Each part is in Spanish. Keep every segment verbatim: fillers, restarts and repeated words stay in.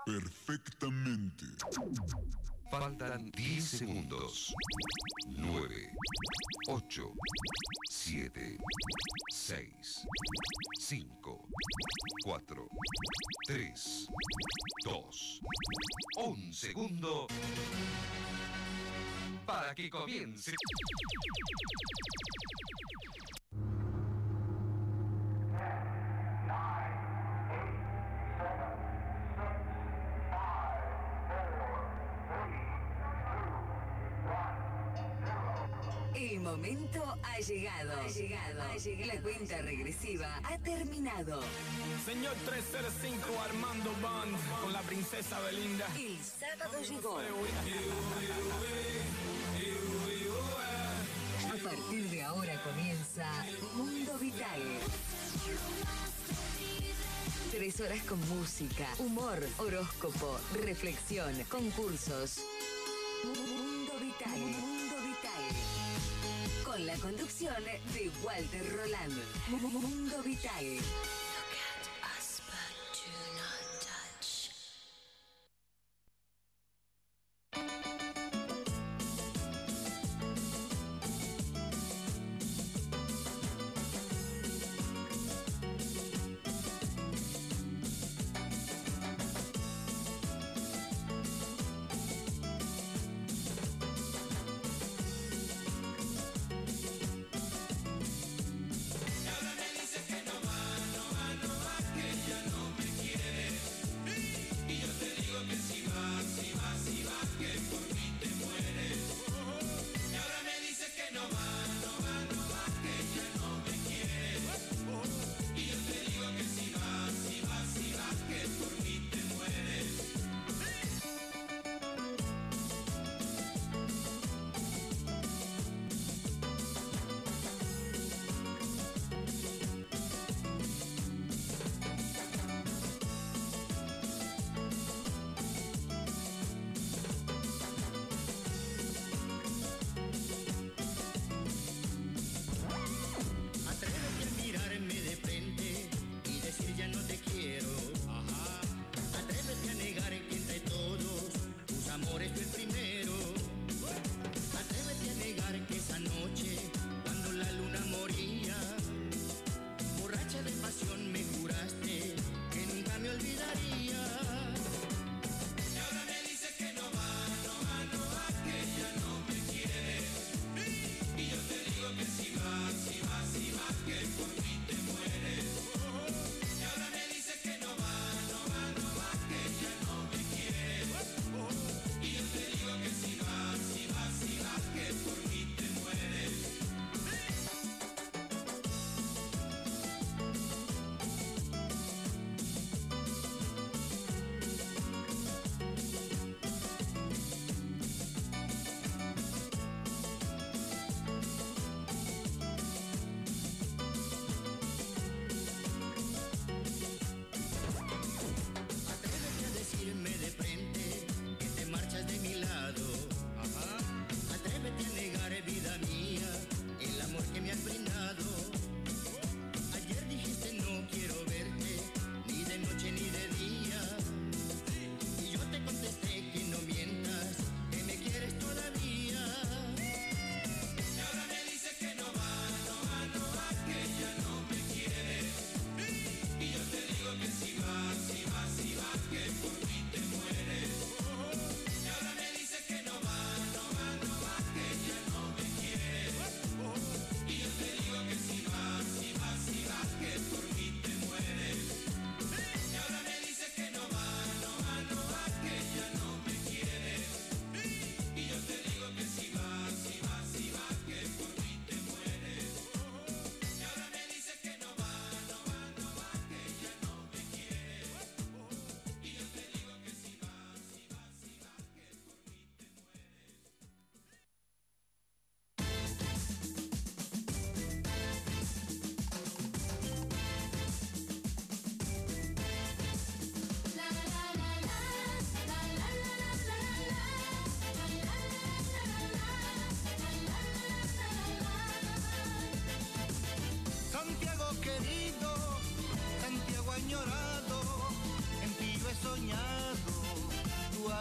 Perfectamente. Faltan diez segundos. nueve, ocho, siete, seis, cinco, cuatro, tres, dos, un segundo para que comience. El momento ha llegado. Ha llegado. Ha llegado. La cuenta regresiva ha terminado. Señor trescientos cinco Armando Band con la princesa Belinda. El sábado llegó. A partir de ahora comienza Mundo Vital. Tres horas con música, humor, horóscopo, reflexión, concursos. Mundo Vital. Mundo Vital. Con la conducción de Walter Roland. Mundo Vital.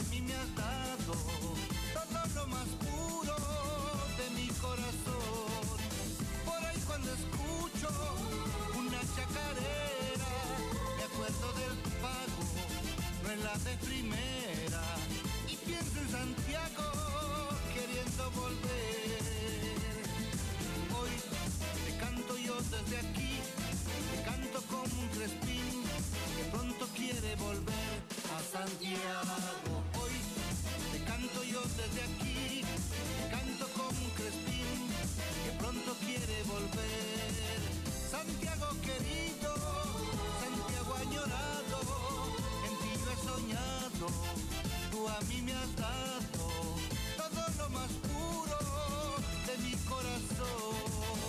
mí me has dado todo lo más puro de mi corazón. Por ahí cuando escucho una chacarera, me acuerdo del pago, no es la de primera, y pienso en Santiago queriendo volver. Hoy te canto yo desde aquí, te canto como un crespín que pronto quiere volver a Santiago. Hoy te canto yo desde aquí, te canto como un crespín que pronto quiere volver. Santiago querido, Santiago añorado, en ti yo he soñado, tú a mí me has dado todo lo más puro de mi corazón.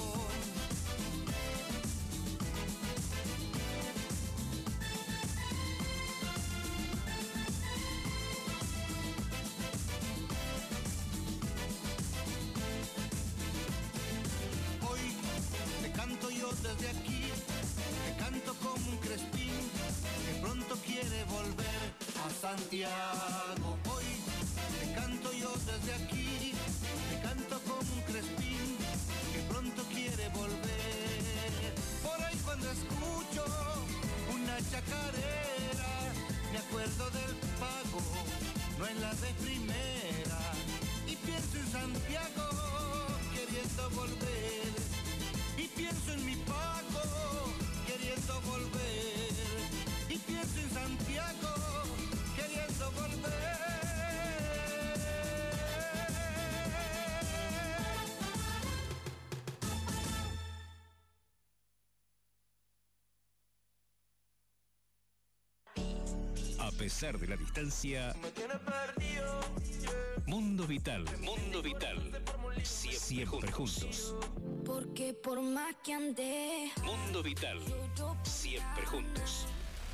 Desde aquí, te canto como un crespín que pronto quiere volver a Santiago. Hoy te canto yo desde aquí, te canto como un crespín que pronto quiere volver. Por ahí cuando escucho una chacarera, me acuerdo del pago, no es la de primera, y pienso en Santiago queriendo volver. Y pienso en mi Paco queriendo volver. Y pienso en Santiago queriendo volver. A pesar de la distancia, Mundo Vital, Mundo Vital, siempre, siempre juntos. Porque por más que ande, Mundo Vital, siempre juntos.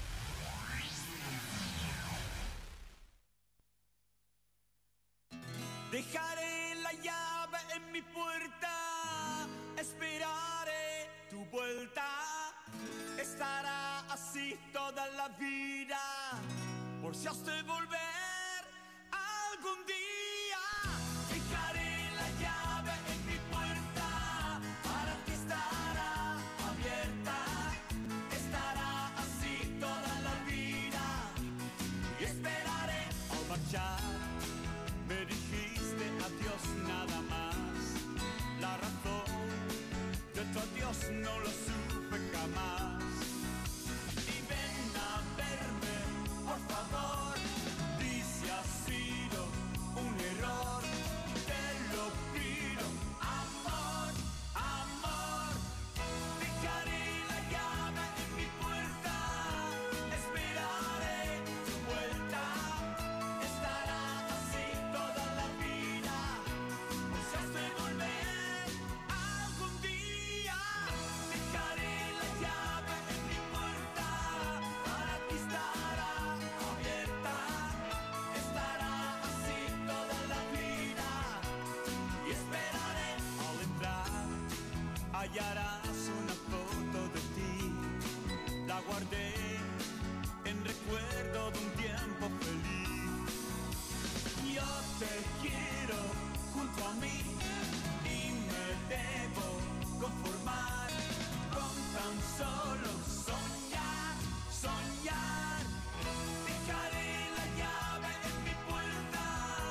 Dejaré la llave en mi puerta, esperaré tu vuelta. Estará así toda la vida, por si has de volver algún día. Dejaré la llave en mi puerta, para ti estará abierta. Estará así toda la vida, y esperaré al marchar. Me dijiste adiós nada más, la razón de tu adiós no lo supe jamás. Y ven a verme, por favor, di si ha sido un error, te lo pido, amor, amor. Dejaré la llave en mi puerta, esperaré tu vuelta. Estará así toda la vida, por si has de volver algún día. Dejaré la llave en mi puerta, para ti estará abierta. Estará así toda la vida, y esperaré al entrar. Hallarás una foto de ti, la guardé en recuerdo de un tiempo feliz. Yo te quiero junto a mí y me debo conformar con tan solo soñar, soñar. Dejaré la llave en mi puerta,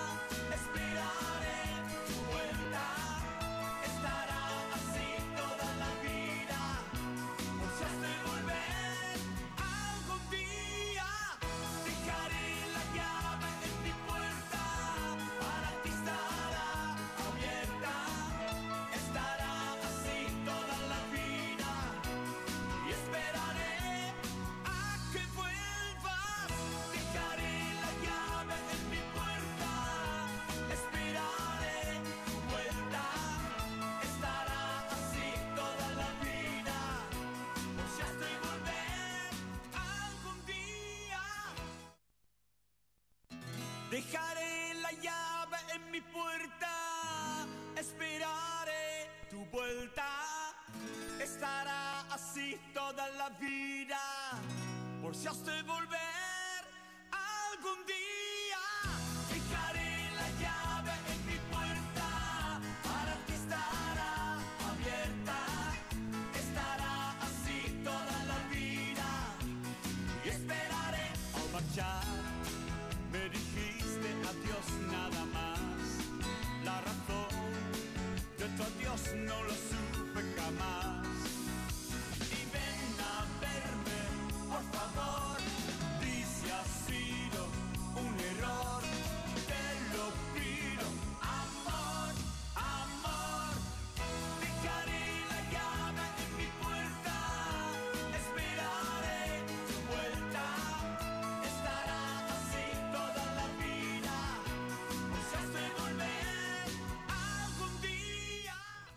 esperaré tu vuelta. Estará así toda la vida, por si has de volver algún día. Dejaré la llave en mi puerta, para ti estará abierta. Estará así toda la vida, y esperaré a que vuelvas. Dejaré la llave en mi puerta, esperaré tu vuelta. Estará así toda la vida, por si has de volver algún día. Dejaré la llave en mi puerta, esperaré tu vuelta. Estará así toda la vida, por si has de volver algún día. marchar, me dijiste adiós nada más. La razón de tu adiós no lo supe jamás. Y ven a verme, por favor, di si ha sido un error. Te lo pido, amor, amor. Dejaré la llave en mi puerta, esperaré tu vuelta. Estará así toda la vida, pues hasta volver algún día.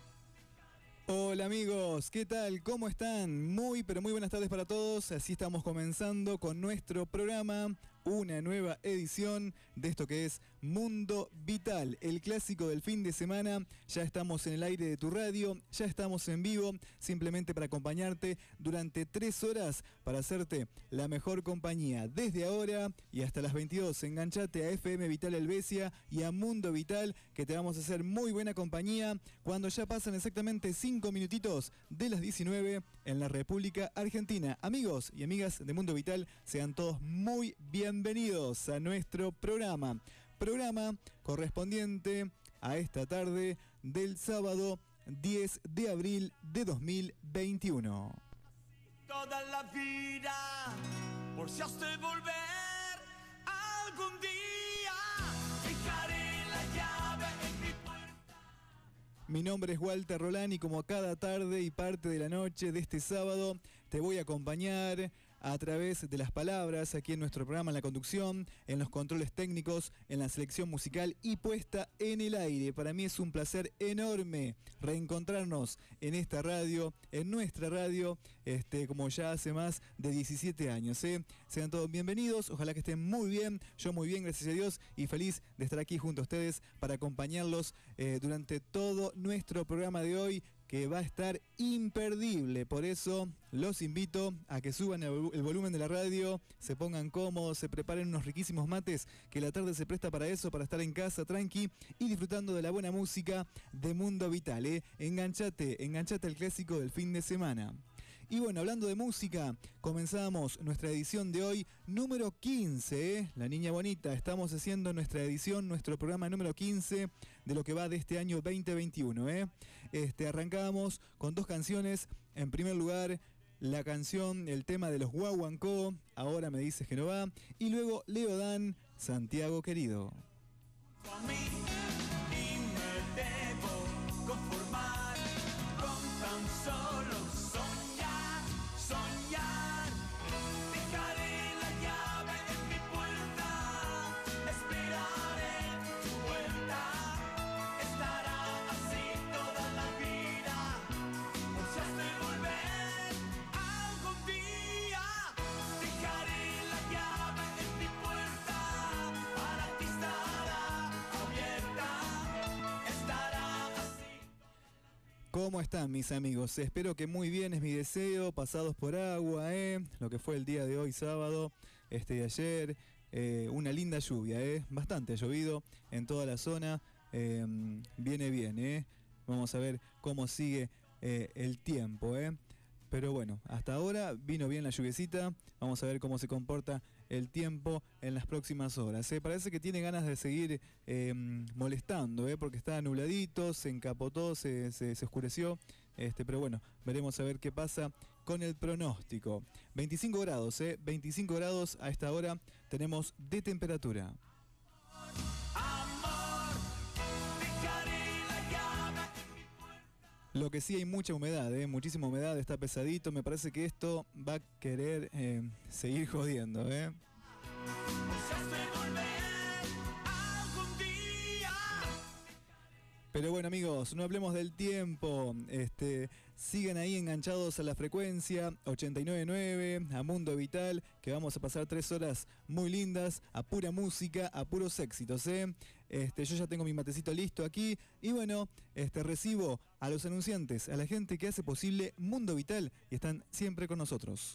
Hola amigos, ¿qué tal? ¿Cómo están? Muy, pero muy buenas tardes para todos. Así estamos comenzando con nuestro programa, una nueva edición de esto que es Mundo Vital, el clásico del fin de semana. Ya estamos en el aire de tu radio, ya estamos en vivo, simplemente para acompañarte durante tres horas, para hacerte la mejor compañía. Desde ahora y hasta las veintidós, enganchate a F M Vital Helvecia y a Mundo Vital, que te vamos a hacer muy buena compañía cuando ya pasan exactamente cinco minutitos de las diecinueve en la República Argentina. Amigos y amigas de Mundo Vital, sean todos muy bienvenidos a nuestro programa. Programa correspondiente a esta tarde del sábado diez de abril de dos mil veintiuno. Toda la vida, por si has de volver algún día, dejaré la llave en mi puerta. Mi nombre es Walter Rolán y como cada tarde y parte de la noche de este sábado te voy a acompañar a través de las palabras aquí en nuestro programa, en la conducción, en los controles técnicos, en la selección musical y puesta en el aire. Para mí es un placer enorme reencontrarnos en esta radio, en nuestra radio, este, como ya hace más de diecisiete años. ¿eh? Sean todos bienvenidos, ojalá que estén muy bien, yo muy bien, gracias a Dios, y feliz de estar aquí junto a ustedes para acompañarlos eh, durante todo nuestro programa de hoy, que va a estar imperdible. Por eso los invito a que suban el, el volumen de la radio, se pongan cómodos, se preparen unos riquísimos mates, que la tarde se presta para eso, para estar en casa tranqui y disfrutando de la buena música de Mundo Vital. ¿eh? Enganchate, enganchate al clásico del fin de semana. Y bueno, hablando de música, comenzamos nuestra edición de hoy, número quince, ¿eh? La Niña Bonita. Estamos haciendo nuestra edición, nuestro programa número quince de lo que va de este año veinte veintiuno. ¿eh? Este, arrancábamos con dos canciones. En primer lugar, la canción, el tema de los Guaguancó, Ahora me dices que no va. Y luego Leodán, Santiago Querido. A mí y me debo conformar con tan solo soñar, soñar. Dejaré la llave en mi puerta, esperaré tu vuelta. Estará así toda la vida, por si has de volver algún día. Dejaré la llave en mi puerta, para ti estará abierta. Estará así. ¿Cómo están mis amigos? Espero que muy bien, es mi deseo, pasados por agua, ¿eh? Lo que fue el día de hoy sábado, este de ayer, eh, una linda lluvia, ¿eh? Bastante ha llovido en toda la zona, eh, viene bien, ¿eh? Vamos a ver cómo sigue eh, el tiempo, ¿eh? Pero bueno, hasta ahora vino bien la lluviecita, vamos a ver cómo se comporta el tiempo en las próximas horas. ¿eh? Parece que tiene ganas de seguir eh, molestando, ¿eh? porque está nubladito, se encapotó, se, se, se oscureció, este, pero bueno, veremos a ver qué pasa con el pronóstico. veinticinco grados, ¿eh? veinticinco grados a esta hora tenemos de temperatura. Lo que sí hay mucha humedad, ¿eh? muchísima humedad, está pesadito, me parece que esto va a querer eh, seguir jodiendo, ¿eh? Pero bueno amigos, no hablemos del tiempo, este, sigan ahí enganchados a la frecuencia ochenta y nueve punto nueve, a Mundo Vital, que vamos a pasar tres horas muy lindas, a pura música, a puros éxitos, ¿eh? Este, yo ya tengo mi matecito listo aquí y bueno, este, recibo a los anunciantes, a la gente que hace posible Mundo Vital y están siempre con nosotros.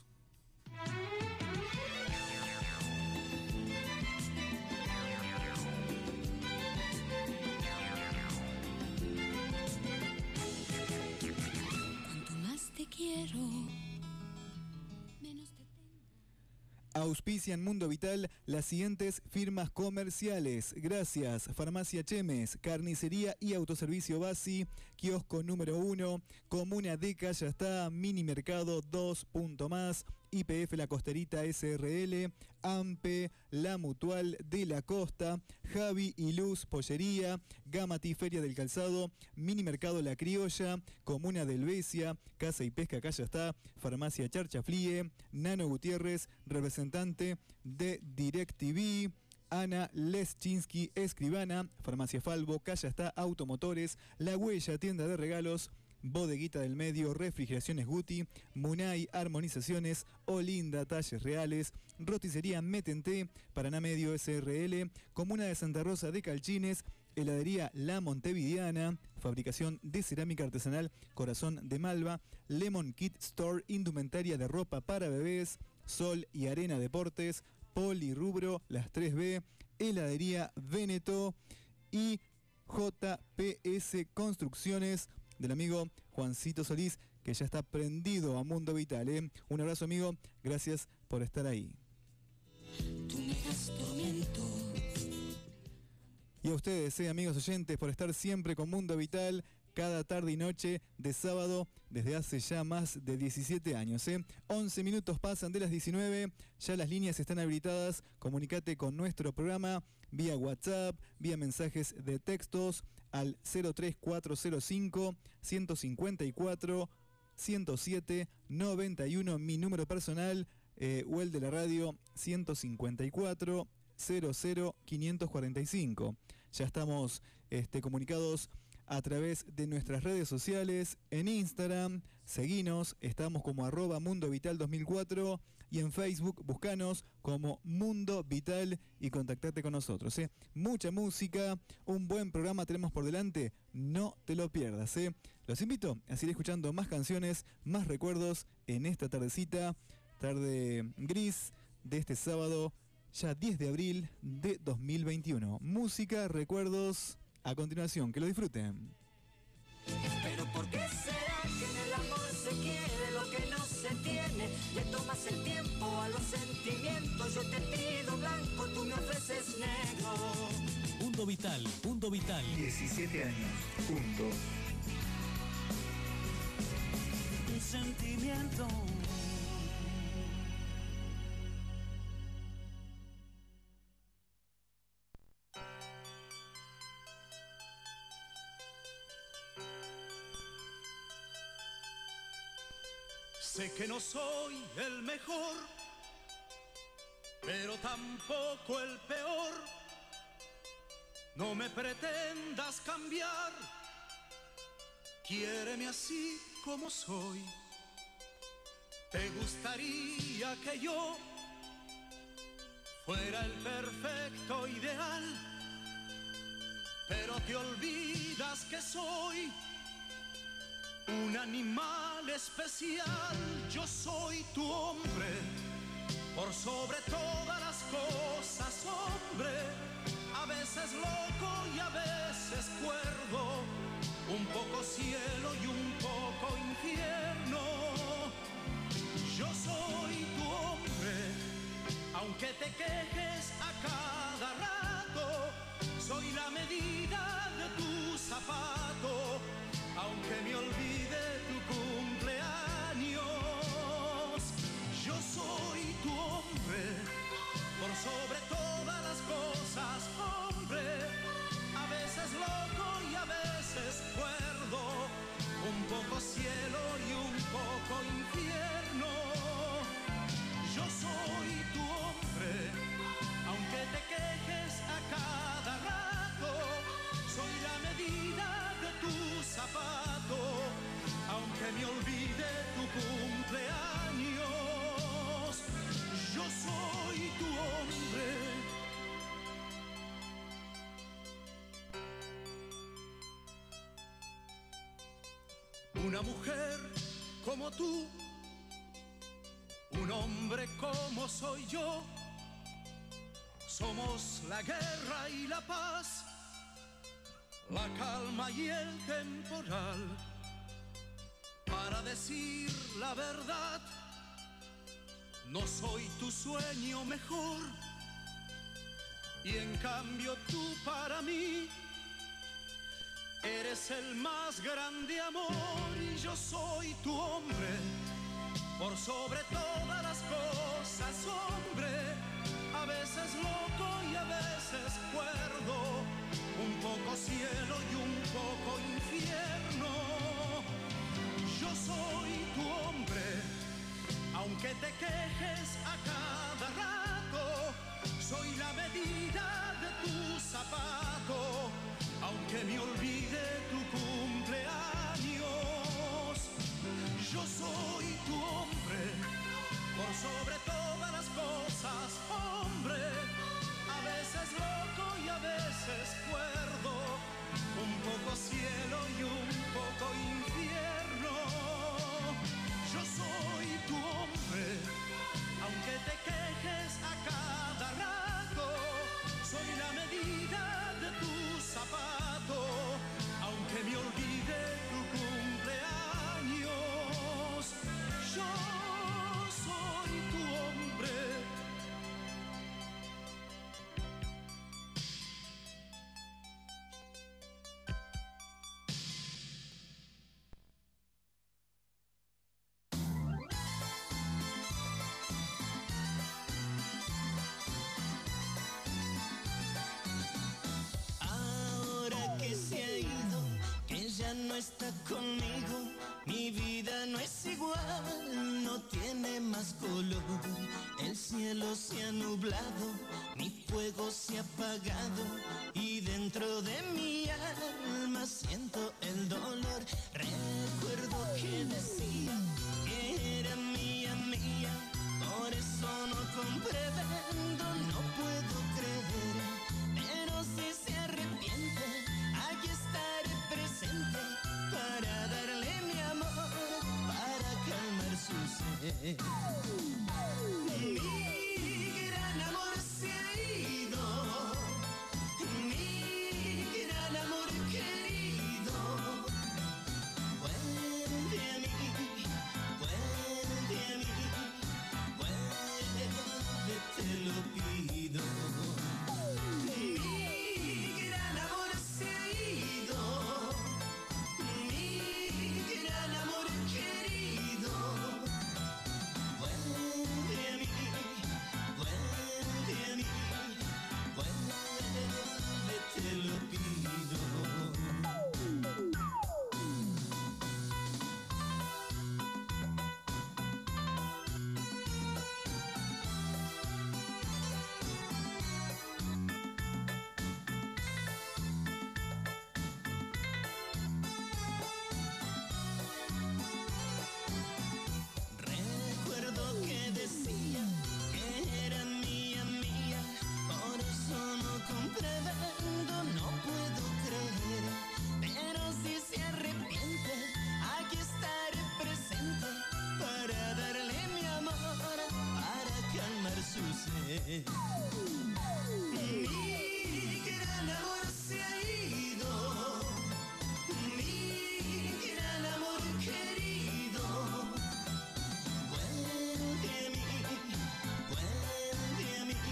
Cuanto más te quiero, menos te tengo. Auspician Mundo Vital las siguientes firmas comerciales. Gracias. Farmacia Chemes, Carnicería y Autoservicio Basi, Kiosco número uno, Comuna de Callastá, Mini Mercado dos punto más, Y P F La Costerita S R L, AMPE, La Mutual de la Costa, Javi y Luz Pollería, Gamati Feria del Calzado, Mini Mercado La Criolla, Comuna del Besia, Casa y Pesca Callastá, Farmacia Charchaflie, Nano Gutiérrez, representante de DirecTV, Ana Leschinsky, escribana, Farmacia Falvo, Callastá Automotores, La Huella, tienda de regalos, Bodeguita del Medio, Refrigeraciones Guti, Munay Armonizaciones, Olinda Talles Reales, Roticería Metente, Paraná Medio S R L, Comuna de Santa Rosa de Calchines, Heladería La Montevideana, Fabricación de Cerámica Artesanal Corazón de Malva, Lemon Kit Store, Indumentaria de Ropa para Bebés, Sol y Arena Deportes, Polirrubro, Las tres B, Heladería Veneto y J P S Construcciones del amigo Juancito Solís, que ya está prendido a Mundo Vital. ¿eh? Un abrazo, amigo, gracias por estar ahí. Tú me das tormento. Y a ustedes, eh, amigos oyentes, por estar siempre con Mundo Vital, cada tarde y noche de sábado, desde hace ya más de diecisiete años. ¿eh? once minutos pasan de las diecinueve, ya las líneas están habilitadas, comunicate con nuestro programa vía WhatsApp, vía mensajes de textos, al cero tres cuatro cero cinco, uno cinco cuatro, ciento siete, noventa y uno, mi número personal, eh, o el de la radio, ciento cincuenta y cuatro, cero cero, quinientos cuarenta y cinco. Ya estamos este, comunicados a través de nuestras redes sociales, en Instagram, seguinos, estamos como arroba Mundo Vital dos mil cuatro, y en Facebook buscanos como Mundo Vital y contactate con nosotros. ¿eh? Mucha música, un buen programa tenemos por delante, no te lo pierdas. ¿eh? Los invito a seguir escuchando más canciones, más recuerdos en esta tardecita, tarde gris de este sábado, ya diez de abril de dos mil veintiuno. Música, recuerdos, a continuación, que lo disfruten. Pero ¿por qué será que en el amor se quiere lo que no se tiene? Le tomas el tiempo a los sentimientos, yo te pido blanco, tú me ofreces negro. Mundo Vital, Mundo Vital. diecisiete años, juntos. Un sentimiento. Sé que no soy el mejor, pero tampoco el peor. No me pretendas cambiar, quiéreme así como soy. ¿Te gustaría que yo fuera el perfecto ideal? Pero te olvidas que soy un animal especial. Yo soy tu hombre, por sobre todas las cosas, hombre. A veces loco y a veces cuerdo, un poco cielo y un poco infierno. Yo soy tu hombre, aunque te quejes a cada rato. Soy la medida de tu zapato, aunque me olvide tu cumpleaños. Yo soy tu hombre, por sobre todas las cosas, hombre. A veces loco y a veces cuerdo, un poco cielo y un poco infierno. Yo soy tu hombre, aunque te quejes a cada rato. Soy la medida de tu zapato, aunque me olvide tu cumpleaños. Yo soy tu hombre. Una mujer como tú, un hombre como soy yo, somos la guerra y la paz, la calma y el temporal. Para decir la verdad, No soy tu sueño mejor, y en cambio tú para mí eres el más grande amor, y yo soy tu hombre, por sobre todas las cosas, hombre, a veces loco y a veces cuerdo, un poco cielo y un poco infierno. Yo soy tu hombre, aunque te quejes a cada rato, soy la medida de tu zapato, aunque me olvide tu cumpleaños. Yo soy tu hombre, por sobre todas las cosas, hombre, a veces loco y a veces cuerdo, un poco cielo y un poco infierno. Yo soy tu hombre, aunque te quejes a cada rato, soy la medida de tu zapato, aunque me olvide tu cumpleaños. Yo soy tu hombre. Está conmigo, mi vida no es igual, no tiene más color, el cielo se ha nublado, mi fuego se ha apagado y dentro de mi alma siento el dolor. Recuerdo que decía que era mía, mía, por eso no comprendo, no puedo creer, pero si se arrepiente, aquí estaré presente para darle mi amor, para calmar su sed. Mi gran amor se ha ido, mi gran amor querido. Vuelve a mí, vuelve a mí, vuelve, te lo pido. Mi gran amor se ha ido, mi gran amor querido. Vuelve a mí, vuelve a mí, vuelve, te lo pido. Recuerdo que decía que era mía, mía, por eso no comprendo, no puedo creer, pero si se arrepiente, aquí estaré presente para darle mi amor, para calmar su sed. Mi gran amor se ha ido, mi gran amor querido. Vuelve a mí, vuelve a mí,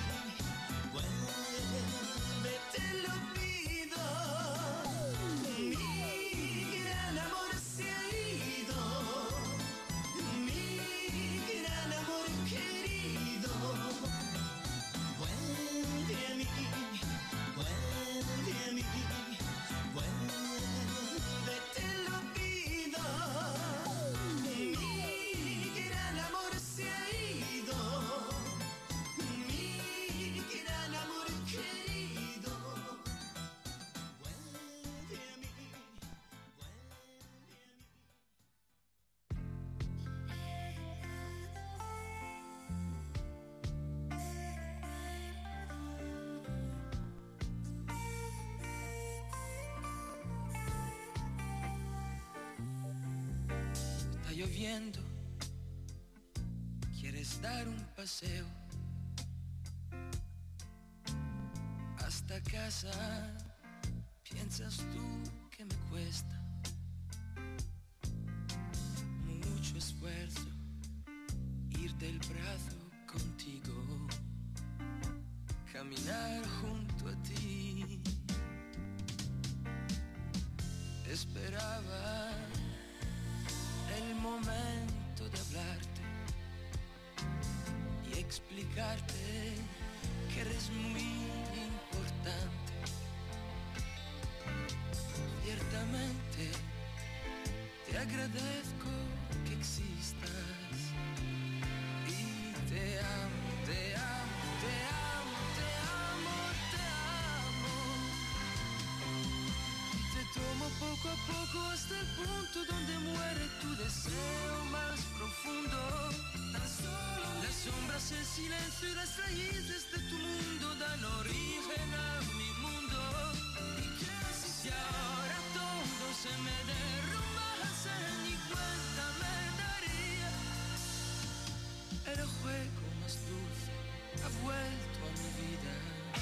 vuelve, te lo pido. Mi gran amor se ha ido, mi gran amor querido. Vuelve a mí, vuelve a mí, vuelve, te lo pido. Mi gran amor se ha ido, mi gran amor querido. Vuelve a mí, vuelve a mí. Está lloviendo, quieres dar un paseo hasta casa, piensas tú que me cuesta mucho esfuerzo ir del brazo contigo, caminar junto a ti. Esperaba el momento de hablarte y explicarte que eres muy importante. Ciertamente te agradezco que existas y te amo, te amo, te amo, te amo, te amo. Y te tomo poco a poco hasta el punto donde muere tu deseo más profundo. Tan solo las sombras, el silencio y las raíces de tu mundo dan origen a mi mundo. Si ahora todo se me derrumbase, ni cuenta me daría. El juego más dulce ha vuelto a mi vida.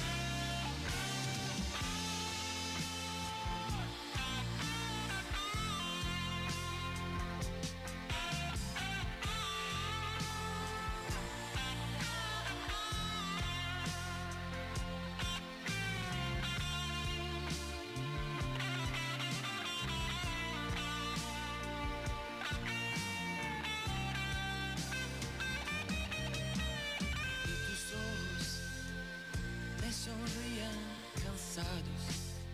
Sonrían cansados,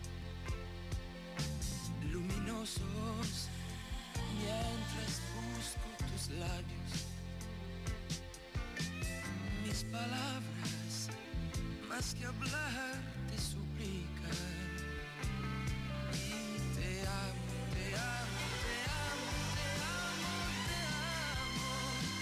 luminosos, mientras busco tus labios. Mis palabras, más que hablar, te suplican. Y te amo, te amo, te amo, te amo, te amo.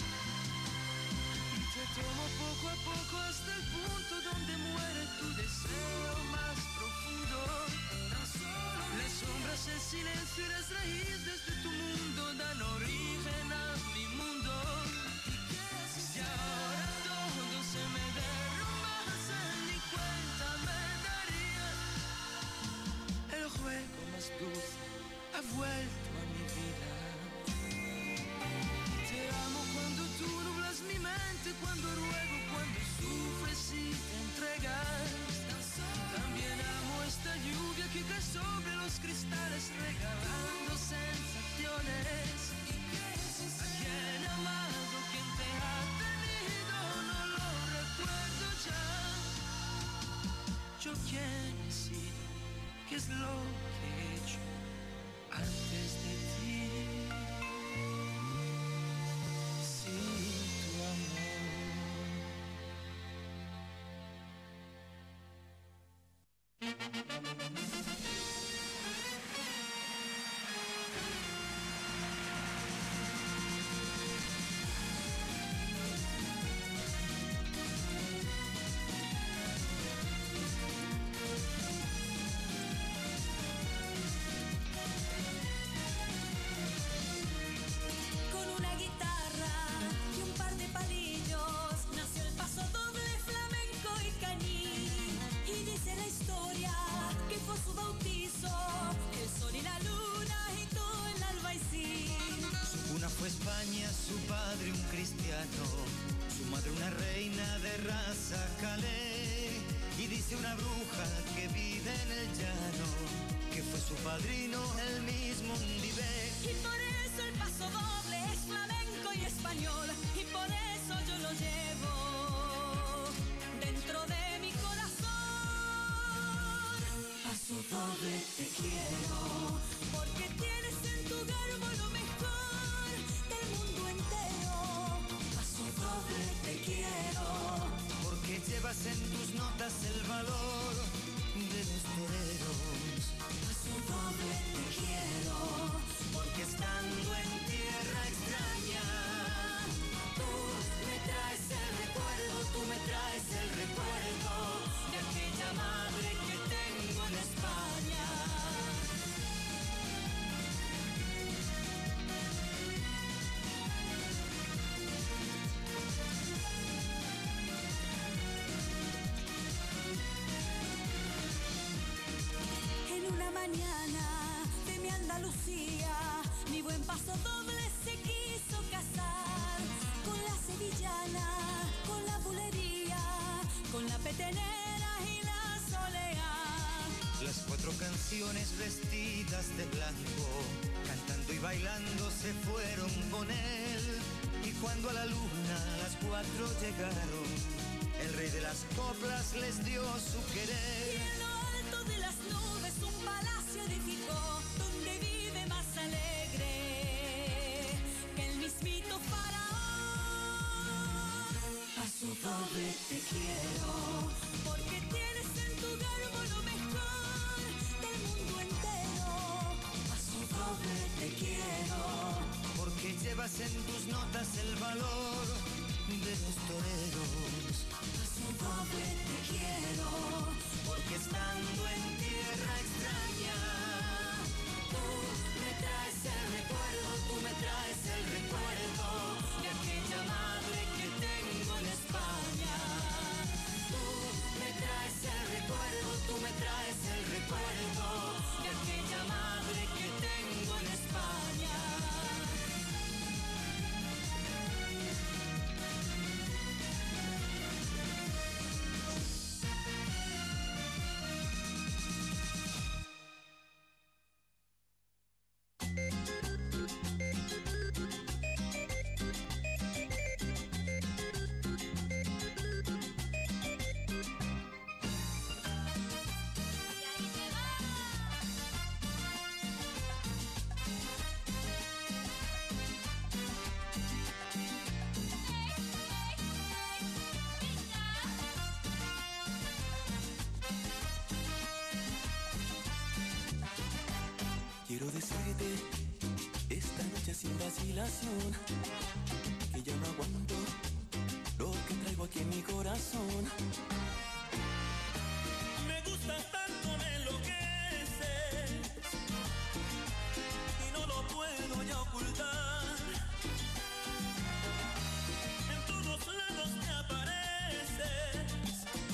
Y te tomo poco a poco hasta el punto donde muere tu deseo más profundo. Tan solo las sombras, el silencio y las raíces de tu mundo dan origen a mi mundo. Si ahora todo se me derrumbase, ni cuenta me daría. El juego más dulce ha vuelto a mi vida. Te amo cuando tú nublas mi mente, cuando ruego, cuando sufres y te entregas. También amo esta lluvia que cae sobre los cristales, regalando sensaciones. ¿A quién he amado, quién te ha tenido? No lo recuerdo ya. Yo quién he sido, qué es lo que he hecho antes de ti. Sin tu amor. Con una guitarra y un par de palillos nació el paso doble, flamenco y cañí. Y dice la historia que fue su bautizo, el sol y la luna y todo el albaicín. Su cuna fue España, su padre un cristiano, su madre una reina de raza calé. Y dice una bruja que vive en el llano, que fue su padrino el mismo Undibé. Y por eso el paso doble es flamenco y español, y por eso yo lo llevo dentro de mi corazón. Paso doble te quiero, porque tienes en tu garbo lo mejor del mundo entero. Paso doble te quiero, porque llevas en tus notas el valor de los toreros. paso doble te quiero, Porque estando en tierra extraña, tú me traes el recuerdo, tú me traes el recuerdo de aquella madre que tengo en España. En una mañana de mi Andalucía, mi buen paso doble se quiso casar con la sevillana, con con la bulería, con la petenera y la soleá. Las cuatro canciones vestidas de blanco, cantando y bailando se fueron con él. Y cuando a la luna las cuatro llegaron, el rey de las coplas les dio su querer. Y en lo alto de las nubes un palacio edificó, donde vive más alegre que el mismito faraón. A su doble te quiero, porque tienes en tu garbo lo mejor del mundo entero. A su doble te quiero, porque llevas en tus notas el valor de los toreros. a su doble te quiero, Porque estando en tierra extraña, tú me traes el recuerdo, tú me traes el recuerdo de aquella madre que tengo en España. Tú me traes el recuerdo, tú me traes el recuerdo de aquella madre que tengo en España. Quiero decirte esta noche sin vacilación que ya no aguanto lo que traigo aquí en mi corazón. Me gustas tanto, me enloqueces y no lo puedo ya ocultar. En todos lados te apareces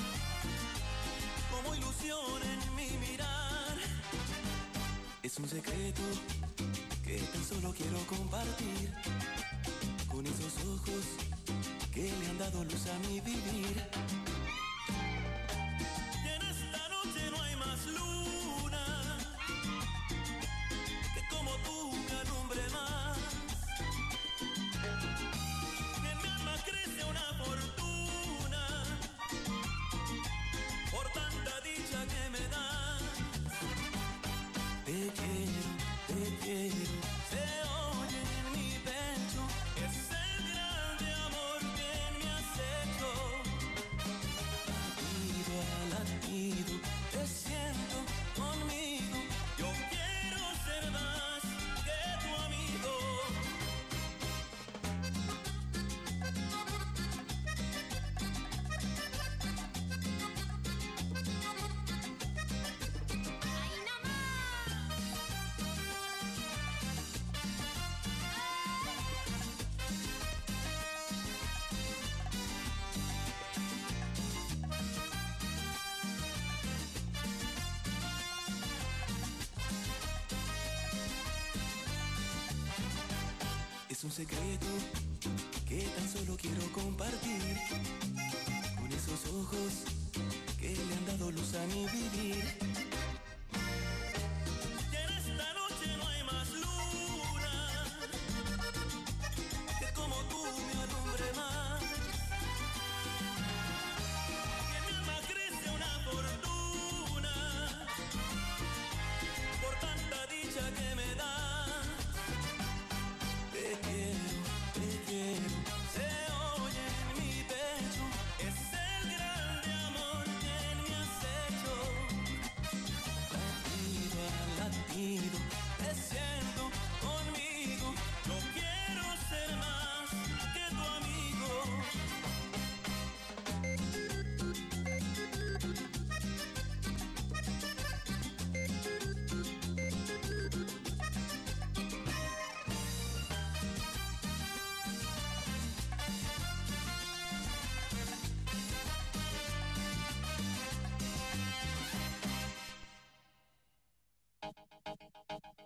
como ilusión en mi mirar. Es un secreto que tan solo quiero compartir con esos ojos que le han dado luz a mi vivir. Y en esta noche no hay más luna que como tú me alumbre más. En mi alma crece una fortuna por tanta dicha que me das. Te quiero, te quiero. Se oye en mi pecho, es el grande amor que me has hecho. Latido a latido, Te siento conmigo, yo quiero ser más que tu amigo. es un secreto que tan solo quiero compartir con esos ojos que le han dado luz a mi vivir. Y en esta noche no hay más luna que como tú me alumbre más. Y en mi alma crece una fortuna por tanta dicha que me das. Te quiero, te quiero. Se oye en mi pecho, es el grande amor que me has hecho.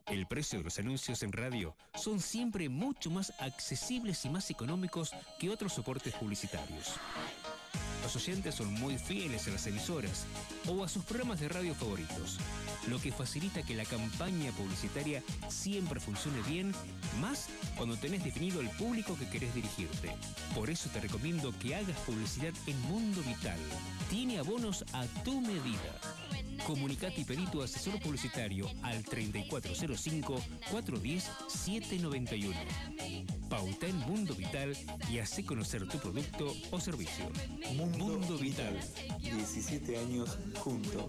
El precio de los anuncios en radio son siempre mucho más accesibles y más económicos que otros soportes publicitarios. Los oyentes son muy fieles a las emisoras o a sus programas de radio favoritos, lo que facilita que la campaña publicitaria siempre funcione bien, más cuando tenés definido el público que querés dirigirte. Por eso te recomiendo que hagas publicidad en Mundo Vital. Tiene abonos a tu medida. Comunicate y pedí tu asesor publicitario al treinta y cuatro cero cinco, cuatrocientos diez, setecientos noventa y uno. Pauta en Mundo Vital y hacé conocer tu producto o servicio. Mundo, Mundo Vital. diecisiete años juntos.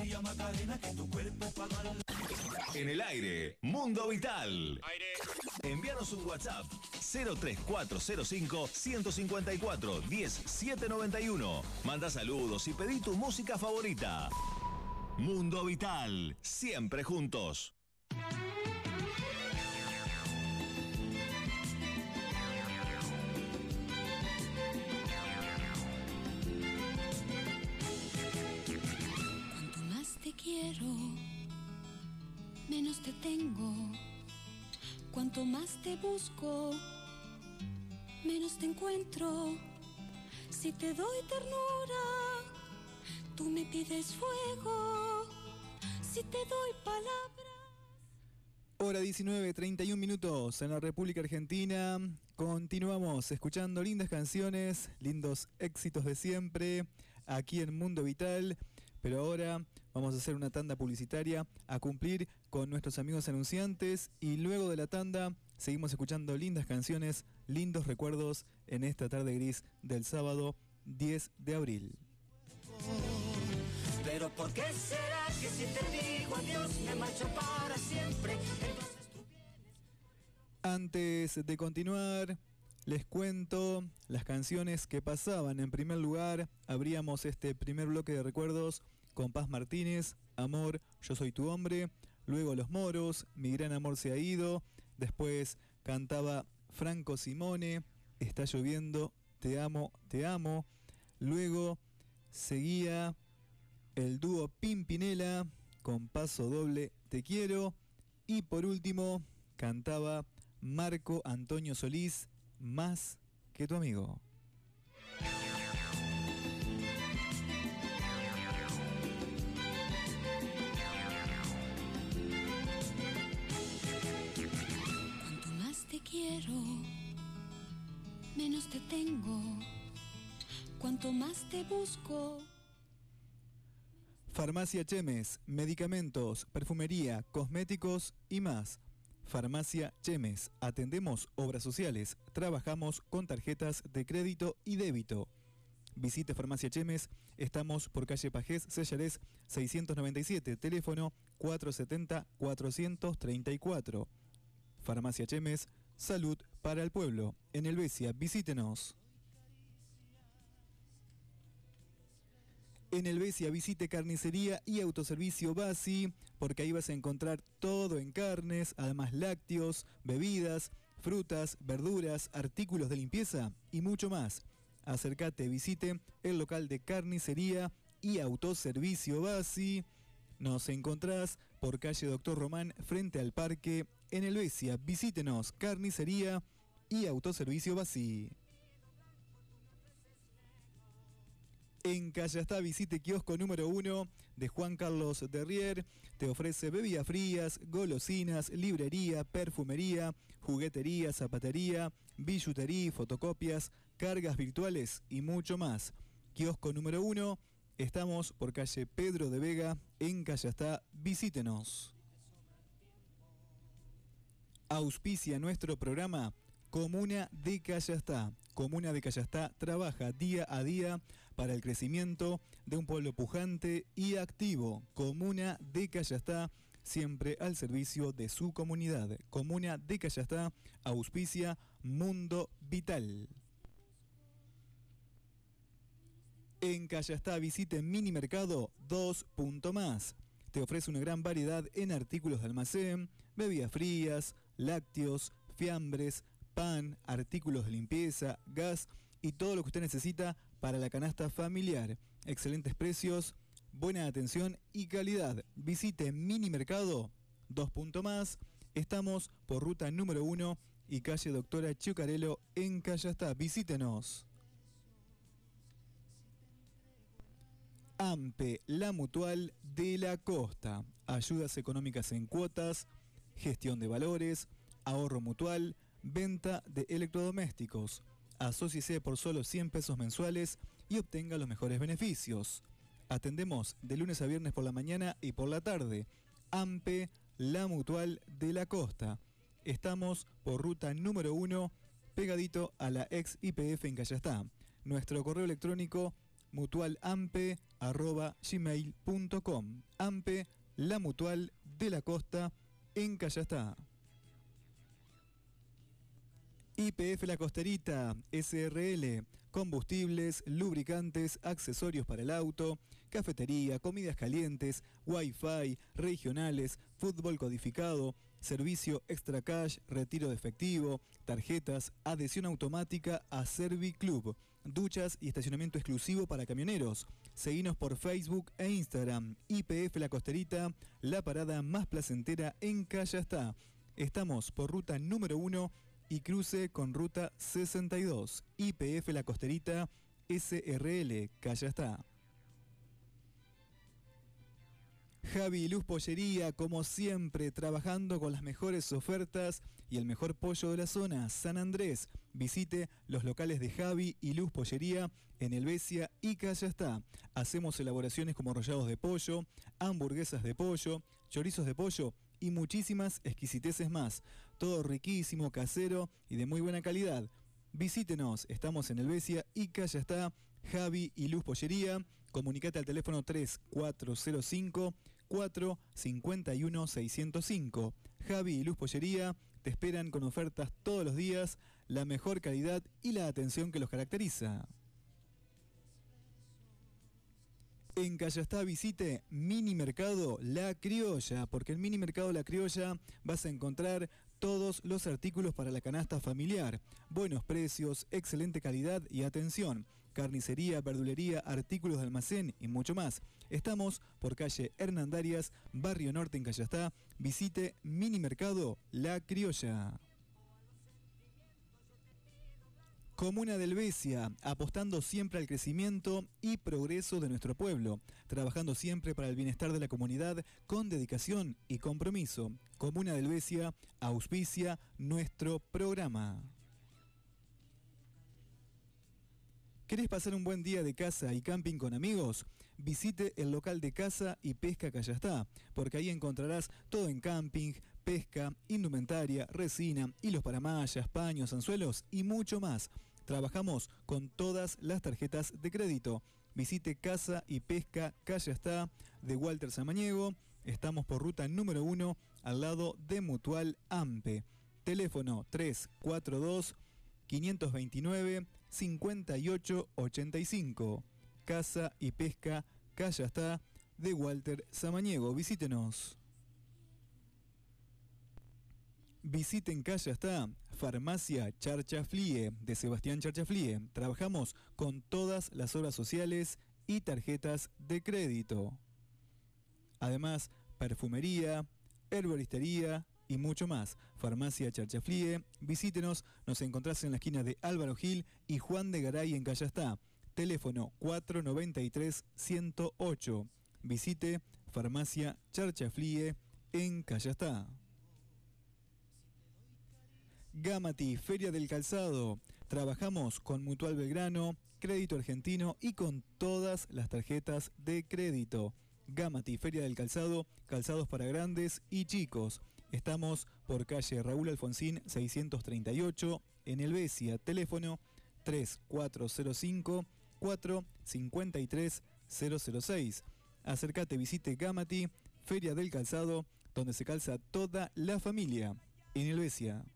En el aire, Mundo Vital. Envíanos un WhatsApp cero tres cuatro cero cinco, uno cinco cuatro, diez, setecientos noventa y uno. Manda saludos y pedí tu música favorita. Mundo Vital, siempre juntos. Cuanto más te quiero, menos te tengo. Cuanto más te busco, menos te encuentro. Si te doy ternura, tú me pides fuego. Si te doy palabras. Hora diecinueve, treinta y un minutos en la República Argentina. Continuamos escuchando lindas canciones, lindos éxitos de siempre, aquí en Mundo Vital. Pero ahora vamos a hacer una tanda publicitaria a cumplir con nuestros amigos anunciantes. Y luego de la tanda seguimos escuchando lindas canciones, lindos recuerdos en esta tarde gris del sábado diez de abril. Pero ¿por qué será que si te digo adiós me marcho para siempre? Entonces tú vienes... Antes de continuar, les cuento las canciones que pasaban. En primer lugar, abríamos este primer bloque de recuerdos con Paz Martínez, Amor, Yo Soy Tu Hombre. Luego Los Moros, Mi Gran Amor Se Ha Ido. Después cantaba Franco Simone, Está Lloviendo, Te Amo, Te Amo. Luego seguía el dúo Pimpinela con Paso Doble, Te Quiero. Y por último cantaba Marco Antonio Solís, Más que Tu Amigo. Cuanto más te quiero, menos te tengo. Cuanto más te busco. Farmacia Chemes, medicamentos, perfumería, cosméticos y más. Farmacia Chemes, atendemos obras sociales, trabajamos con tarjetas de crédito y débito. Visite Farmacia Chemes, estamos por calle Pajés Sellarés seiscientos noventa y siete, teléfono cuatrocientos setenta, cuatrocientos treinta y cuatro. Farmacia Chemes, salud para el pueblo. En Helvecia, visítenos. En Helvecia visite Carnicería y Autoservicio Basi, porque ahí vas a encontrar todo en carnes, además lácteos, bebidas, frutas, verduras, artículos de limpieza y mucho más. Acércate, visite el local de Carnicería y Autoservicio Basi. Nos encontrás por calle Doctor Román frente al parque en Helvecia. Visítenos, Carnicería y Autoservicio Basi. En Callastá visite kiosco número uno de Juan Carlos Derrier. Te ofrece bebidas frías, golosinas, librería, perfumería, juguetería, zapatería, billutería, fotocopias, cargas virtuales y mucho más. Kiosco número uno, estamos por calle Pedro de Vega en Callastá. Visítenos. Auspicia nuestro programa Comuna de Callastá. Comuna de Callastá trabaja día a día para el crecimiento de un pueblo pujante y activo. Comuna de Callastá, siempre al servicio de su comunidad. Comuna de Callastá, auspicia Mundo Vital. En Callastá visite Mini Mercado dos Punto Más. Te ofrece una gran variedad en artículos de almacén, bebidas frías, lácteos, fiambres, pan, artículos de limpieza, gas y todo lo que usted necesita para la canasta familiar. Excelentes precios, buena atención y calidad. Visite Mini Mercado dos Punto Más Estamos por ruta número uno y calle Doctora Chucarelo en Callastá. Visítenos. AMPE, la Mutual de la Costa. Ayudas económicas en cuotas, gestión de valores, ahorro mutual, venta de electrodomésticos. Asóciese por solo cien pesos mensuales y obtenga los mejores beneficios. Atendemos de lunes a viernes por la mañana y por la tarde. AMPE, la Mutual de la Costa. Estamos por ruta número uno, pegadito a la ex I P F en Callastá. Nuestro correo electrónico mutualampe arroba gmail punto com. AMPE, la Mutual de la Costa en Callastá. I P F La Costerita, S R L, combustibles, lubricantes, accesorios para el auto, cafetería, comidas calientes, wifi, regionales, fútbol codificado, servicio extra cash, retiro de efectivo, tarjetas, adhesión automática a Serviclub, duchas y estacionamiento exclusivo para camioneros. Seguinos por Facebook e Instagram. I P F La Costerita, la parada más placentera en Callastá. Estamos por ruta número uno y cruce con ruta sesenta y dos. I P F La Costerita, S R L, Callastá. Javi y Luz Pollería, como siempre, trabajando con las mejores ofertas y el mejor pollo de la zona, San Andrés. Visite los locales de Javi y Luz Pollería en Helvecia y Callastá. Hacemos elaboraciones como rollados de pollo, hamburguesas de pollo, chorizos de pollo y muchísimas exquisiteces más. Todo riquísimo, casero y de muy buena calidad. Visítenos, estamos en Helvecia y Callastá. Javi y Luz Pollería. Comunicate al teléfono tres cuatro cero cinco, cuatro cinco uno, seis cero cinco. Javi y Luz Pollería te esperan con ofertas todos los días, la mejor calidad y la atención que los caracteriza. En Callastá visite Mini Mercado La Criolla, porque en Mini Mercado La Criolla vas a encontrar todos los artículos para la canasta familiar. Buenos precios, excelente calidad y atención. Carnicería, verdulería, artículos de almacén y mucho más. Estamos por calle Hernandarias, Barrio Norte en Callastá. Visite Mini Mercado La Criolla. Comuna de Helvecia, apostando siempre al crecimiento y progreso de nuestro pueblo, trabajando siempre para el bienestar de la comunidad con dedicación y compromiso. Comuna de Helvecia auspicia nuestro programa. ¿Querés pasar un buen día de caza y camping con amigos? Visite el local de caza y pesca Callastá, porque ahí encontrarás todo en camping, pesca, indumentaria, resina, hilos para mallas, paños, anzuelos y mucho más. Trabajamos con todas las tarjetas de crédito. Visite Caza y Pesca Callastá de Walter Samaniego. Estamos por ruta número uno al lado de Mutual AMPE. Teléfono tres cuatro dos, cinco dos nueve, cinco ocho ocho cinco. Caza y Pesca Callastá de Walter Samaniego. Visítenos. Visiten Callastá, Farmacia Charchaflie de Sebastián Charchaflie. Trabajamos con todas las obras sociales y tarjetas de crédito. Además, perfumería, herboristería y mucho más. Farmacia Charchaflie, visítenos, nos encontrás en la esquina de Álvaro Gil y Juan de Garay en Callastá. Teléfono cuatro nueve tres, uno cero ocho. Visite Farmacia Charchaflie en Callastá. Gamati, Feria del Calzado. Trabajamos con Mutual Belgrano, Crédito Argentino y con todas las tarjetas de crédito. Gamati, Feria del Calzado, calzados para grandes y chicos. Estamos por calle Raúl Alfonsín seiscientos treinta y ocho en Helvecia. Teléfono tres cuatro cero cinco, cuatro cinco tres cero cero seis. Acércate, visite Gamati, Feria del Calzado, donde se calza toda la familia. En Helvecia.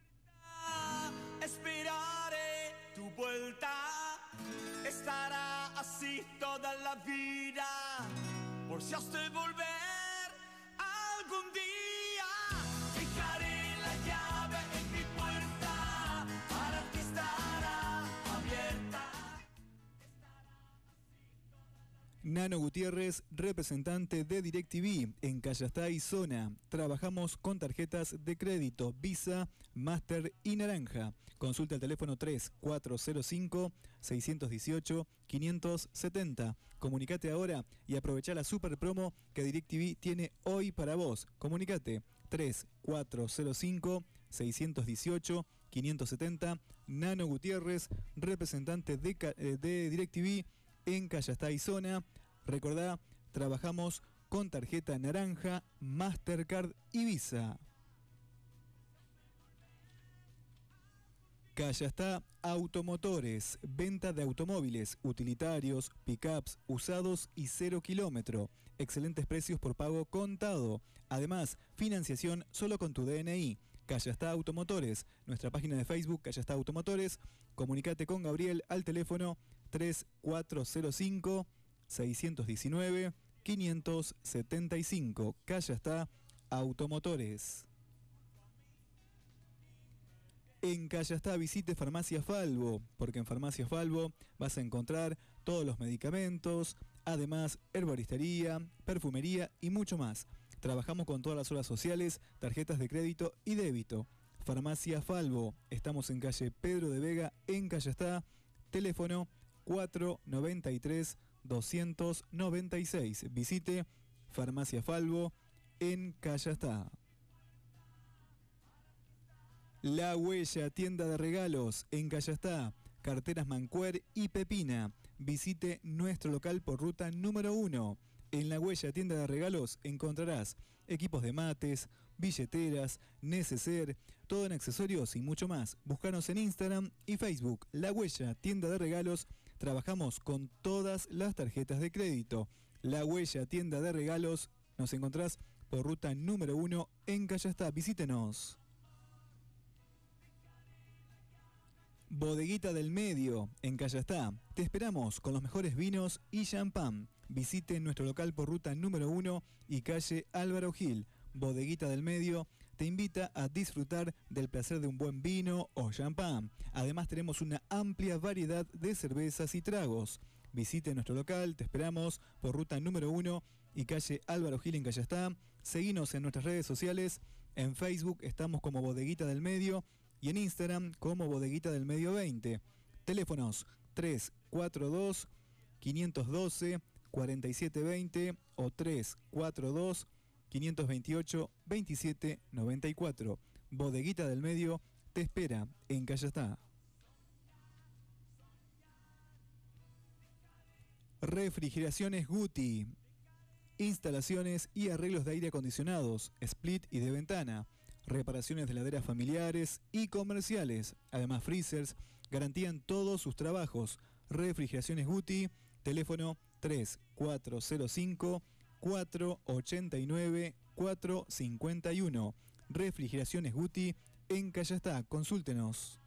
Esperaré tu vuelta, estará así toda la vida, por si has de volver algún día. Dejaré la llave en mi puerta, para ti estará abierta. Nano Gutiérrez, representante de DirecTV en Callastá y zona. Trabajamos con tarjetas de crédito Visa, Master y Naranja. Consulta el teléfono tres cuatro cero cinco, seis uno ocho, cinco siete cero. Comunicate ahora y aprovecha la super promo que DirecTV tiene hoy para vos. Comunicate tres cuatro cero cinco, seis uno ocho, cinco siete cero. Nano Gutiérrez, representante de, de DirecTV en Callastá y zona. Recordá, trabajamos con tarjeta Naranja, Mastercard y Visa. Callastá Automotores, venta de automóviles, utilitarios, pickups, usados y cero kilómetro. Excelentes precios por pago contado. Además, financiación solo con tu D N I. Callastá Automotores, nuestra página de Facebook, Callastá Automotores. Comunicate con Gabriel al teléfono tres cuatro cero cinco, seis uno nueve, cinco siete cinco. Callastá Automotores. En Callastá visite Farmacia Falvo, porque en Farmacia Falvo vas a encontrar todos los medicamentos, además herboristería, perfumería y mucho más. Trabajamos con todas las obras sociales, tarjetas de crédito y débito. Farmacia Falvo, estamos en calle Pedro de Vega, en Callastá, teléfono cuatro nueve tres, dos nueve seis. Visite Farmacia Falvo en Callastá. La Huella, tienda de regalos en Callastá, carteras Mancuer y Pepina. Visite nuestro local por ruta número uno. En La Huella, tienda de regalos, encontrarás equipos de mates, billeteras, neceser, todo en accesorios y mucho más. Búscanos en Instagram y Facebook. La Huella, tienda de regalos. Trabajamos con todas las tarjetas de crédito. La Huella, tienda de regalos. Nos encontrás por ruta número uno en Callastá. Visítenos. Bodeguita del Medio, en Callastá. Te esperamos con los mejores vinos y champán. Visite nuestro local por ruta número uno y calle Álvaro Gil. Bodeguita del Medio te invita a disfrutar del placer de un buen vino o champán. Además tenemos una amplia variedad de cervezas y tragos. Visite nuestro local, te esperamos por ruta número uno y calle Álvaro Gil en Callastá. Seguinos en nuestras redes sociales. En Facebook estamos como Bodeguita del Medio y en Instagram como Bodeguita del Medio veinte. Teléfonos tres cuatro dos, cinco uno dos, cuatro siete dos cero o tres cuatro dos, cinco dos ocho, dos siete nueve cuatro. Bodeguita del Medio te espera en Callastá. Refrigeraciones Guti. Instalaciones y arreglos de aire acondicionados, split y de ventana. Reparaciones de heladeras familiares y comerciales. Además freezers. Garantía en todos sus trabajos. Refrigeraciones Guti. Teléfono tres cuatro cero cinco, cuatro ocho nueve, cuatro cinco uno. Refrigeraciones Guti en Callastá. Consúltenos.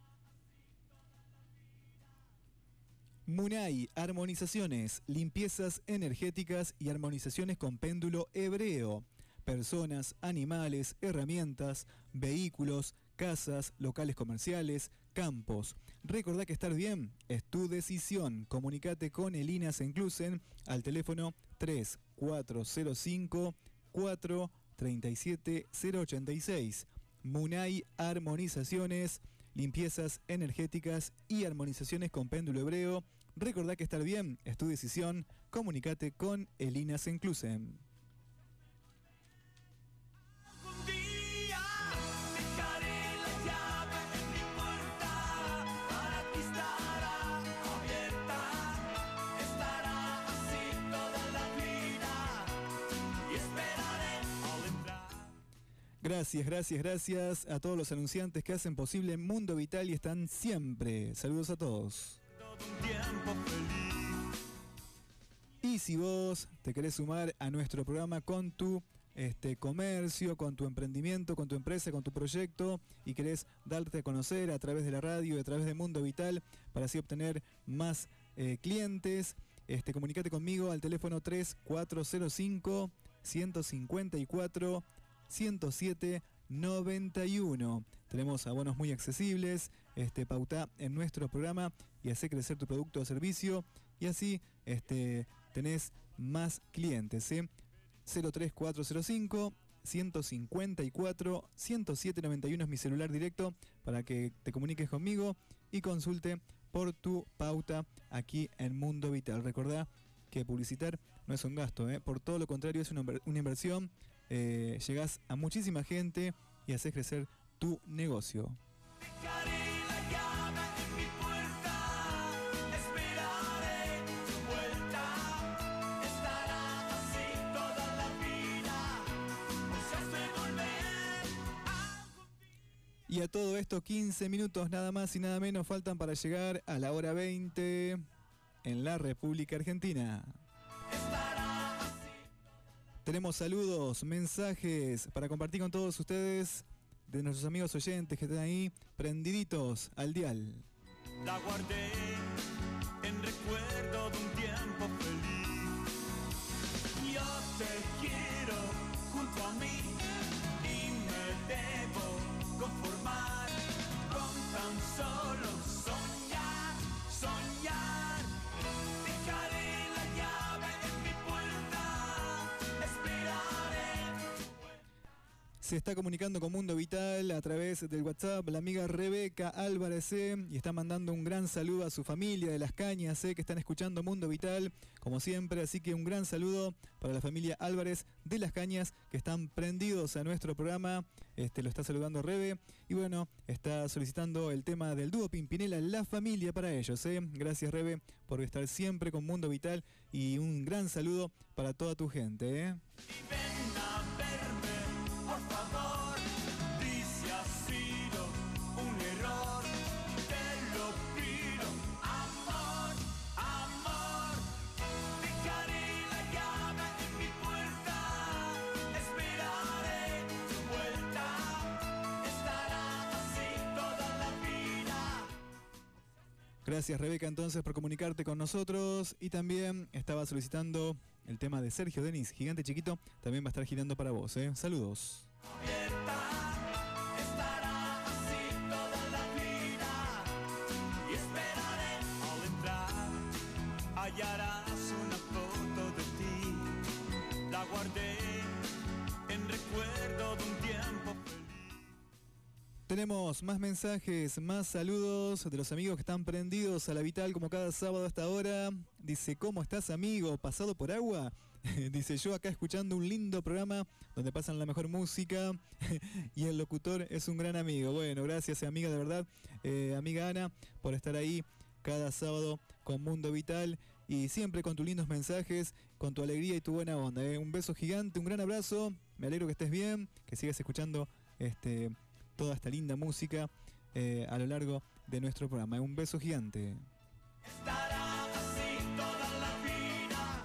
Munay, armonizaciones, limpiezas energéticas y armonizaciones con péndulo hebreo. Personas, animales, herramientas, vehículos, casas, locales comerciales, campos. Recordá que estar bien es tu decisión. Comunicate con Elina Senclusen al teléfono tres cuatro cero cinco, cuatro tres siete cero ocho seis. Munay Armonizaciones, limpiezas energéticas y armonizaciones con péndulo hebreo. Recordá que estar bien es tu decisión. Comunicate con Elina Senclusen. Gracias, gracias, gracias a todos los anunciantes que hacen posible Mundo Vital y están siempre. Saludos a todos. Y si vos te querés sumar a nuestro programa con tu este, comercio, con tu emprendimiento, con tu empresa, con tu proyecto y querés darte a conocer a través de la radio y a través de Mundo Vital para así obtener más eh, clientes, este, comunicate conmigo al teléfono tres cuatro cero cinco, uno cinco cuatro, ciento siete noventa y uno. Tenemos abonos muy accesibles. Este, pauta en nuestro programa y hace crecer tu producto o servicio y así este, tenés más clientes. ¿eh? cero tres cuatro cero cinco, uno cinco cuatro, uno siete nueve uno es mi celular directo para que te comuniques conmigo y consulte por tu pauta aquí en Mundo Vital. Recordá que publicitar no es un gasto, ¿eh? Por todo lo contrario es una, una inversión. Eh, llegás a muchísima gente y haces crecer tu negocio. Y a todo esto, quince minutos nada más y nada menos faltan para llegar a la hora veinte en la República Argentina. Tenemos saludos, mensajes para compartir con todos ustedes de nuestros amigos oyentes que están ahí prendiditos al dial. La guardé en recuerdo de un tiempo feliz. Yo te quiero junto a mí y me debo conformar con tan solo soñar, soñar. Dejaré la llave en mi puerta, esperaré. Se está comunicando con Mundo Vital a través del WhatsApp la amiga Rebeca Álvarez ¿eh? y está mandando un gran saludo a su familia de Las Cañas ¿eh? que están escuchando Mundo Vital como siempre, así que un gran saludo para la familia Álvarez de Las Cañas que están prendidos a nuestro programa. Este, lo está saludando Rebe y bueno, está solicitando el tema del dúo Pimpinela, La Familia para ellos. ¿eh? Gracias Rebe por estar siempre con Mundo Vital y un gran saludo para toda tu gente. ¿eh? Por favor, dice ha sido un error, te lo pido, amor, amor. Dejaré la llave en mi puerta, esperaré tu vuelta, estará así toda la vida. Gracias Rebeca entonces por comunicarte con nosotros y también estaba solicitando el tema de Sergio Denis, Gigante Chiquito, también va a estar girando para vos. ¿eh? Saludos. Estará así toda la vida y esperaré al entrar. Hallarás una foto de ti, la guardé en recuerdo de un tiempo feliz. Tenemos más mensajes, más saludos de los amigos que están prendidos a la Vital como cada sábado a esta hora. Dice, ¿cómo estás amigo? ¿Pasado por agua? Dice, yo acá escuchando un lindo programa donde pasan la mejor música y el locutor es un gran amigo. Bueno, gracias amiga de verdad, eh, amiga Ana, por estar ahí cada sábado con Mundo Vital y siempre con tus lindos mensajes, con tu alegría y tu buena onda. Eh. Un beso gigante, un gran abrazo, me alegro que estés bien, que sigas escuchando este, toda esta linda música eh, a lo largo de nuestro programa. Eh. Un beso gigante. Estará así toda la vida.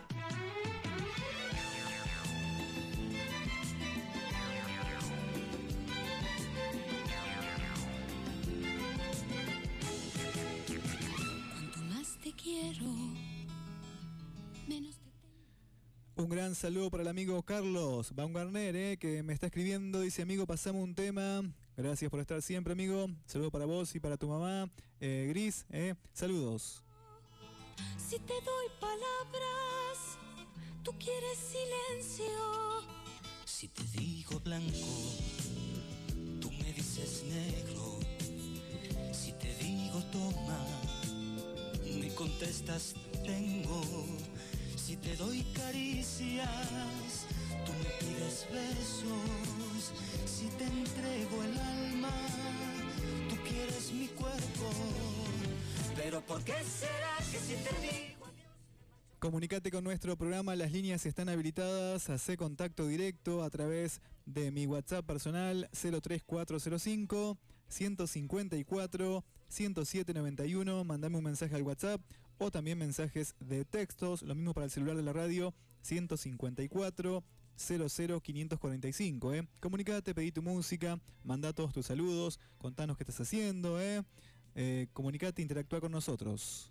Cuanto más te quiero, menos te tengo. Un gran saludo para el amigo Carlos Baumgartner, eh, que me está escribiendo, dice, amigo, pasamos un tema. Gracias por estar siempre, amigo. Saludo para vos y para tu mamá, eh, Gris. Eh. Saludos. Si te doy palabras, tú quieres silencio. Si te digo blanco, tú me dices negro. Si te digo toma, me contestas tengo. Si te doy caricias, tú me pides besos. Si te entrego el alma, tú quieres mi cuerpo. Pero ¿por qué será que si te digo... Comunicate con nuestro programa, las líneas están habilitadas, hacé contacto directo a través de mi WhatsApp personal cero tres cuatro cero cinco, uno cinco cuatro, uno siete nueve uno, mandame un mensaje al WhatsApp o también mensajes de textos, lo mismo para el celular de la radio, uno cinco cuatro, cero cero quinientos cuarenta y cinco. ¿eh? Comunicate, pedí tu música, mandá todos tus saludos, contanos qué estás haciendo, ¿eh? Eh, comunicate, interactúa con nosotros.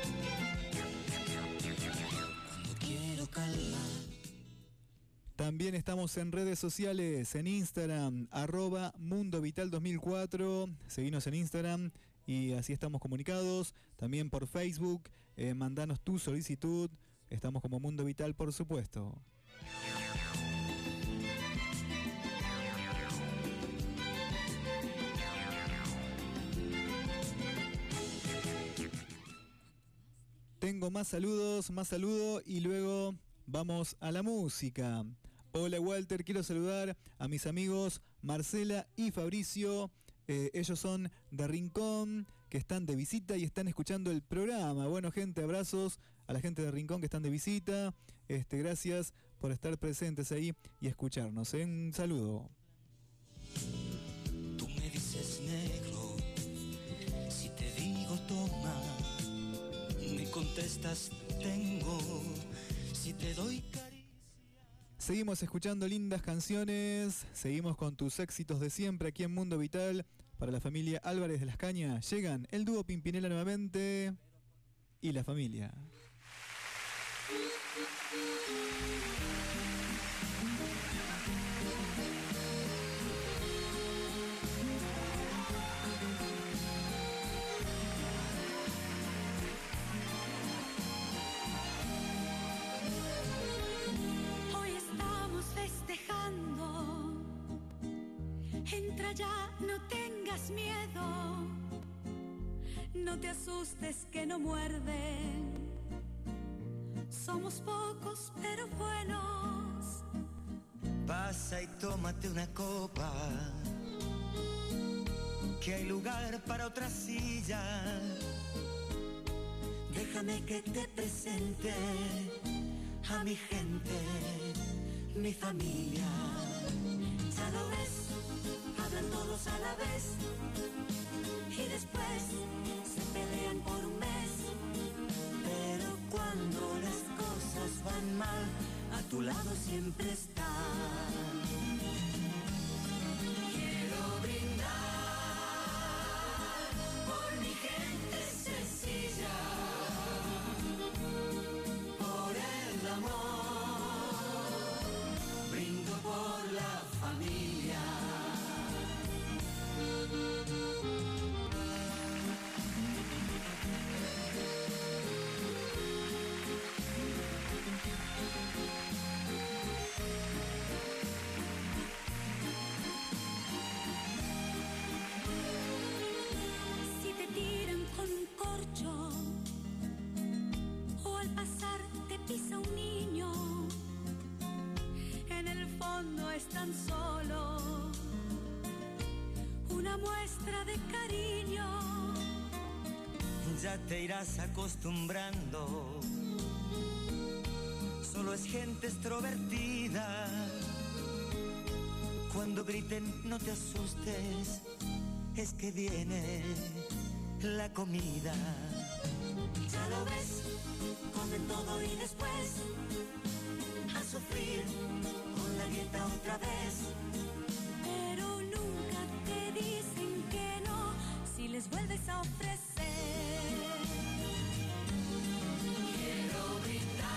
También estamos en redes sociales, en Instagram, arroba Mundo Vital dos mil cuatro, seguinos en Instagram y así estamos comunicados. También por Facebook, eh, mandanos tu solicitud, Estamos como Mundo Vital, por supuesto. Tengo más saludos, más saludos y luego vamos a la música. Hola Walter, quiero saludar a mis amigos Marcela y Fabricio. Eh, ellos son de Rincón, que están de visita y están escuchando el programa. Bueno, gente, abrazos a la gente de Rincón que están de visita. Este, gracias por estar presentes ahí y escucharnos. ¿eh? Un saludo. Tú me dices negro, si te digo toma, me contestas tengo, si te doy cariño. Seguimos escuchando lindas canciones, seguimos con tus éxitos de siempre aquí en Mundo Vital. Para la familia Álvarez de las Cañas llegan el dúo Pimpinela nuevamente y la familia. Entra ya, no tengas miedo, no te asustes que no muerden. Somos pocos pero buenos. Pasa y tómate una copa, que hay lugar para otra silla. Déjame que te presente a mi gente, mi familia. Ya lo ves, hablan todos a la vez y después se pelean por un mes. Pero cuando las cosas van mal, a tu lado siempre están. Quiero brindar por mi gente sencilla, por el amor, brindo por la familia. Si te tiran con un corcho o al pasar te pisa un niño, en el fondo están solos, una muestra de cariño. Ya te irás acostumbrando, solo es gente extrovertida. Cuando griten no te asustes, es que viene la comida. Ya lo ves, comen todo y después A sufrir con la dieta otra vez. Pero nunca te dicen que no si les vuelves a ofrecer. Quiero brindar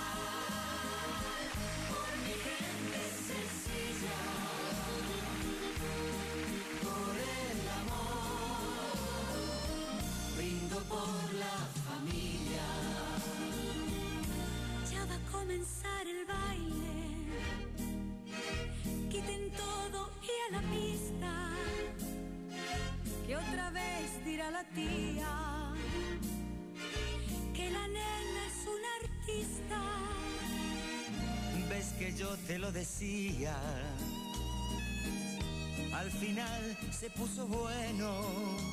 por mi gente sencilla, por el amor, brindo por la familia. Ya va a comenzar el baile, quiten todo y a la pista, que otra vez dirá la tía que la nena es una artista. Ves que yo te lo decía, al final se puso bueno,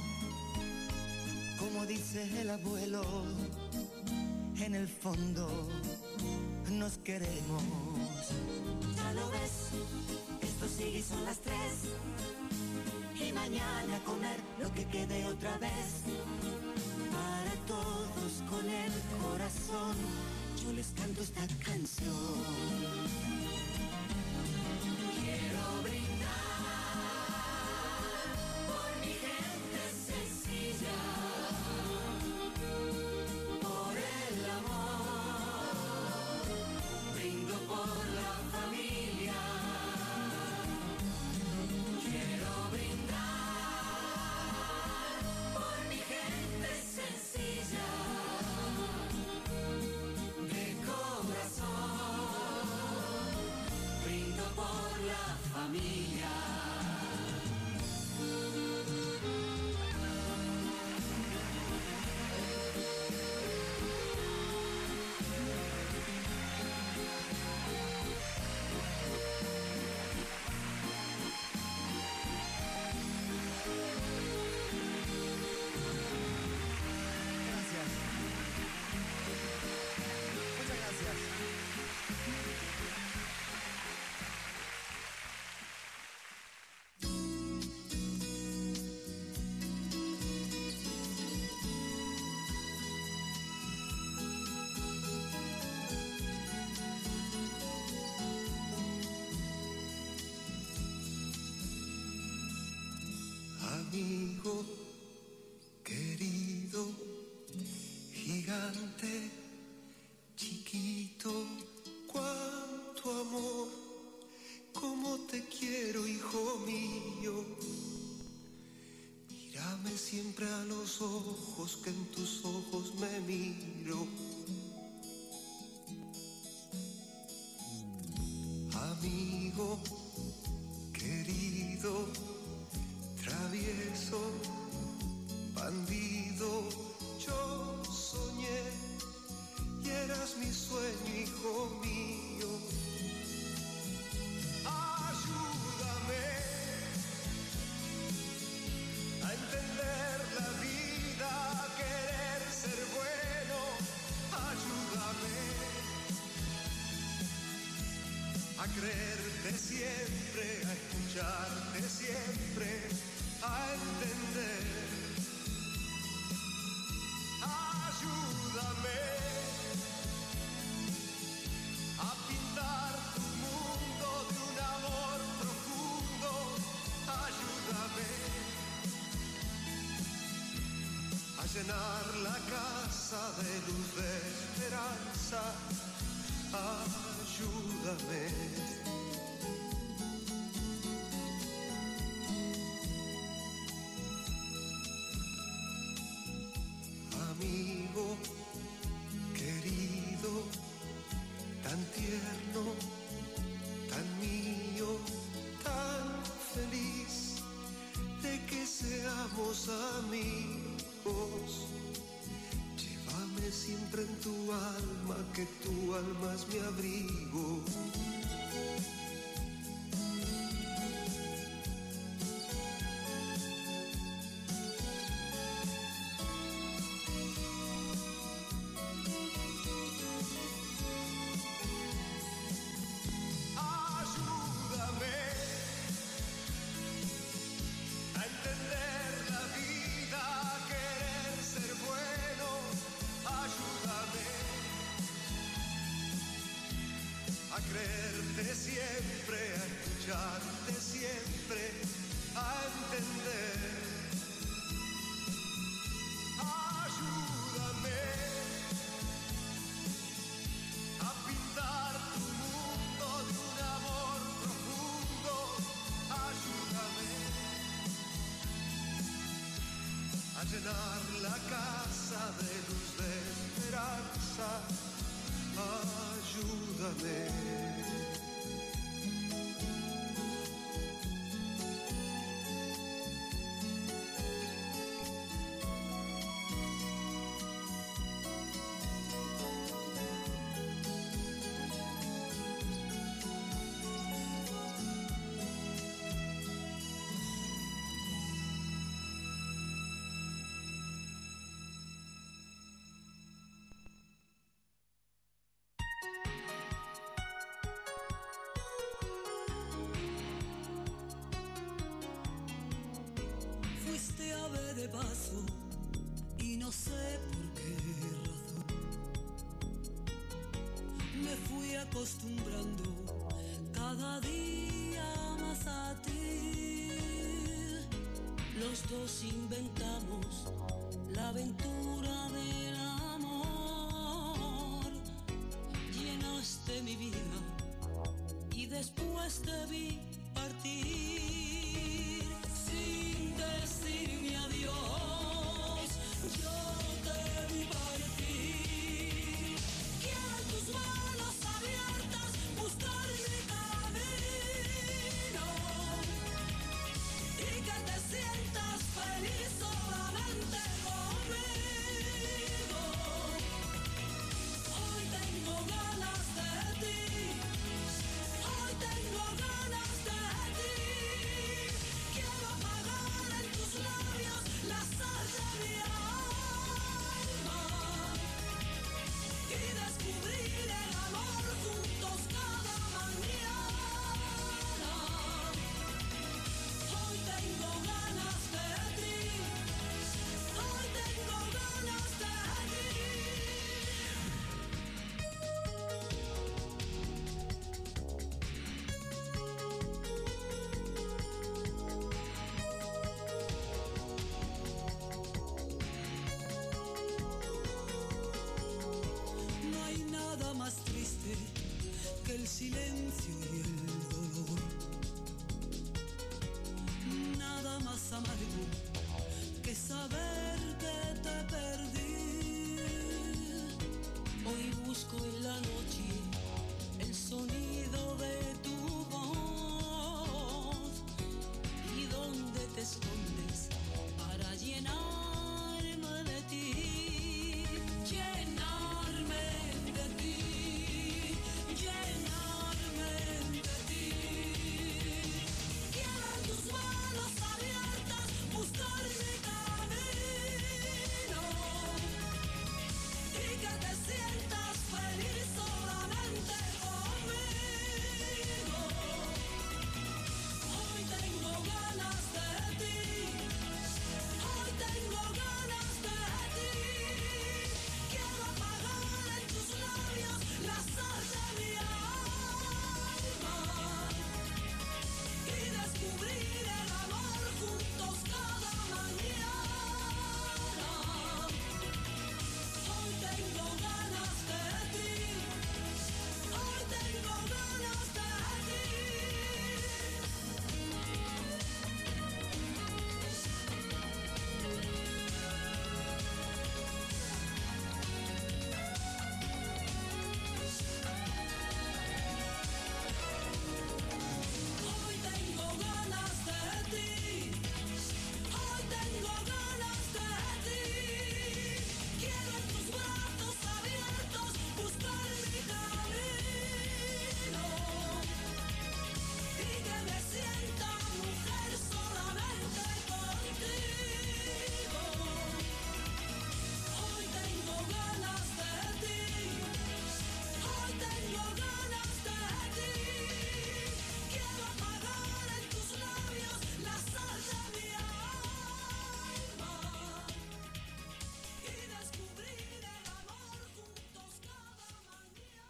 como dice el abuelo, en el fondo nos queremos. Ya lo ves, esto sigue y son las tres, y mañana comer lo que quede otra vez. Para todos con el corazón, yo les canto esta canción. Quiero brindar por mi gente sencilla, por el amor, brindo por la familia. Quiero brindar por mi gente sencilla, de la familia. Amigo querido, gigante, chiquito, cuánto amor, cómo te quiero, hijo mío. Mírame siempre a los ojos, que en tus ojos me miro. Amigo querido, travieso, bandido, yo soñé y eras mi sueño, hijo mío. Ayúdame a entender la vida, a querer ser bueno. Ayúdame a creerte siempre, a escucharte siempre, a entender. Ayúdame a pintar tu mundo de un amor profundo. Ayúdame a llenar la casa de luz, de esperanza. Ayúdame. Amigo querido, tan tierno, tan mío, tan feliz de que seamos amigos. Llévame siempre en tu alma, que tu alma es mi abrigo. Siempre, a escucharte siempre, a entender. Ayúdame a pintar tu mundo de un amor profundo. Ayúdame a llenar la casa de luz, de esperanza. Ayúdame. Fuiste ave de paso y no sé por qué razón me fui acostumbrando cada día más a ti. Los dos inventamos la aventura del amor. Llenaste mi vida y después te vi partir sin decirme adiós. Yo te vi partir. Quiero tus manos abiertas buscar mi camino. amargo que saber que te perdí. Hoy busco en la noche el sonido de tu voz y dónde te escondes para llenarme de ti, llenarme de ti, llenarme de ti. Quiero en tus manos abiertas buscar mi camino y que te sientas feliz solamente conmigo. Hoy tengo ganas de ti, hoy tengo ganas de ti. Quiero apagar en tus labios la sal de mi alma y descubrir el amor juntos cada mañana. Hoy tengo ganas de ti, hoy tengo ganas de ti. Hoy tengo ganas de ti, hoy tengo ganas de ti. Quiero en tus brazos abiertos buscar mi camino y que me sienta mujer solamente contigo. Hoy tengo ganas de ti, hoy tengo ganas de ti. Quiero apagar en tus labios la sal de mi alma y descubrir el amor juntos cada mañana.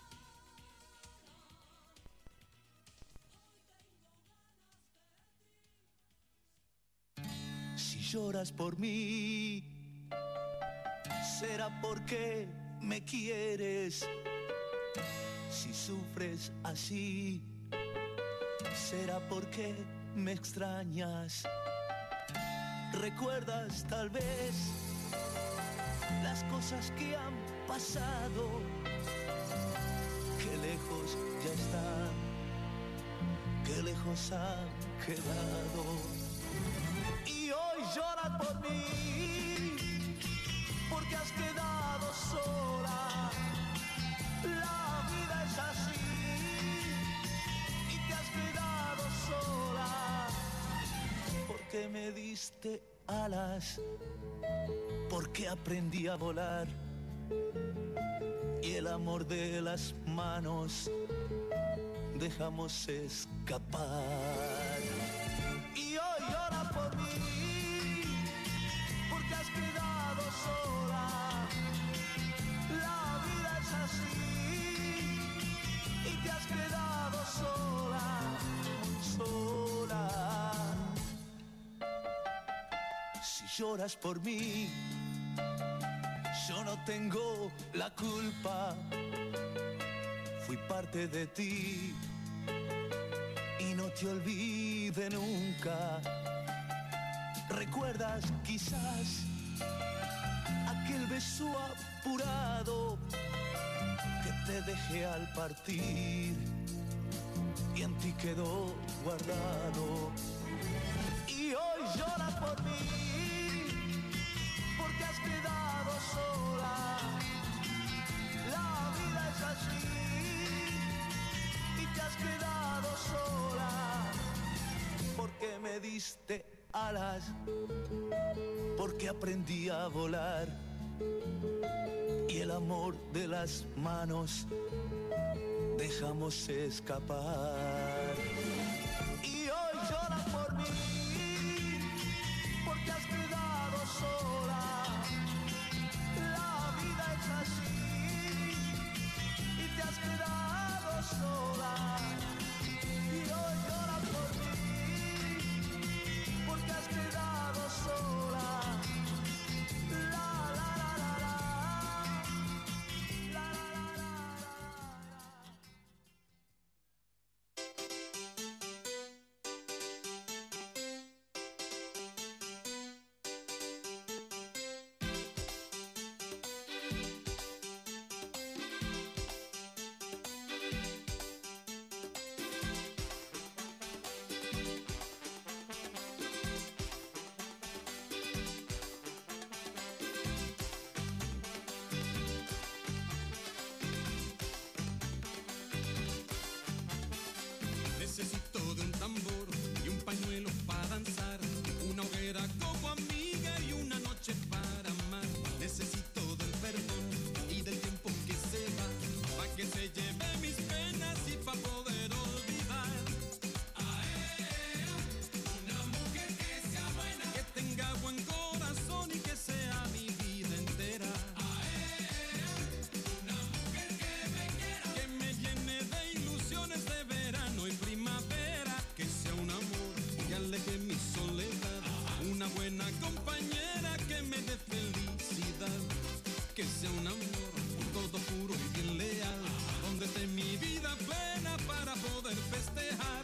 Si lloras por mí, será porque me quieres. Si sufres así, será porque me extrañas. Recuerdas tal vez las cosas que han pasado, que lejos ya están, que lejos han quedado. Y hoy lloras por mí, porque has quedado sola. La vida es así, y te has quedado sola. Porque me diste alas, porque aprendí a volar. Y el amor de las manos dejamos escapar. Y hoy llora por mí, porque has quedado sola. La vida es así, y te has quedado sola, sola. Si lloras por mí, yo no tengo la culpa. Fui parte de ti y no te olvide nunca. ¿Recuerdas quizás aquel beso apurado que te dejé al partir y en ti quedó guardado? Y hoy lloras por mí, porque has quedado sola. La vida es así, y te has quedado sola. Porque me diste alas, porque aprendí a volar. Y el amor de las manos dejamos escapar. Y hoy lloras por mí, porque has quedado sola. La vida es así, y te has quedado sola. Y hoy lloras por mí, porque has quedado sola. La, la, la, la, la. La, la, la, la, la. consejera, como amiga y una noche para amar. Necesito del perdón y del tiempo que se va, pa' que se lleve mis penas y pa' poder olvidar. A ella, una mujer que sea buena, que tenga buen corazón y que sea mi vida entera. A ella, una mujer que me quiera, que me llene de ilusiones de verano y primavera, que sea un amor que aleje mi soledad, una buena compañera que me dé felicidad, que sea un amor todo puro y bien leal, donde esté mi vida plena para poder festejar.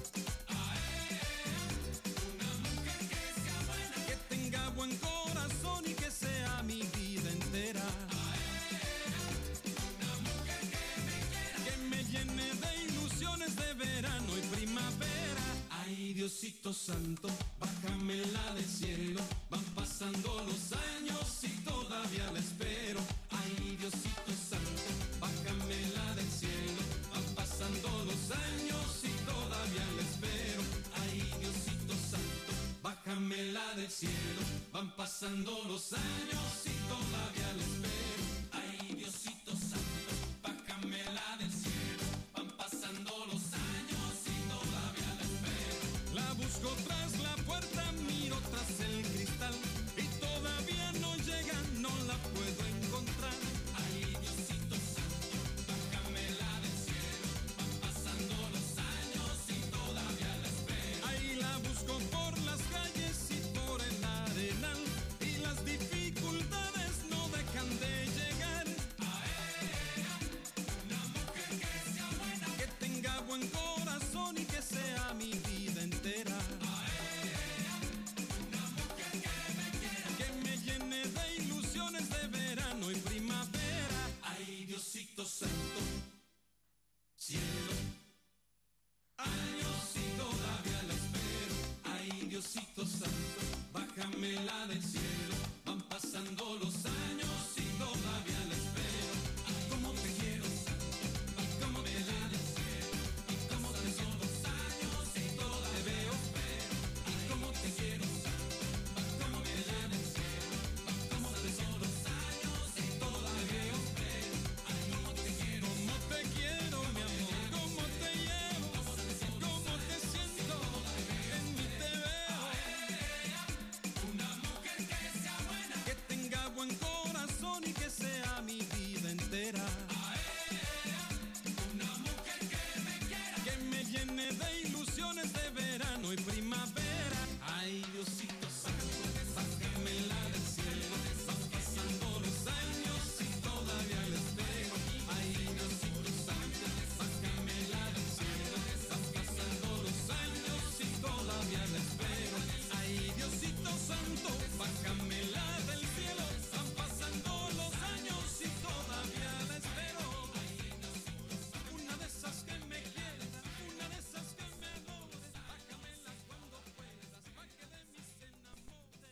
A ella, una mujer que sea buena, que tenga buen corazón y que sea mi vida entera. A ella, una mujer que me quiera, que me llene de ilusiones de verano y primavera. Ay, Diosito santo, bájamela del cielo, van pasando los años y todavía la espero. Ay, Diosito santo, bájamela del cielo, van pasando los años y todavía la espero. Ay, Diosito santo, bájamela del cielo, van pasando los años y todavía la espero. Ay, Diosito santo, bájamela del cielo, van pasando los años y todavía la espero. La busco tras la puerta, miro tras el cristal y todavía no llega, no la puedo encontrar. Ay, Diosito santo, bájamela del cielo, van pasando los años y todavía la espero. Ahí la busco por las calles y por el arenal y las dificultades no dejan de llegar. A ella, una mujer que sea buena, que tenga buen corazón y que sea mi vida entera. A ella, una mujer que me quiera, que me llene de ilusiones de verano y primavera. Ay, Diosito santo, cielo, años y todavía la espero. Ay, Diosito santo, bájamela del cielo, van pasando los años y todavía la espero. Ay, cómo te quiero santo, ay, cómo te la del cielo, ay, cómo te son los años y todavía te veo espero. Ay, cómo te quiero santo, ay, cómo te la del cielo, ay, cómo te son los años y todavía te veo espero. Ay, cómo te quiero, cómo te quiero mi amor, cómo te llevo, cómo te siento, en mí te veo. Una mujer que sea buena, que tenga buen corazón y que sea mi vida entera. A ella, una mujer que me quiera, que me llene de ilusiones de verano y primavera. Ay, Diosito santo, bájamela del cielo, van pasando los años y todavía la espero. Ay, Diosito santo, bájamela del cielo, van pasando los años y todavía la espero. Ay, Diosito santo, bájamela del cielo, van pasando los años y todavía la espero. Una de esas que me quieres, una de esas que me adores, bájamela cuando puedas, pa' que de mí se enamore.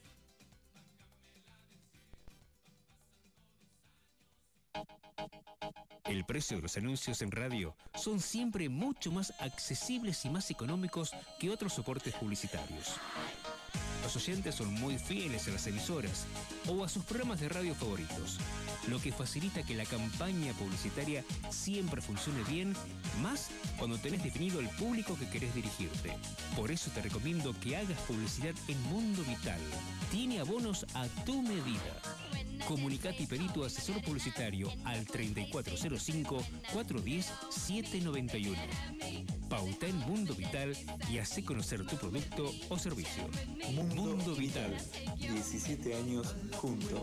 El precio de los anuncios en radio son siempre mucho más accesibles y más económicos que otros soportes publicitarios. Los oyentes son muy fieles a las emisoras o a sus programas de radio favoritos, lo que facilita que la campaña publicitaria siempre funcione bien, más cuando tenés definido el público que querés dirigirte. Por eso te recomiendo que hagas publicidad en Mundo Vital. Tiene abonos a tu medida. Comunicate y pedí tu asesor publicitario al treinta y cuatro cero cinco, cuatrocientos diez, setecientos noventa y uno. Pauta en Mundo Vital y hace conocer tu producto o servicio. Mundo, Mundo Vital. diecisiete años juntos.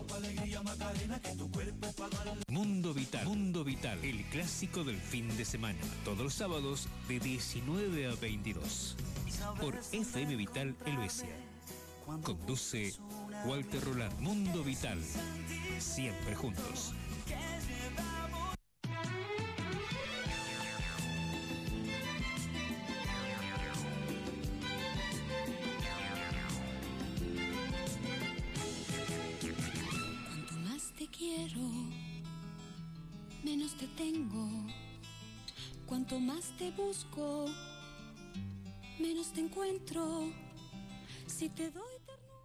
Mundo Vital. Mundo Vital. El clásico del fin de semana. Todos los sábados de diecinueve a veintidós. Por F M Vital Helvecia. Conduce Walter Roland. Mundo Vital. Siempre juntos. Cuanto más te quiero, menos te tengo. Cuanto más te busco, menos te encuentro. Si te doy ternura.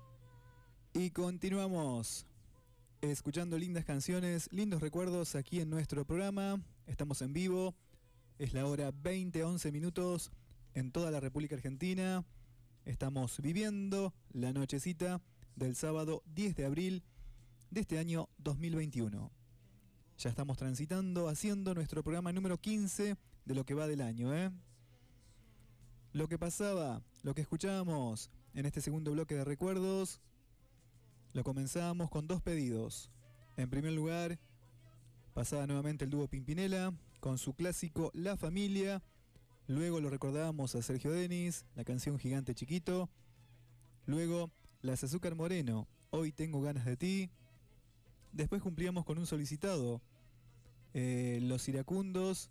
Y continuamos escuchando lindas canciones, lindos recuerdos aquí en nuestro programa. Estamos en vivo, es la hora veinte, once minutos en toda la República Argentina. Estamos viviendo la nochecita del sábado diez de abril de este año dos mil veintiuno. Ya estamos transitando, haciendo nuestro programa número quince de lo que va del año, ¿eh? Lo que pasaba, lo que escuchábamos en este segundo bloque de recuerdos, lo comenzamos con dos pedidos. En primer lugar, pasaba nuevamente el dúo Pimpinela con su clásico La Familia. Luego lo recordábamos a Sergio Denis, la canción Gigante Chiquito. Luego, Las Azúcar Moreno, Hoy Tengo Ganas de Ti. Después cumplíamos con un solicitado, eh, Los Iracundos,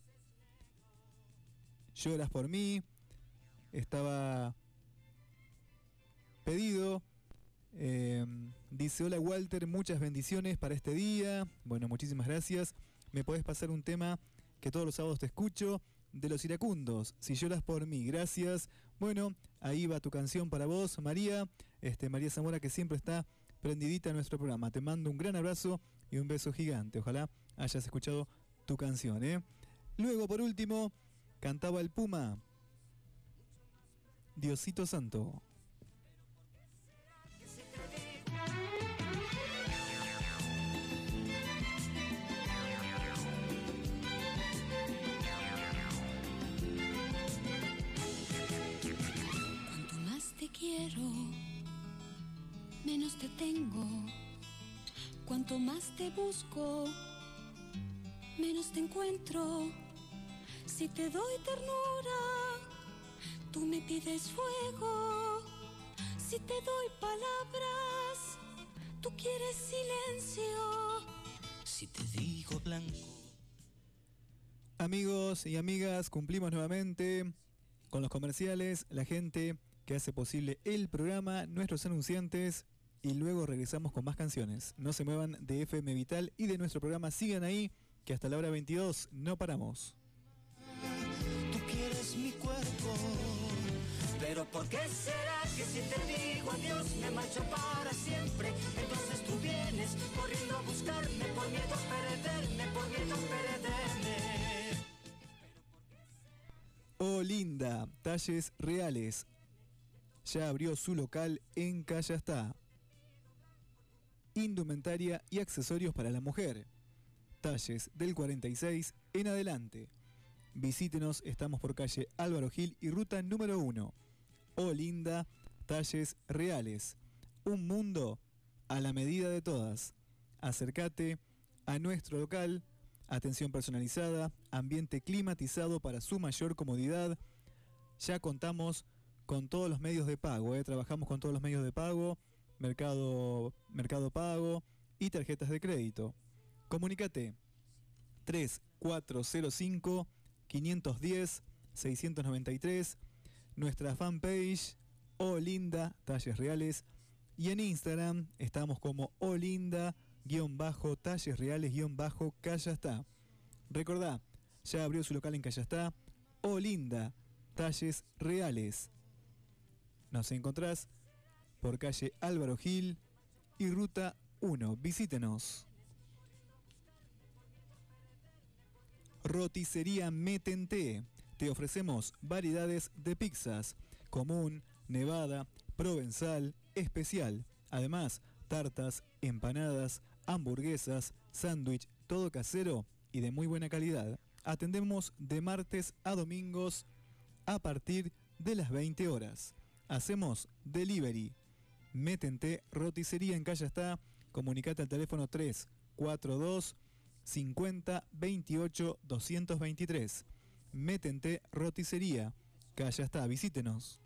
Lloras por mí. Estaba pedido, eh, dice: hola Walter, muchas bendiciones para este día. Bueno, muchísimas gracias. Me podés pasar un tema que todos los sábados te escucho, de Los Iracundos, Si Lloras por mí. Gracias. Bueno, ahí va tu canción para vos, María, este, María Zamora, que siempre está prendidita en nuestro programa. Te mando un gran abrazo y un beso gigante. Ojalá hayas escuchado tu canción, ¿eh? Luego, por último, cantaba el Puma, Diosito Santo. Cuanto más te quiero, menos te tengo. Cuanto más te busco, menos te encuentro. Si te doy ternura, tú me pides fuego. Si te doy palabras, tú quieres silencio. Si te digo blanco. Amigos y amigas, cumplimos nuevamente con los comerciales, la gente que hace posible el programa, nuestros anunciantes, y luego regresamos con más canciones. No se muevan de F M Vital y de nuestro programa, sigan ahí, que hasta la hora veintidós no paramos. Tú quieres mi cuerpo, pero ¿por qué será que si te digo adiós me marcho para siempre? Entonces tú vienes corriendo a buscarme por miedo a perderme, por miedo a perderme. Oh Linda, talles reales. Ya abrió su local en Callastá. Indumentaria y accesorios para la mujer. Talles del cuarenta y seis en adelante. Visítenos, estamos por calle Álvaro Gil y ruta número uno. Oh Linda, talles reales. Un mundo a la medida de todas. Acércate a nuestro local. Atención personalizada, ambiente climatizado para su mayor comodidad. Ya contamos con todos los medios de pago, ¿eh? Trabajamos con todos los medios de pago, Mercado, Mercado Pago y tarjetas de crédito. Comunícate tres cuatro cero cinco, cinco uno cero, seis nueve tres, nuestra fanpage Oh Linda, talles reales, y en Instagram estamos como Oh Linda, guión bajo, talles reales, guión bajo, Callastá. Recordá, ya abrió su local en Callastá, Oh Linda, talles reales. Nos encontrás por calle Álvaro Gil y ruta uno. Visítenos. Roticería Metente. Te ofrecemos variedades de pizzas, común, nevada, provenzal, especial. Además, tartas, empanadas, hamburguesas, sándwich, todo casero y de muy buena calidad. Atendemos de martes a domingos a partir de las veinte horas. Hacemos delivery. Métente Roticería en Callastá. Comunicate al teléfono tres cuatro dos, cincuenta, veintiocho, doscientos veintitrés. Métente Roticería Callastá. Visítenos.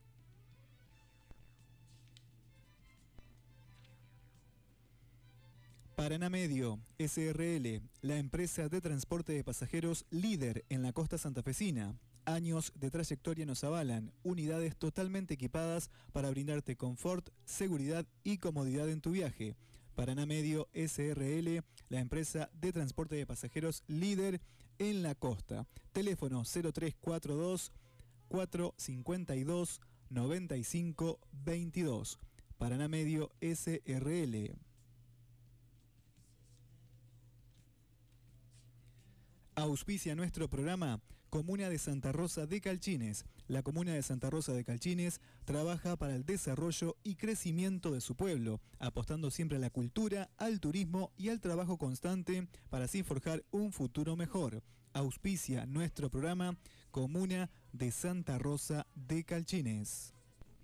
Paraná Medio, S R L, la empresa de transporte de pasajeros líder en la costa santafesina. Años de trayectoria nos avalan, unidades totalmente equipadas para brindarte confort, seguridad y comodidad en tu viaje. Paraná Medio S R L, la empresa de transporte de pasajeros líder en la costa. Teléfono cero tres cuatro dos, cuatro cinco dos, nueve cinco dos dos. Paraná Medio S R L. Auspicia nuestro programa Comuna de Santa Rosa de Calchines. La Comuna de Santa Rosa de Calchines trabaja para el desarrollo y crecimiento de su pueblo, apostando siempre a la cultura, al turismo y al trabajo constante para así forjar un futuro mejor. Auspicia nuestro programa Comuna de Santa Rosa de Calchines.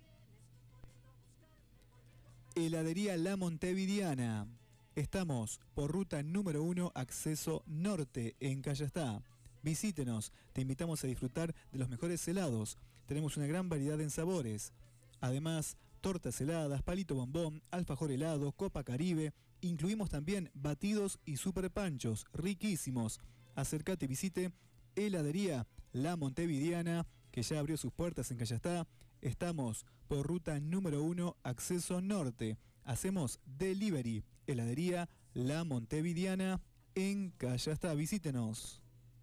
Heladería La Montevidiana. Estamos por ruta número uno, acceso norte, en Callastá. Visítenos, te invitamos a disfrutar de los mejores helados. Tenemos una gran variedad en sabores. Además, tortas heladas, palito bombón, alfajor helado, copa caribe. Incluimos también batidos y super panchos, riquísimos. Acércate y visite Heladería La Montevidiana, que ya abrió sus puertas en Callastá. Estamos por ruta número uno, acceso norte. Hacemos delivery. Heladería La Montevidiana en Callastá. Visítenos.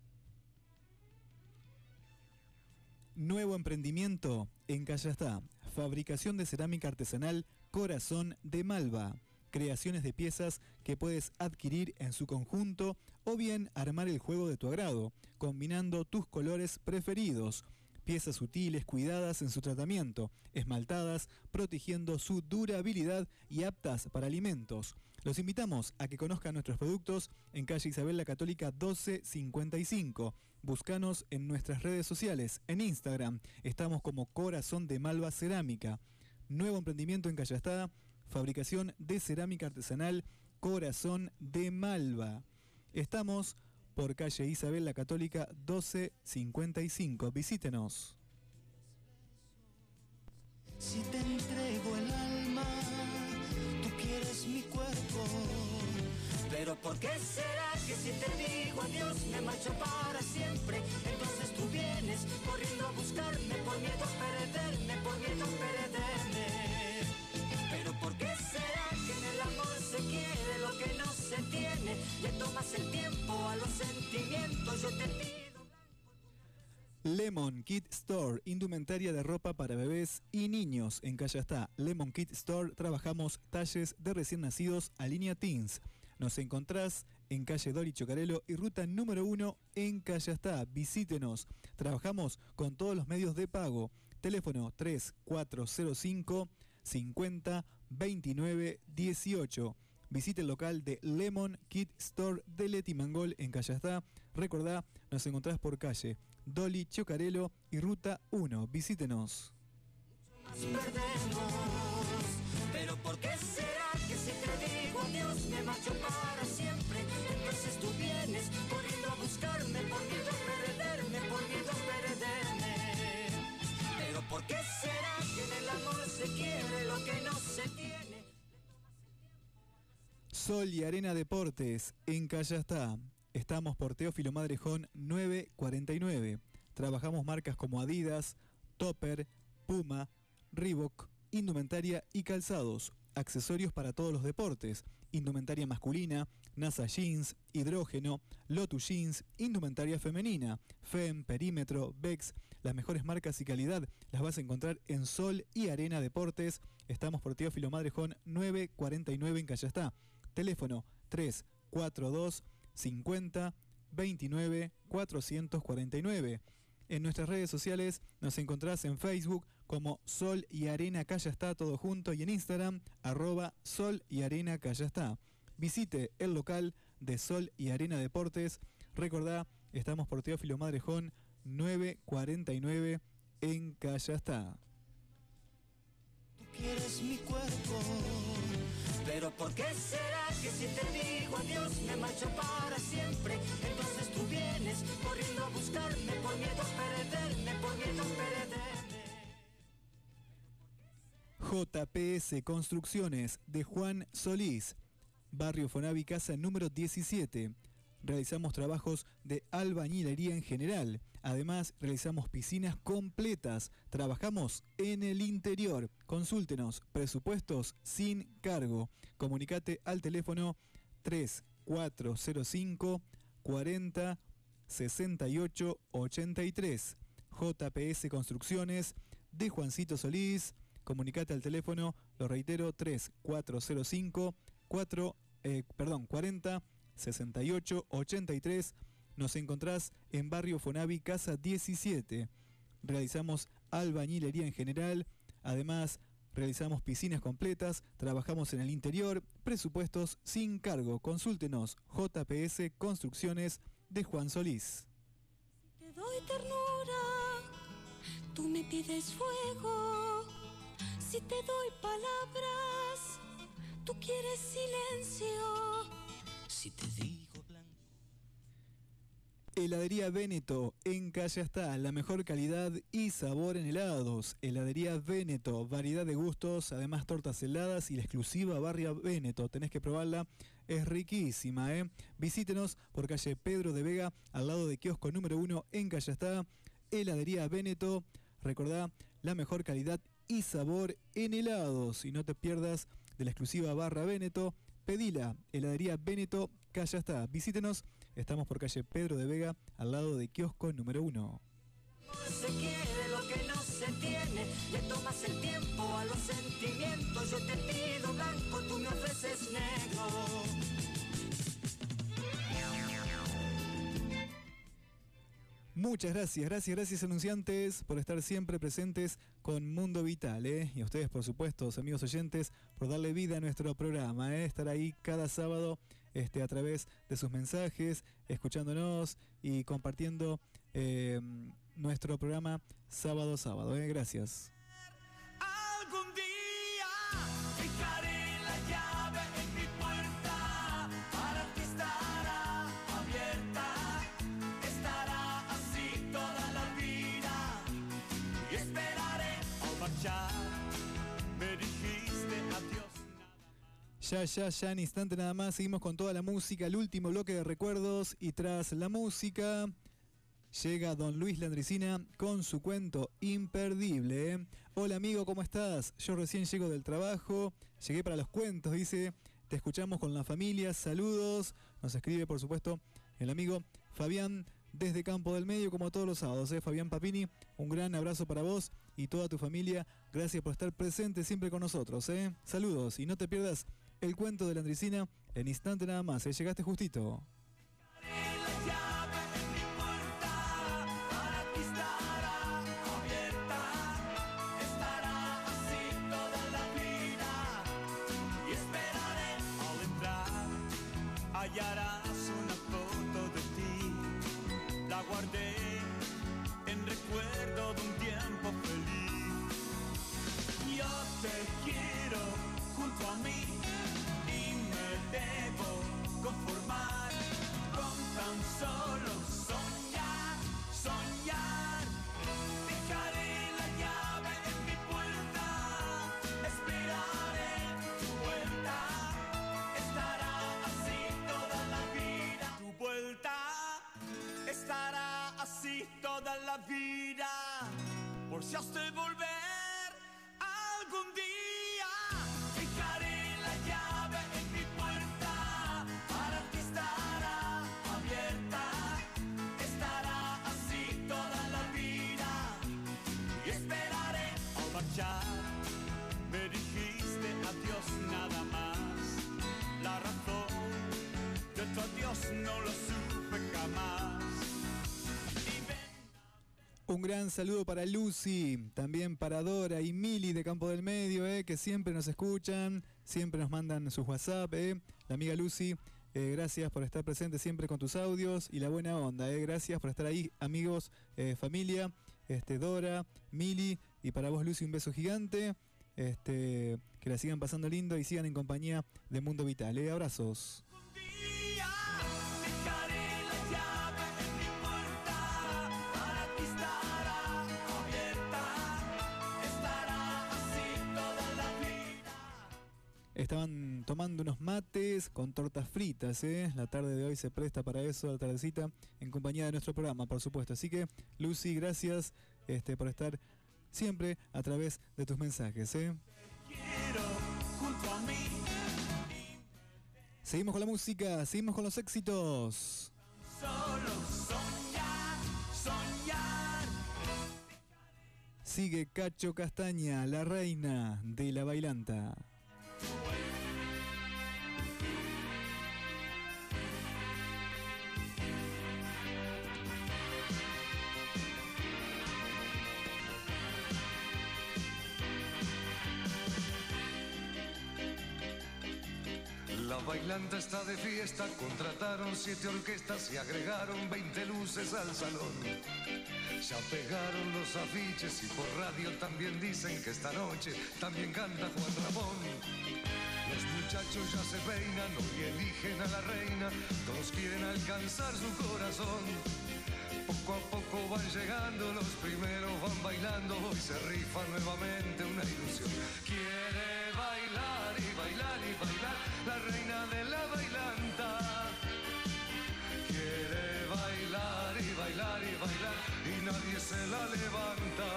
Nuevo emprendimiento en Callastá. Fabricación de cerámica artesanal Corazón de Malva. Creaciones de piezas que puedes adquirir en su conjunto o bien armar el juego de tu agrado, combinando tus colores preferidos. Piezas sutiles, cuidadas en su tratamiento, esmaltadas, protegiendo su durabilidad y aptas para alimentos. Los invitamos a que conozcan nuestros productos en calle Isabel la Católica doce cincuenta y cinco. Búscanos en nuestras redes sociales, en Instagram. Estamos como Corazón de Malva Cerámica. Nuevo emprendimiento en Callastá, fabricación de cerámica artesanal Corazón de Malva. Estamos por calle Isabel la Católica doce cincuenta y cinco. Visítenos. Si te entrego el alma, tú quieres mi cuerpo. Pero ¿por qué será que si te digo adiós me marcho para siempre? Entonces tú vienes corriendo a buscarme por miedo a perderme, por miedo a perderme. Pero ¿por qué será que en el amor se quiere lo que no se tiene? Le tomas el tiempo a los sentimientos, yo te pido. Lemon Kid Store, indumentaria de ropa para bebés y niños en Callastá. Lemon Kid Store, trabajamos talles de recién nacidos a línea teens. Nos encontrás en calle Dori Chocarelo y ruta número uno en Callastá. Visítenos. Trabajamos con todos los medios de pago. Teléfono tres cuatro cero cinco cincuenta veintinueve dieciocho. Visite el local de Lemon Kid Store de Leti Mangol en Callastá. Recordá, nos encontrás por calle Doli Chocarelo y ruta uno. Visítenos. Pero ¿por qué será que si te digo adiós me marcho para siempre? Entonces tú vienes corriendo a buscarme por miedo a perderme, por miedo a perderme. Pero ¿por qué será que en el amor se quiere lo que no se tiene? Sol y Arena Deportes en Callastá. Estamos por Teófilo Madrejón nueve cuarenta y nueve. Trabajamos marcas como Adidas, Topper, Puma, Reebok, indumentaria y calzados, accesorios para todos los deportes, indumentaria masculina, NASA Jeans, Hidrógeno, Lotus Jeans, indumentaria femenina, F E M, Perímetro, Vex, las mejores marcas y calidad las vas a encontrar en Sol y Arena Deportes. Estamos por Teófilo Madrejón nueve cuarenta y nueve en Callastá. Teléfono tres cuatro dos cincuenta veintinueve cuatrocientos cuarenta y nueve. En nuestras redes sociales nos encontrás en Facebook como Sol y Arena Callastá, todo junto, y en Instagram, arroba Sol y Arena Callastá. Visite el local de Sol y Arena Deportes. Recordá, estamos por Teófilo Madrejón nueve cuarenta y nueve en Callastá. Tú quieres mi cuerpo. Pero ¿por qué será que si te digo adiós me marcho para siempre? Entonces tú vienes corriendo a buscarme por miedo a perderme, por miedo a perderme. J P S Construcciones de Juan Solís, Barrio Fonavi, casa número diecisiete. Realizamos trabajos de albañilería en general. Además, realizamos piscinas completas. Trabajamos en el interior. Consúltenos. Presupuestos sin cargo. Comunicate al teléfono tres cuatro cero cinco cuarenta sesenta y ocho ochenta y tres. J P S Construcciones de Juancito Solís, comunicate al teléfono, lo reitero, tres cuatro cero cinco cuatro, eh, perdón, cuarenta sesenta y ocho ochenta y tres. Nos encontrás en Barrio Fonavi, Casa diecisiete. Realizamos albañilería en general, además realizamos piscinas completas, trabajamos en el interior, presupuestos sin cargo. Consúltenos, J P S Construcciones de Juan Solís. Te doy ternura, tú me pides fuego. Si te doy palabras, tú quieres silencio. Si te digo Heladería Véneto, en Calle está, la mejor calidad y sabor en helados. Heladería Véneto, variedad de gustos, además tortas heladas y la exclusiva barra Véneto. Tenés que probarla, es riquísima, ¿eh? Visítenos por calle Pedro de Vega, al lado de kiosco número uno en Calle está. Heladería Véneto, recordá, la mejor calidad y sabor en helados. Y no te pierdas de la exclusiva barra Véneto, pedila, Heladería Véneto, Calle está. Visítenos. Estamos por calle Pedro de Vega, al lado de kiosco número uno. Se quiere lo que no se tiene, le tomas el tiempo a los sentimientos. Yo te pido blanco, tú me ofreces negro. Muchas gracias, gracias, gracias anunciantes por estar siempre presentes con Mundo Vital, ¿eh? Y a ustedes, por supuesto, amigos oyentes, por darle vida a nuestro programa, ¿eh? Estar ahí cada sábado este, a través de sus mensajes, escuchándonos y compartiendo eh, nuestro programa sábado sábado, ¿eh? Gracias. Algún día fijaré la llave en mi puerta, para ti estará abierta, estará así toda la vida y esperaré al marchar. Me dijiste adiós. Ya, ya, ya, en instante nada más, seguimos con toda la música, el último bloque de recuerdos y tras la música llega don Luis Landricina con su cuento imperdible, ¿eh? Hola amigo, ¿cómo estás? Yo recién llego del trabajo, llegué para los cuentos, dice, te escuchamos con la familia, saludos, nos escribe por supuesto el amigo Fabián desde Campo del Medio como todos los sábados, ¿eh? Fabián Papini, un gran abrazo para vos y toda tu familia, gracias por estar presente siempre con nosotros, ¿eh? Saludos y no te pierdas el cuento de Landricina en instante nada más, ¿eh? Llegaste justito. Hallarás una foto de ti, la guardé en recuerdo de un tiempo feliz. Yo te quiero junto a mí y me debo conformar con tan solo soñar, soñar. Dejaré la llave en mi puerta, esperaré tu vuelta, estará así toda la vida. Tu vuelta estará así toda la vida, por si has de volver algún día. Dejaré la llave en mi puerta, para ti estará abierta, estará así toda la vida y esperaré al marchar. Me dijiste adiós nada más, la razón de tu adiós no lo supe jamás. Un gran saludo para Lucy, también para Dora y Mili de Campo del Medio, eh, que siempre nos escuchan, siempre nos mandan sus WhatsApp. Eh. La amiga Lucy, eh, gracias por estar presente siempre con tus audios y la buena onda. Eh. Gracias por estar ahí, amigos, eh, familia, este, Dora, Mili, y para vos Lucy un beso gigante. Este, que la sigan pasando lindo y sigan en compañía de Mundo Vital. Eh. Abrazos. Estaban tomando unos mates con tortas fritas, ¿eh? La tarde de hoy se presta para eso, la tardecita, en compañía de nuestro programa, por supuesto. Así que, Lucy, gracias este, por estar siempre a través de tus mensajes, ¿eh? Seguimos con la música, seguimos con los éxitos. Solo soñar, soñar. sigue Cacho Castaña, la reina de la bailanta. La bailanta está de fiesta, contrataron siete orquestas y agregaron veinte luces al salón. Ya pegaron los afiches y por radio también dicen que esta noche también canta Juan Ramón. Los muchachos ya se peinan, hoy eligen a la reina, todos quieren alcanzar su corazón. Poco a poco van llegando, los primeros van bailando, hoy se rifa nuevamente una ilusión. Quiere bailar y bailar y bailar, la reina de la bailanta. Quiere bailar y bailar y bailar, y nadie se la levanta.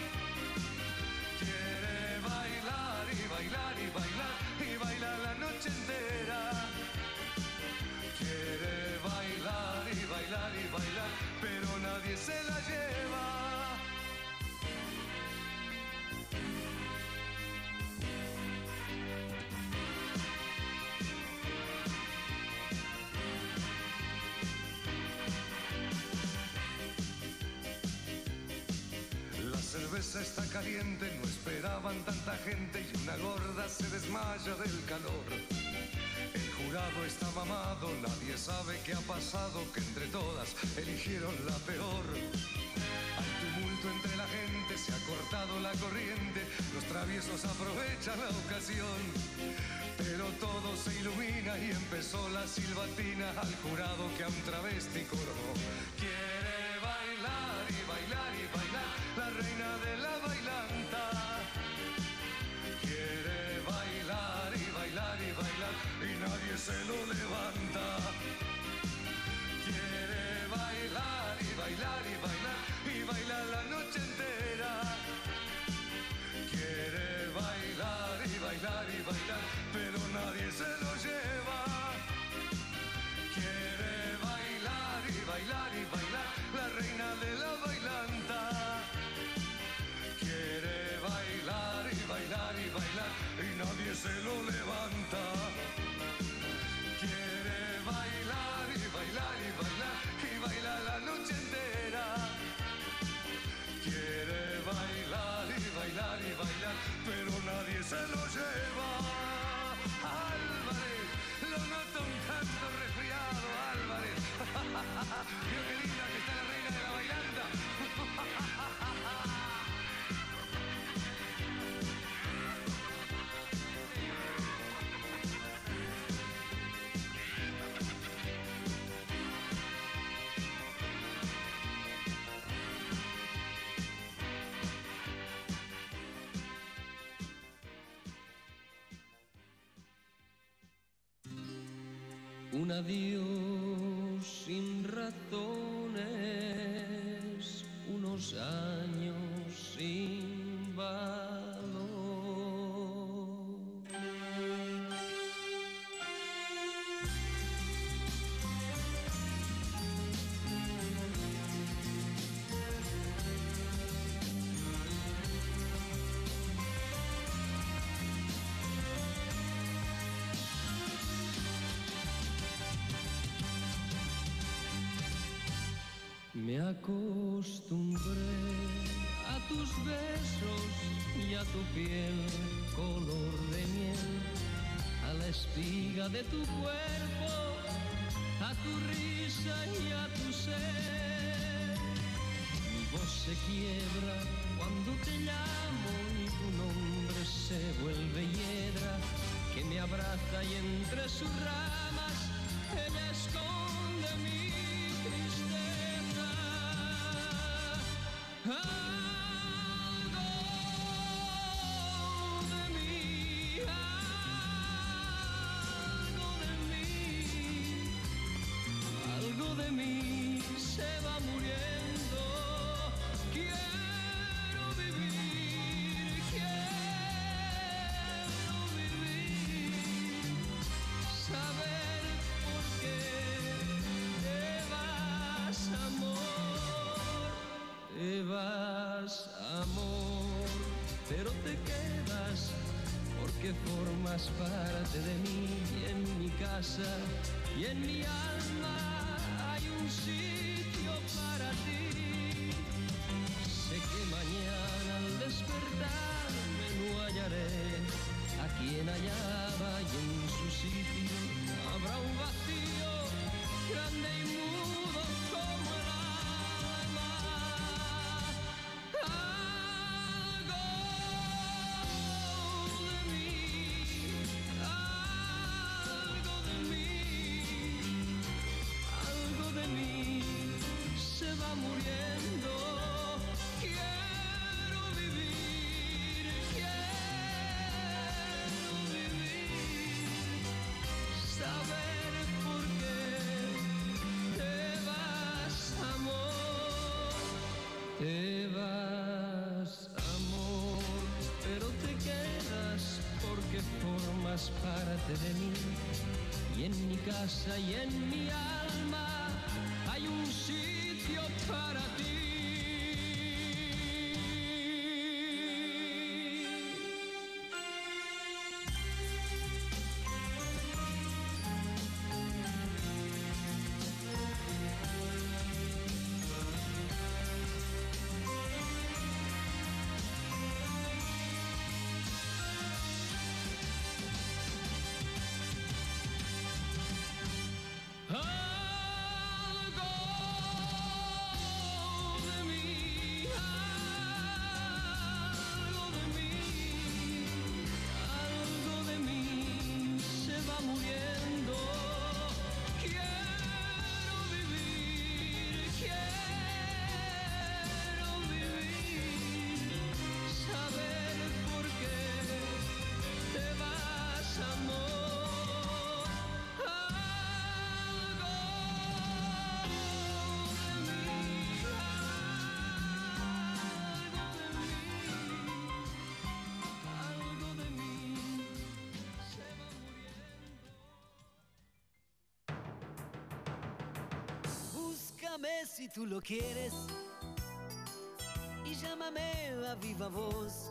Quiere bailar y bailar y bailar, y bailar la noche entera. Quiere bailar y bailar y bailar, pero nadie se la lleva. La cerveza está caliente, no esperaban tanta gente y una gorda se desmaya del calor. El jurado está mamado, nadie sabe qué ha pasado, que entre todas eligieron la peor. Hay tumulto entre la gente, se ha cortado la corriente, los traviesos aprovechan la ocasión. Pero todo se ilumina y empezó la silbatina al jurado que a un travesti coronó. Quiere bailar y bailar y bailar, la reina de la bailanta. Quiere bailar y bailar y bailar, y nadie se lo levanta. Quiere bailar y bailar y bailar, y bailar la noche entera. Quiere bailar y bailar y bailar, pero nadie se lo lleva. Quiere bailar y bailar y bailar, la reina de la bailanta. Quiere bailar y bailar y bailar, y nadie se lo levanta. Quiere bailar y bailar y bailar, y bailar la noche entera. Quiere bailar y bailar y bailar, pero nadie se lo lleva. Álvarez, lo noto un tanto resfriado, Álvarez. Vio qué linda que está la reina de la bailanta. Un adiós sin razones, unos años sin valor. Me acostumbré a tus besos y a tu piel color de miel, a la espiga de tu cuerpo, a tu risa y a tu ser. Mi voz se quiebra cuando te llamo y tu nombre se vuelve hiedra que me abraza y entre sus ramas ella esconde mi tristeza. Algo de mí, algo de mí, algo de mí se va muriendo. Quiero vivir, quiero vivir, saber por qué te vas, amor, te vas. que formas parte de mí y en mi casa y en mi alma hay un sitio para ti. Sé que mañana al despertarme no hallaré a quien hallaba y en su sitio habrá un vacío grande y mudo como el alma. Algo de mí, algo de mí, algo de mí se va muriendo. Quiero vivir, quiero vivir, saber por qué te vas, amor, te vas, amor, pero te quedas porque formas parte de mí y en mi casa y en mi alma hay un sitio para ti. Si tú lo quieres y llámame a viva voz,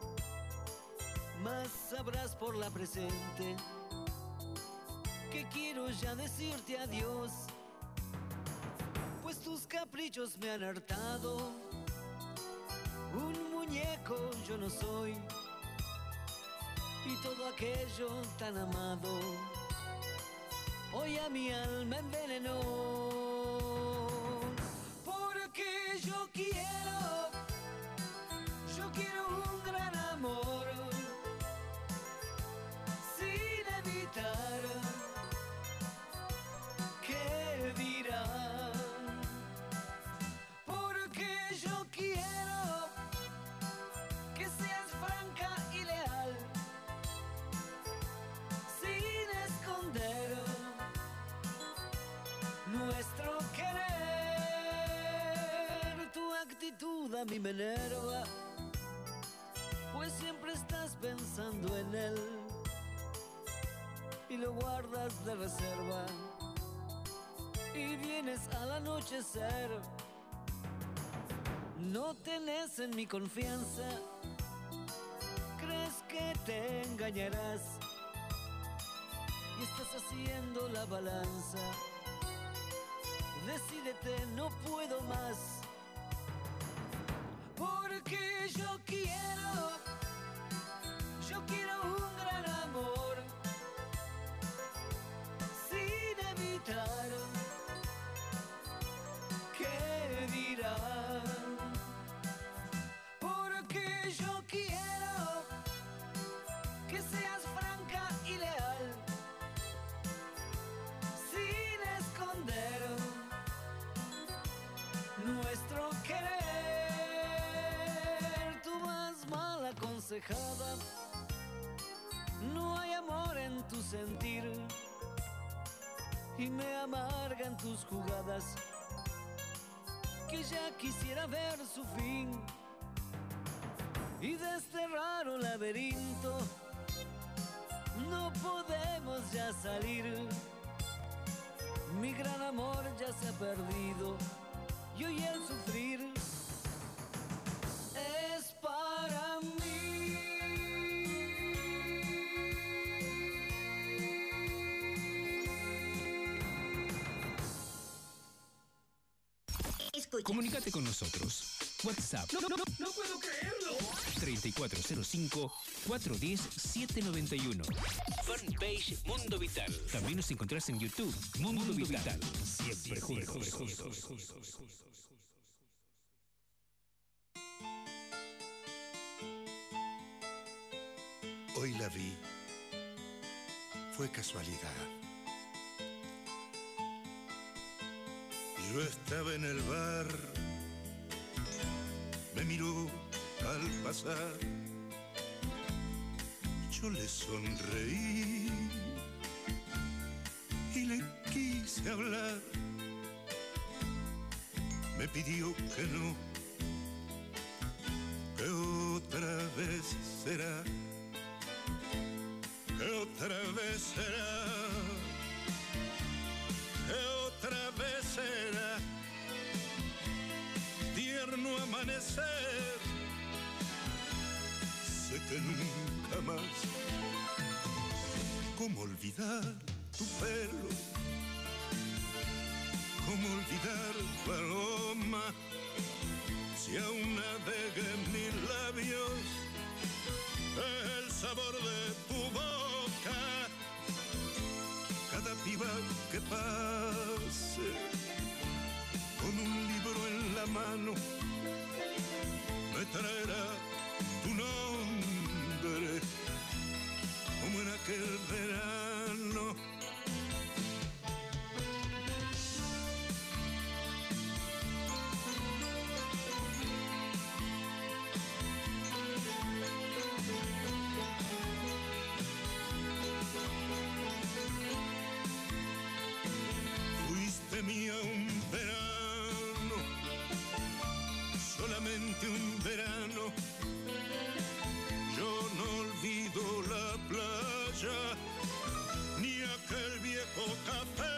más sabrás por la presente que quiero ya decirte adiós, pues tus caprichos me han hartado. Un muñeco yo no soy y todo aquello tan amado hoy a mi alma envenenó. Yo quiero, yo quiero un gran amor, sin evitar qué dirán. Porque yo quiero que seas franca y leal, sin esconder nuestro querer. A mí me enerva, pues siempre estás pensando en él y lo guardas de reserva y vienes al anochecer. No tenés en mi confianza, crees que te engañarás y estás haciendo la balanza. Decídete, no puedo más. Porque yo quiero, yo quiero un gran amor, sin evitar qué dirán. Porque yo quiero que seas franca y leal, sin esconder nuestro querer. Aconsejada, no hay amor en tu sentir y me amargan tus jugadas que ya quisiera ver su fin y de este raro laberinto no podemos ya salir. Mi gran amor ya se ha perdido y hoy el sufrir es para mí. Comunicate con nosotros. WhatsApp. No, no, no, no puedo creerlo. treinta y cuatro cero cinco, cuatro uno cero, siete nueve uno. Fanpage Mundo Vital. También nos encontrás en YouTube. Mundo, Mundo Vital. Vital. Siempre juntos. Hoy la vi. Fue casualidad. Yo estaba en el bar. Me miró al pasar. Yo le sonreí y le quise hablar. Me pidió que no, que otra vez será, que otra vez será, que otra vez será. Tierno amanecer, sé que nunca más. ¿Cómo olvidar tu pelo? ¿Cómo olvidar tu aroma? Si aún navega en mis labios el sabor de tu boca. Cada piba que pase con un libro en la mano me traerá tu nombre como en aquel verano. Fuiste mía un verano, solamente un verano. Yo no olvido la playa, ni aquel viejo café,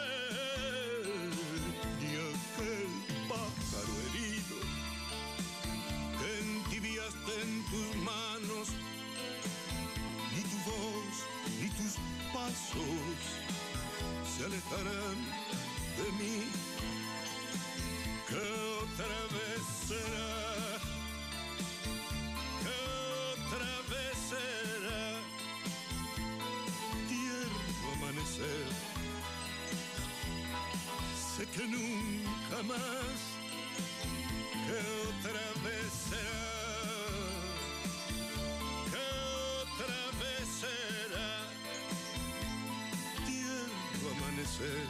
ni aquel pájaro herido que entibiaste en tus manos, ni tu voz, ni tus pasos se alejarán de mí. Que otra vez será, que otra vez será tierno amanecer. Sé que nunca más, que otra vez será, que otra vez será tierno amanecer.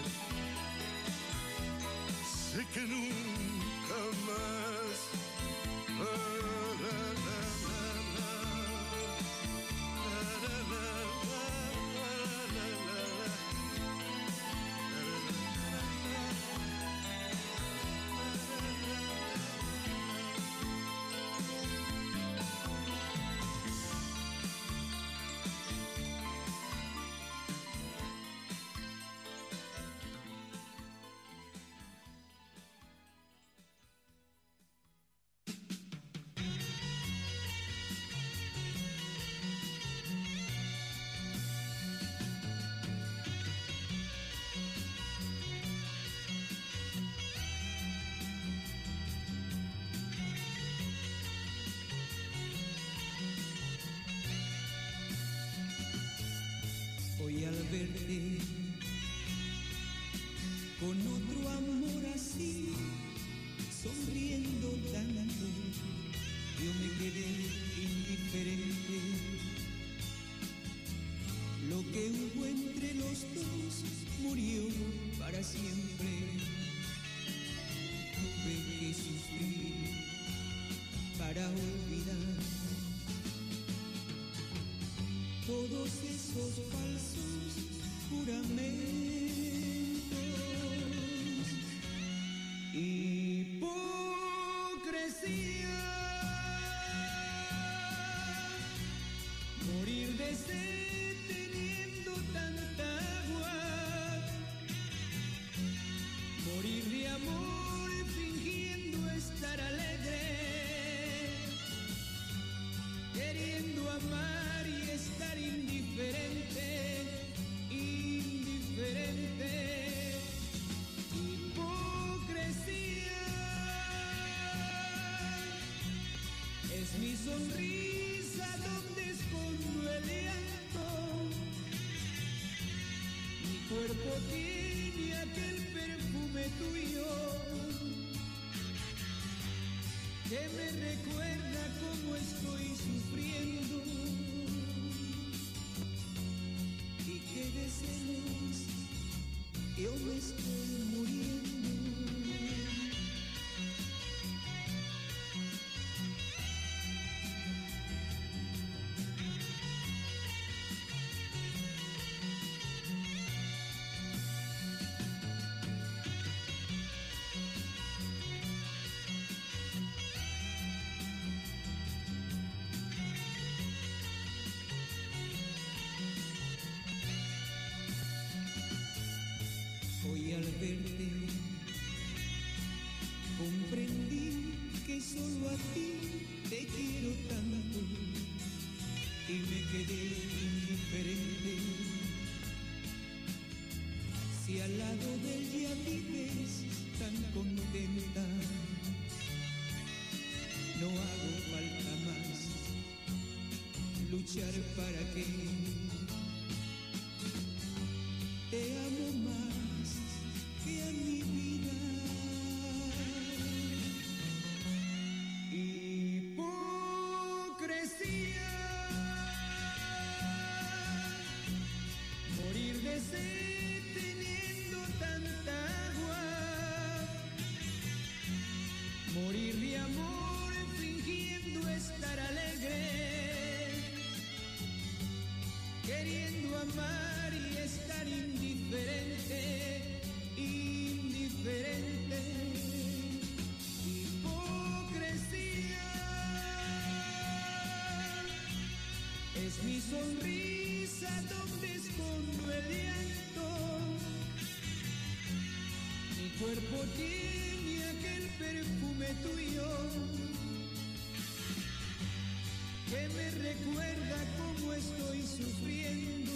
Sé que nunca más. La, la, la, la, la. La, la, la, la, la, la, la. Hoy al verte con otro amor así, sonriendo tanto, yo me quedé indiferente. Lo que hubo entre los dos murió para siempre. Tuve que sufrir para olvidar todos esos falsos juramentos, hipocresía, morir de sed teniendo tanta agua, morir de amor fingiendo estar alegre, queriendo amar y estar indiferente, indiferente, hipocresía, cuerpo tiene aquel perfume tuyo que me recuerda cómo estoy sufriendo y que de celos yo me estoy muriendo. Hoy al verte comprendí que solo a ti te quiero tanto y me quedé indiferente. Si al lado del día vives tan contenta, no hago falta más luchar para que te amo más que a mi vida. Hipocresía, morir de sed teniendo tanta agua, morir de amor fingiendo estar alegre, queriendo amar y estar indiferente, indiferente. Hipocresía es mi sonrisa donde escondo el llanto. Mi cuerpo tiene aquel perfume tuyo que me recuerda cómo estoy sufriendo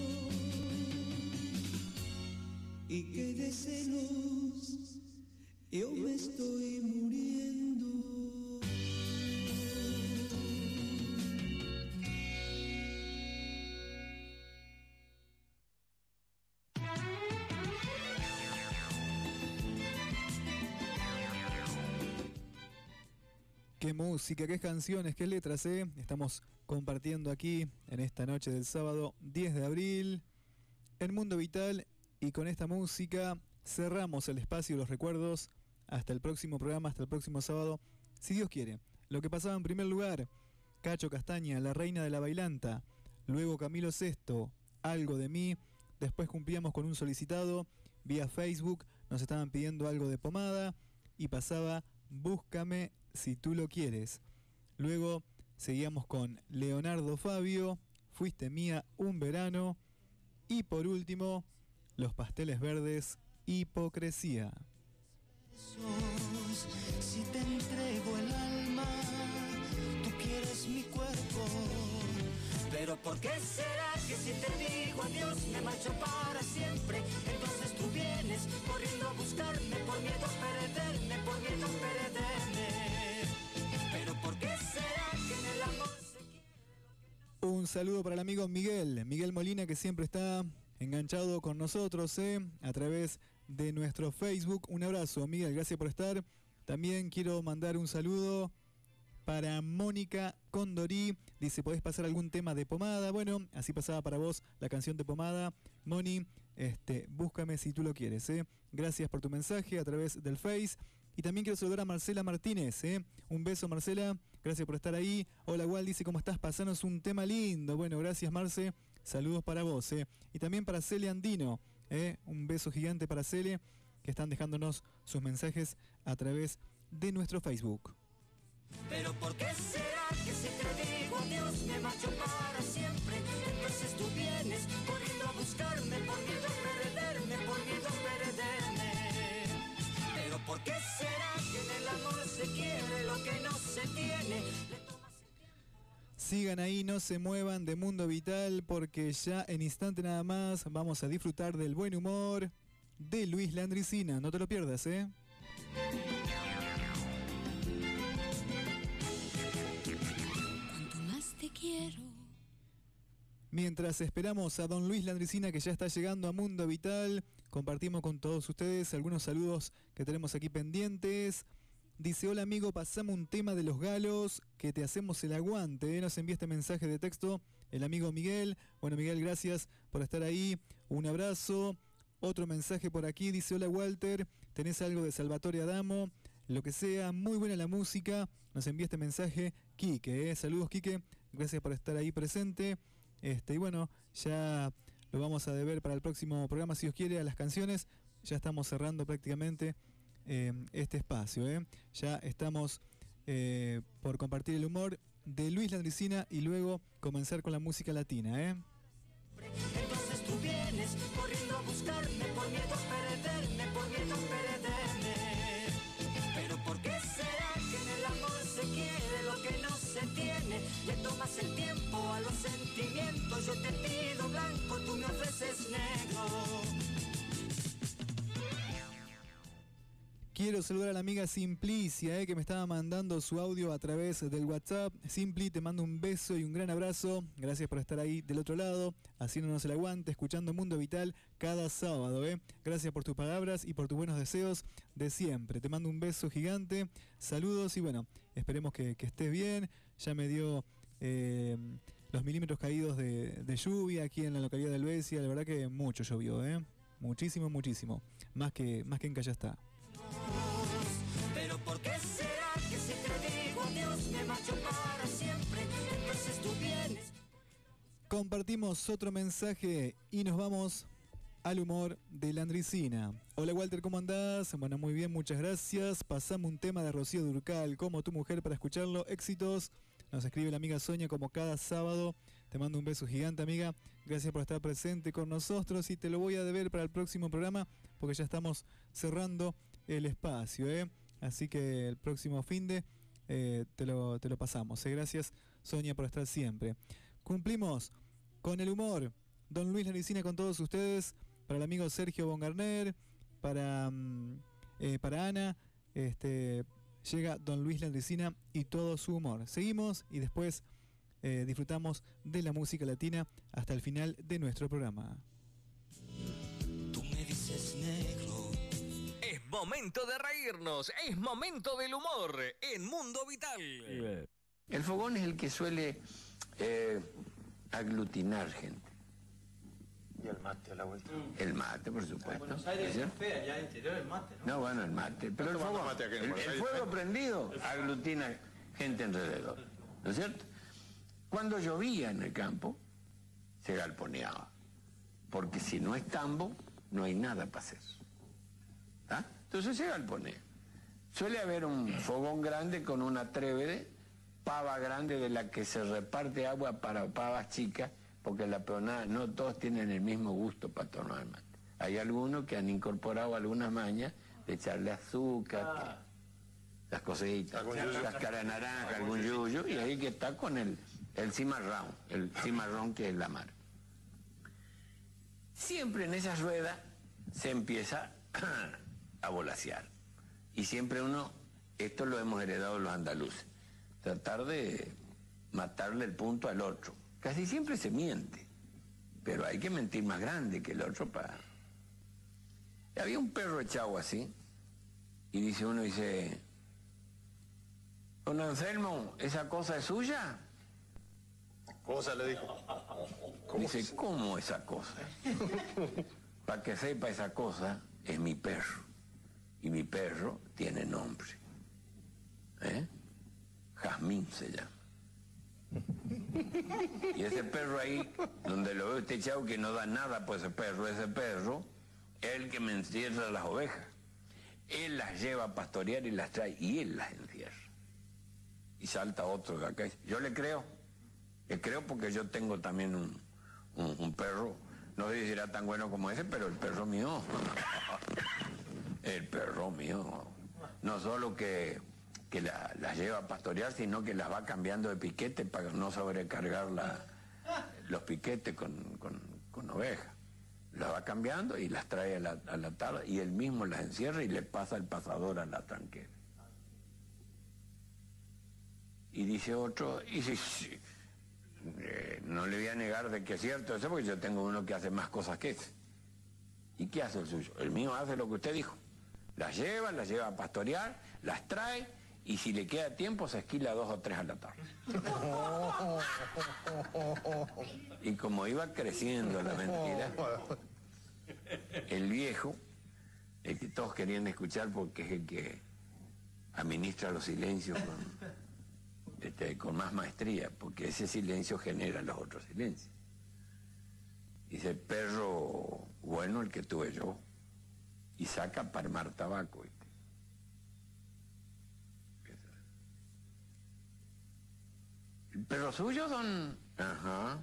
y que de celos yo me estoy muriendo. Qué música, qué canciones, qué letras, ¿eh? Estamos compartiendo aquí en esta noche del sábado diez de abril en Mundo Vital, y con esta música cerramos el espacio de los recuerdos hasta el próximo programa, hasta el próximo sábado, si Dios quiere. Lo que pasaba en primer lugar, Cacho Castaña, La Reina de la Bailanta, luego Camilo Sesto, Algo de mí, después cumplíamos con un solicitado vía Facebook, nos estaban pidiendo algo de Pomada, y pasaba Búscame si tú lo quieres. Luego seguíamos con Leonardo Fabio, Fuiste mía un verano, y por último, Los Pasteles Verdes, Hipocresía. Si te entrego el alma, tú quieres mi cuerpo. Pero ¿por qué será que si te digo adiós me marcho para siempre? Entonces tú vienes corriendo a buscarme por miedo a perderme, por miedo a perderme. Pero ¿por qué será que en el amor se quiere? Un saludo para el amigo Miguel, Miguel Molina, que siempre está enganchado con nosotros, ¿eh? A través de nuestro Facebook. Un abrazo, Miguel, gracias por estar. También quiero mandar un saludo para Mónica Condorí. Dice, ¿podés pasar algún tema de Pomada? Bueno, así pasaba para vos la canción de Pomada. Moni, este, búscame si tú lo quieres, ¿eh? Gracias por tu mensaje a través del Face. Y también quiero saludar a Marcela Martínez, ¿eh? Un beso, Marcela, gracias por estar ahí. Hola, Wal, dice, ¿cómo estás? Pasanos un tema lindo. Bueno, gracias, Marce. Saludos para vos, ¿eh? Y también para Cele Andino, ¿eh? Un beso gigante para Cele, que están dejándonos sus mensajes a través de nuestro Facebook. Pero ¿por qué será que si te digo adiós me marcho para siempre? Entonces tú vienes corriendo a buscarme por miedo a perderme, por miedo a perderme. Pero ¿por qué será que en el amor se quiere lo que no se tiene? Sigan ahí, no se muevan de Mundo Vital, porque ya en instante nada más vamos a disfrutar del buen humor de Luis Landricina. No te lo pierdas, ¿eh? Cuanto más te quiero, Mientras esperamos a don Luis Landricina, que ya está llegando a Mundo Vital, compartimos con todos ustedes algunos saludos que tenemos aquí pendientes. Dice: hola amigo, pasame un tema de Los Galos, que te hacemos el aguante. ¿eh? Nos envía este mensaje de texto el amigo Miguel. Bueno, Miguel, gracias por estar ahí. Un abrazo. Otro mensaje por aquí, dice: hola Walter, ¿tenés algo de Salvatore Adamo? Lo que sea, muy buena la música. Nos envía este mensaje Quique. ¿eh? Saludos, Quique. Gracias por estar ahí presente. Este, y bueno, ya lo vamos a deber para el próximo programa, si Dios quiere, a las canciones. Ya estamos cerrando prácticamente eh, este espacio. ¿eh? Ya estamos eh, por compartir el humor de Luis Landricina y luego comenzar con la música latina. ¿eh? Entonces tú vienes corriendo a buscarme por miedo a perderme, por miedo a perderme. Pero ¿por qué será que en el amor se quiere lo que no se tiene? Le tomas el tiempo a los sentimientos, yo te pido blanco, tú me ofreces negro. Quiero saludar a la amiga Simplicia, eh, que me estaba mandando su audio a través del WhatsApp. Simpli, te mando un beso y un gran abrazo. Gracias por estar ahí del otro lado, haciéndonos el aguante, escuchando Mundo Vital cada sábado. Eh. Gracias por tus palabras y por tus buenos deseos de siempre. Te mando un beso gigante, saludos y bueno, esperemos que, que estés bien. Ya me dio eh, los milímetros caídos de, de lluvia aquí en la localidad de Helvecia. La verdad que mucho llovió, eh. Muchísimo, muchísimo. Más que, más que en Callastá. Pero ¿por qué será que si te digo adiós me marcho para siempre? Entonces tú vienes. Compartimos otro mensaje y nos vamos al humor de Landricina. Hola Walter, ¿cómo andás? Bueno, muy bien, muchas gracias. Pasamos un tema de Rocío Dúrcal, Como tu mujer, para escucharlo. Éxitos. Nos escribe la amiga Sonia como cada sábado. Te mando un beso gigante, amiga. Gracias por estar presente con nosotros y te lo voy a deber para el próximo programa porque ya estamos cerrando el espacio, ¿eh? Así que el próximo finde eh, te, lo, te lo pasamos. ¿eh? Gracias, Sonia, por estar siempre. Cumplimos con el humor. Don Luis Landricina con todos ustedes. Para el amigo Sergio Bongarner, para, eh, para Ana, este, llega Don Luis Landricina y todo su humor. Seguimos y después eh, disfrutamos de la música latina hasta el final de nuestro programa. Tú me dices negro. Es momento de reírnos, es momento del humor en Mundo Vital. El fogón es el que suele eh, aglutinar gente. ¿Y el mate a la vuelta? El mate, por supuesto. En Buenos Aires es fea, ya interior el mate, ¿no? No, bueno, el mate. Pero el, fogón, mate el, el fuego prendido aglutina gente alrededor. ¿No es cierto? Cuando llovía en el campo, se galponeaba. Porque si no es tambo, no hay nada para hacer. ¿Ah? Entonces se galponea. Suele haber un fogón grande con una trébede, pava grande de la que se reparte agua para pavas chicas, porque la peonada no todos tienen el mismo gusto para tomar mate. Hay algunos que han incorporado algunas mañas de echarle azúcar, ah. las cositas, cáscara de naranja, algún yuyo, y ahí que está con el, el cimarrón, el cimarrón que es la mar. Siempre en esa rueda se empieza a volasear. Y siempre uno, esto lo hemos heredado los andaluces, tratar de matarle el punto al otro. Casi siempre se miente, pero hay que mentir más grande que el otro para... Había un perro echado así, y dice uno, dice, don Anselmo, ¿esa cosa es suya? Cosa le dijo. ¿Cómo dice, es? ¿Cómo esa cosa? Para que sepa, esa cosa es mi perro. Y mi perro tiene nombre. ¿Eh? Jazmín se llama. Y ese perro ahí, donde lo veo este echado que no da nada por ese perro, ese perro es el que me encierra las ovejas. Él las lleva a pastorear y las trae, y él las encierra. Y salta otro de acá. Yo le creo. Le creo porque yo tengo también un, un, un perro, no sé si será tan bueno como ese, pero el perro mío, el perro mío, no solo que, que la, las lleva a pastorear, sino que las va cambiando de piquete para no sobrecargar la, los piquetes con, con, con ovejas. Las va cambiando y las trae a la, a la tarde, y él mismo las encierra y le pasa el pasador a la tranquera. Y dice otro, y dice, Eh, no le voy a negar de que es cierto eso, porque yo tengo uno que hace más cosas que ese. ¿Y qué hace el suyo? El mío hace lo que usted dijo. Las lleva, las lleva a pastorear, las trae, y si le queda tiempo se esquila dos o tres a la tarde. Y como iba creciendo la mentira, el viejo, el que todos querían escuchar porque es el que administra los silencios con, este, con más maestría, porque ese silencio genera los otros silencios. Dice, perro bueno el que tuve yo, y saca para armar tabaco. ¿Viste? ¿El perro suyo, don? Ajá.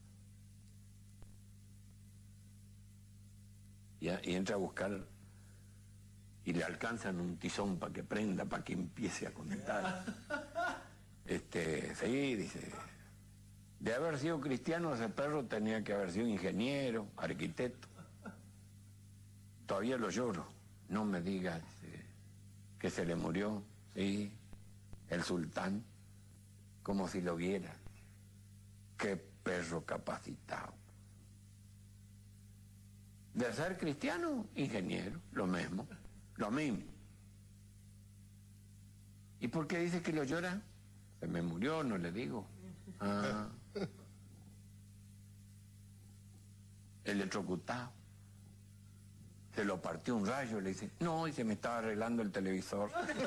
Y, y entra a buscar y le alcanzan un tizón para que prenda, para que empiece a contar. Este, sí, dice, de haber sido cristiano ese perro tenía que haber sido ingeniero, arquitecto. Todavía lo lloro. No me digas eh, que se le murió, sí, el sultán, como si lo viera. Qué perro capacitado. De ser cristiano, ingeniero, lo mismo, lo mismo. ¿Y por qué dice que lo llora? Se me murió, no le digo. Ah. Electrocutado. Se lo partió un rayo, le dice, no, y se me estaba arreglando el televisor.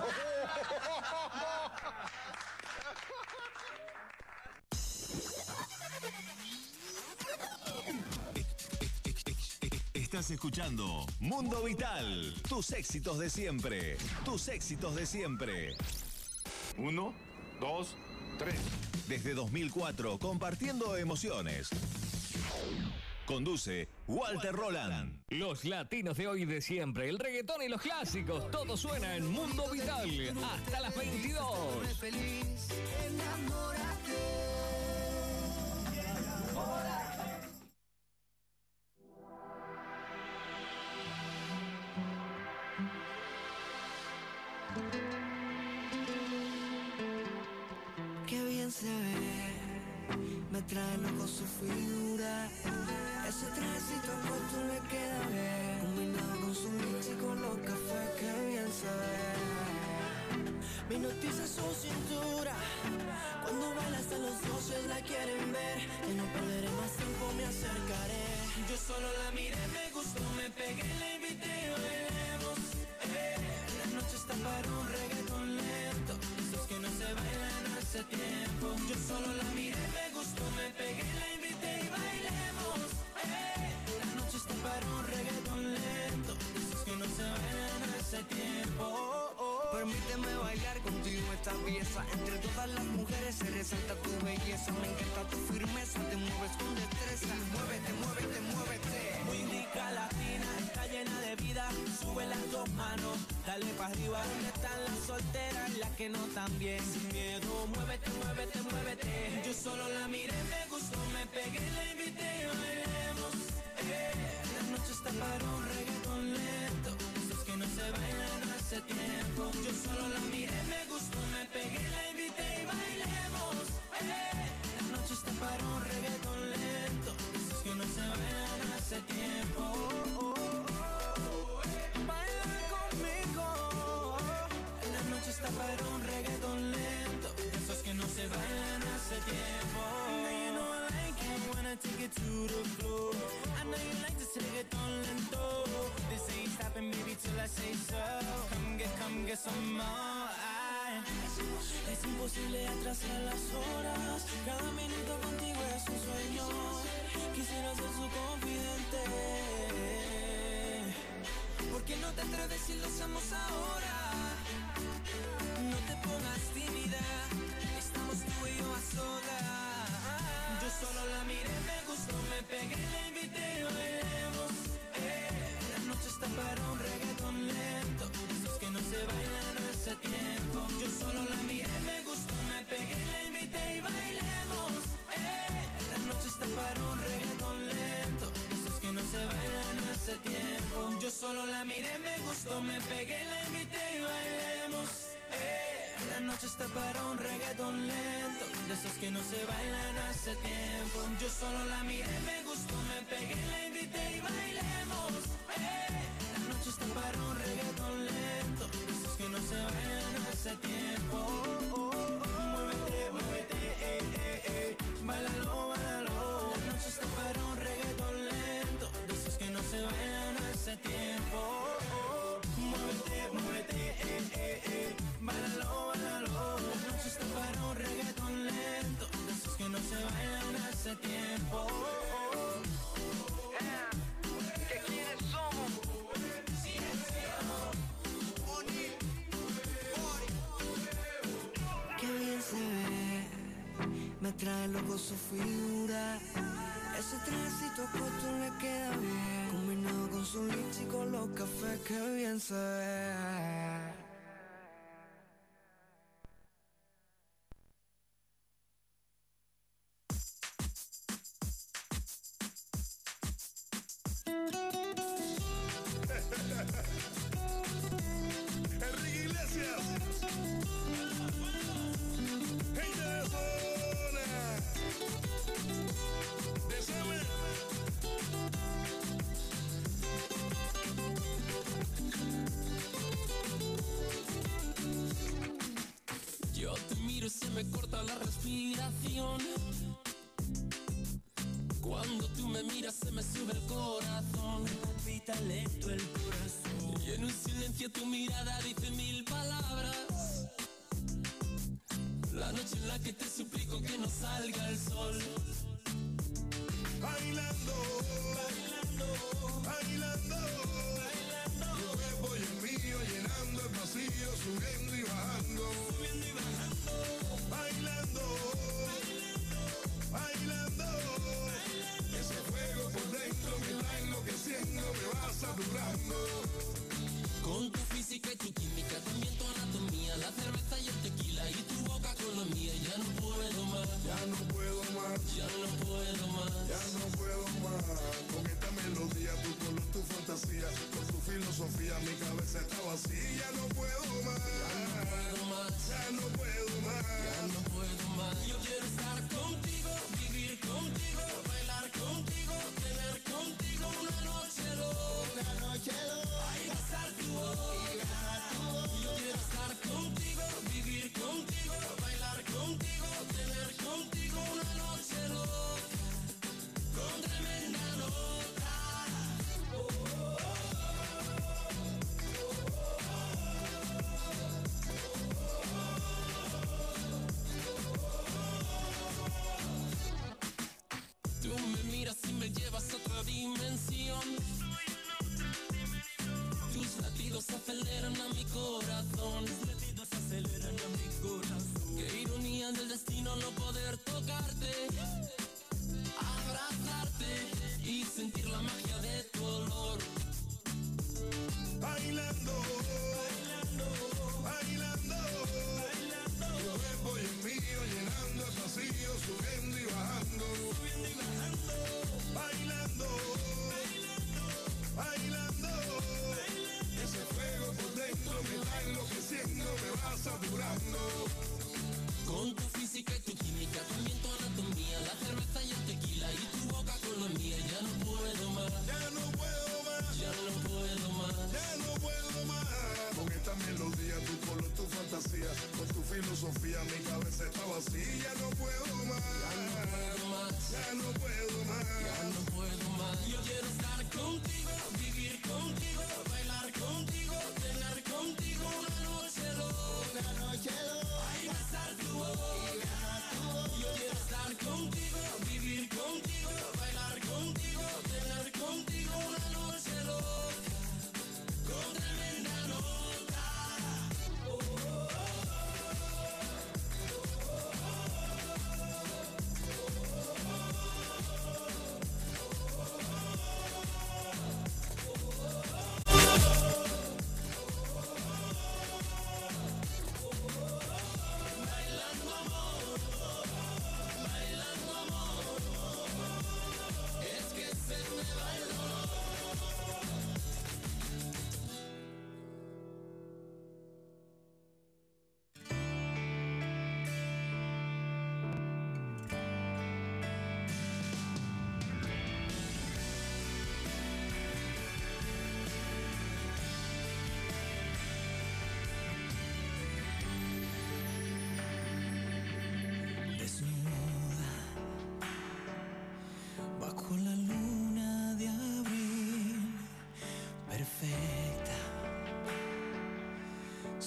Estás escuchando Mundo Vital, tus éxitos de siempre, tus éxitos de siempre. Uno, dos, tres. Desde dos mil cuatro, compartiendo emociones. Conduce Walter Roland. Los latinos de hoy y de siempre, el reggaetón y los clásicos, todo suena en Mundo Vital hasta las veintidós. Feliz, enamórate. Qué bien se ve, me trae loco su figura. Ese trajecito puesto le queda bien, combinado con su mix y con los cafés, qué bien se ve. Me hipnotiza su cintura, cuando baila hasta los dioses la quieren ver. Que no perderé más tiempo, me acercaré. Yo solo la miré, me gustó, me pegué, la invité y bailemos. Eh, la noche está para un reggaetón lento, esos que no se bailan hace tiempo. Yo solo la miré, me gustó, me pegué, la invité y bailemos. Eh, la noche está para un reggaetón lento, esos que no se bailan hace tiempo. Oh, oh. Permíteme bailar contigo esta pieza. Entre todas las mujeres se resalta tu belleza. Me encanta tu firmeza, te mueves con destreza. Muévete, muévete, muévete. Muy rica latina, está llena de vida. Sube las dos manos, dale para arriba. ¿Dónde están las solteras, las que no están bien? Sin miedo, muévete, muévete, muévete. Yo solo la miré, me gustó, me pegué, la invité y bailemos. Eh, la noche está para un reggaetón lento, esos que no se bailan hace tiempo. Yo solo la miré, me gustó, me pegué, la invité y bailemos. Eh, la noche está para un reggaetón lento, esos que no se bailan hace tiempo. Oh, oh, oh, eh. Baila conmigo. La noche está para un reggaetón lento, esos que no se bailan hace tiempo. You know I like it when I take it to the floor. I know you like this reggaeton lento. This ain't stopping, baby, till I say so. Come get, come get some more. Ay. Es imposible atrasar las horas. Cada minuto contigo es un sueño. Quisiera ser su confidente. ¿Por qué no te atreves si lo hacemos ahora? No te pongas tímida, estamos tú y yo a solas. Yo solo la miré, me gustó, me pegué, la invité y bailemos. Eh, la noche está para un reggaetón lento, esos que no se bailan hace tiempo. Yo solo la miré, me gustó, me pegué, la invité y bailemos. Eh, la noche está para un reggaetón lento, esos que no se bailan hace tiempo. Yo solo la miré, me gustó, me pegué, la invité y bailemos. Eh, La noche está para un reggaetón lento, de esos que no se bailan hace tiempo. Yo solo la miré, me gustó, me pegué, la invité y bailemos. Eh. La noche está para un reggaetón lento, de esos que no se bailan hace tiempo. Oh, oh, oh. Muévete, muévete, eh, eh, eh. Báilalo, báilalo. La noche está para un reggaetón lento, de esos que no se bailan hace tiempo. Oh, oh. Muévete, muévete, eh, eh, eh. Báilalo, báilalo. La noche está para un reggaetón lento, de esos que no se bailan hace tiempo. Oh, oh. Yeah. ¿Que quiénes somos? Qué bien se ve, me trae loco su figura. Ese trajecito corto le queda bien, combinado con su lips y con los cafés, qué bien se ve. Enrique Iglesias, gente de zona, de Summer. Yo te miro y se me corta la respiración. Cuando tú me miras se me sube el corazón. Me palpita lento el corazón. Y en un silencio tu mirada dice mil palabras. La noche en la que te suplico que no salga el sol. Bailando, bailando, bailando, bailando. Tu cuerpo y el mío llenando el vacío, subiendo y bajando, subiendo y bajando. Bailando, bailando, bailando. Ese fuego por dentro me está enloqueciendo, me va saturando. Con tu física y tu química, también tu anatomía, la cerveza y el tequila y tu boca con la mía. Ya no puedo más, ya no puedo más, ya no puedo más, ya no puedo más. Con esta melodía, tu color, tu fantasía, con tu filosofía, mi cabeza está vacía. Ya no puedo más, ya no puedo más, ya no puedo más, ya no puedo más. Yo quiero estar contigo, vivir contigo, bailar contigo, tener contigo una noche loca, una noche loca. Ay, besar tu boca. Yo quiero estar contigo, vivir contigo, bailar contigo, tener contigo una noche loca, con tremenda nota. Oh, oh, oh. Tú me miras y me llevas a otra dimensión. Tus latidos aceleran a mi corazón. Tus latidos aceleran a mi corazón. Qué ironía del destino no poder tocarte, abrazarte y sentir la magia de tu olor. Bailando, bailando, bailando, bailando. Tu cuerpo y el mío llenando el vacío, subiendo y bajando, subiendo y bajando. Bailando, bailando, bailando. Ese fuego por dentro me está enloqueciendo, me va saturando. Con tu física y tu química, también tu anatomía, la cerveza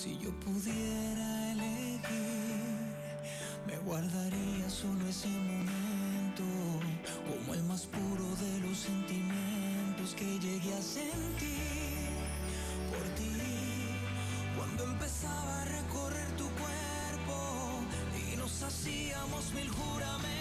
Si yo pudiera elegir, me guardaría solo ese momento, como el más puro de los sentimientos que llegué a sentir por ti. Cuando empezaba a recorrer tu cuerpo y nos hacíamos mil juramentos.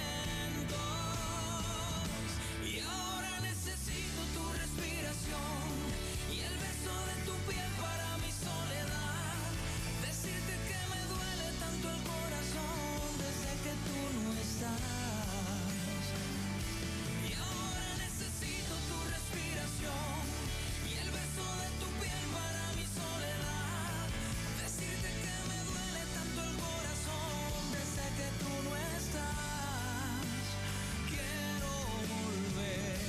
Y ahora necesito tu respiración y el beso de tu piel para mi soledad. Decirte que me duele tanto el corazón desde que tú no estás. Y ahora necesito tu respiración y el beso de tu piel para mi soledad. Decirte que me duele tanto el corazón desde que tú no estás. Quiero volver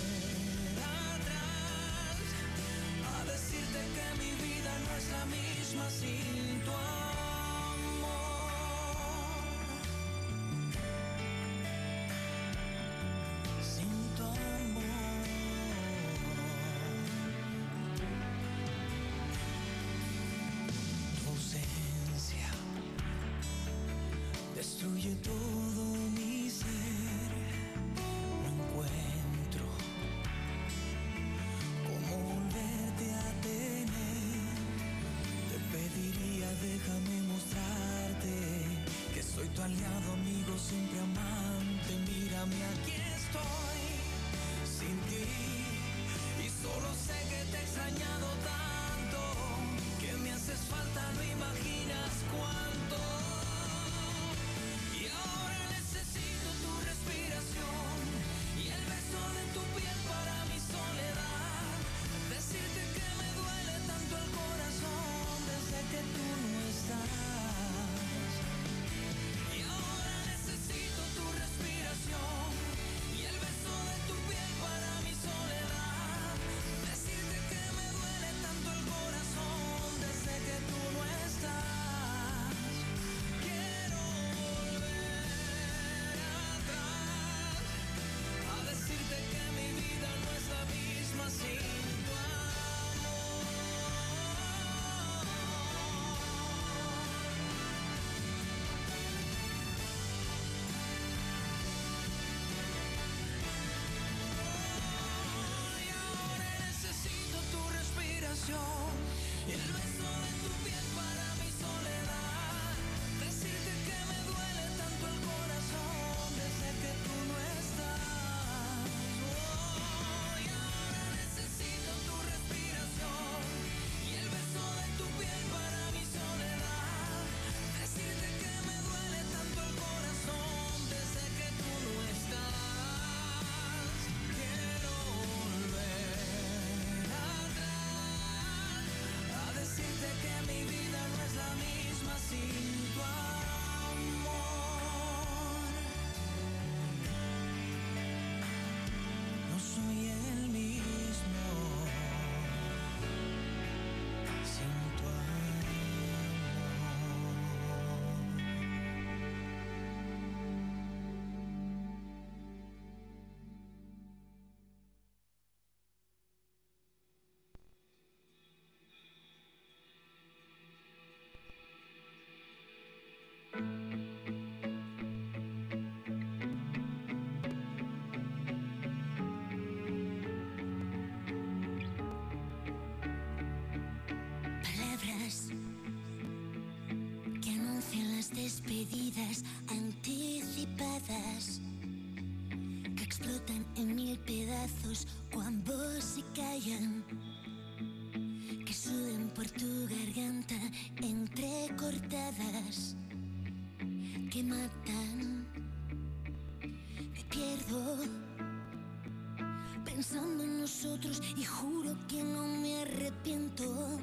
atrás a decirte que mi vida no es la misma sin tu amor. Sin tu amor. Tu ausencia destruye todo mi ser. No encuentro cómo volverte a tener. Te pediría, déjame mostrarte que soy tu aliado, amigo, siempre amante. Mírame, aquí estoy sin ti y solo sé que te he extrañado tanto, que me haces falta, no imaginas cuánto. Y ahora necesito tu respiración y el beso de tu piel para mi soledad. Decirte que me duele tanto el corazón desde que tú no estás. Y ahora necesito tu respiración y el beso de tu piel para mi soledad. Decirte que me duele tanto el corazón desde que tú no estás. Quiero volver atrás a decirte que mi vida no es la misma sin tu amor. Y ahora necesito tu respiración y el beso de tu piel para mi soledad. Decirte que me duele tanto el corazón desde que tú no estás. Oh, y ahora necesito tu respiración y el beso de tu piel para mi soledad. Decirte que me duele tanto el corazón desde que tú no estás. Quiero volver atrás a decirte que mi vida no es la misma sin tu amor. No soy el mismo sin tu amor. Palabras que anuncian las despedidas anticipadas, que explotan en mil pedazos cuando se callan, que suben por tu garganta entrecortadas, que matan. Me pierdo pensando en nosotros y juro que no me arrepiento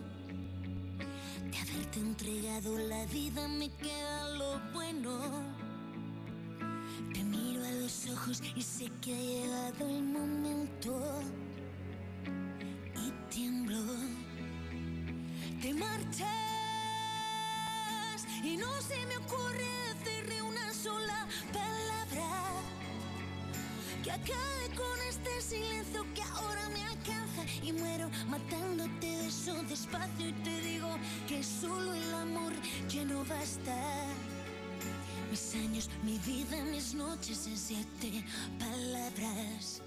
de haberte entregado la vida. Me queda lo bueno. Te miro a los ojos y sé que ha llegado el momento y tiemblo. Te marchas y no se me ocurre decirle una sola palabra que acabe con este silencio que ahora me alcanza y muero matándote de eso despacio y te digo que solo el amor ya no basta. Mis años, mi vida, mis noches en siete palabras.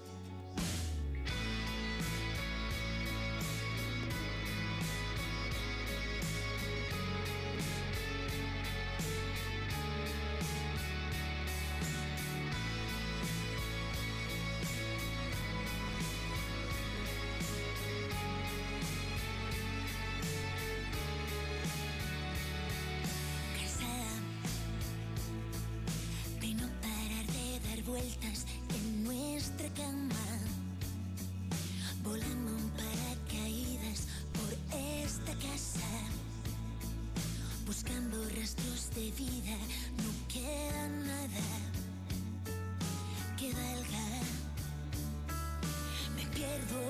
Vueltas en nuestra cama, volando en paracaídas por esta casa, buscando rastros de vida, no queda nada que valga. Me pierdo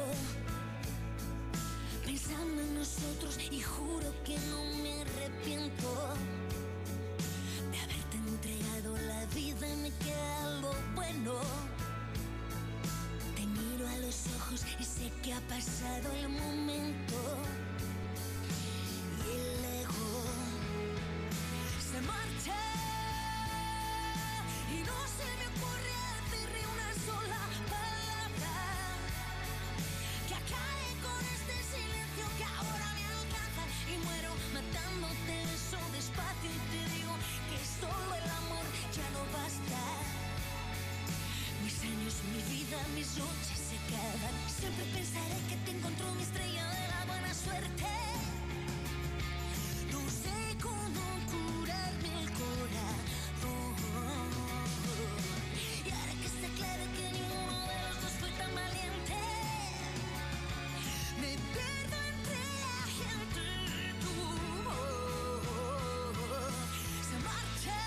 pensando en nosotros y juro que no me arrepiento de haberte entregado la vida. Me queda algo bueno. Te miro a los ojos y sé que ha pasado el momento. Y el ego se marcha y no se me ocurre decirle una sola palabra que acabe con este silencio que ahora me alcanza y muero matándote eso despacio y te digo que solo el amor ya no basta. Mis años, mi vida, mis noches se acaban. Siempre pensaré que te encontró mi estrella de la buena suerte. No sé cómo curarme el corazón. Y ahora que está claro que ninguno de los dos fue tan valiente, me pierdo entre la gente y tú. Se marcha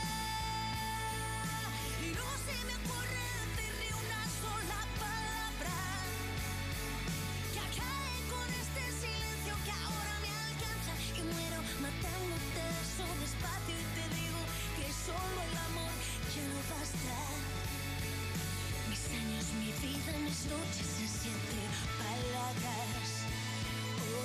y no se me ocurre decirle una sola palabra que acabe con este silencio que ahora me alcanza y muero matándote eso despacio y te digo que solo el amor ya no basta. Mis años, mi vida, mis noches en siete palabras. Oh,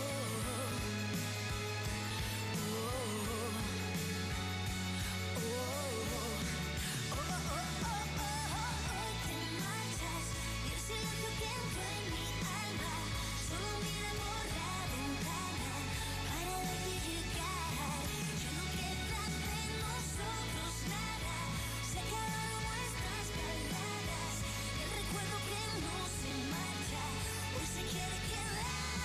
oh, oh, oh, oh, oh. Te marchas y el silencio que entró en mi alma solo mira por la ventana para verte llegar. Ya no queda de nosotros nada, se acabaron nuestras palabras. El recuerdo que no se marcha hoy se quiere quedar.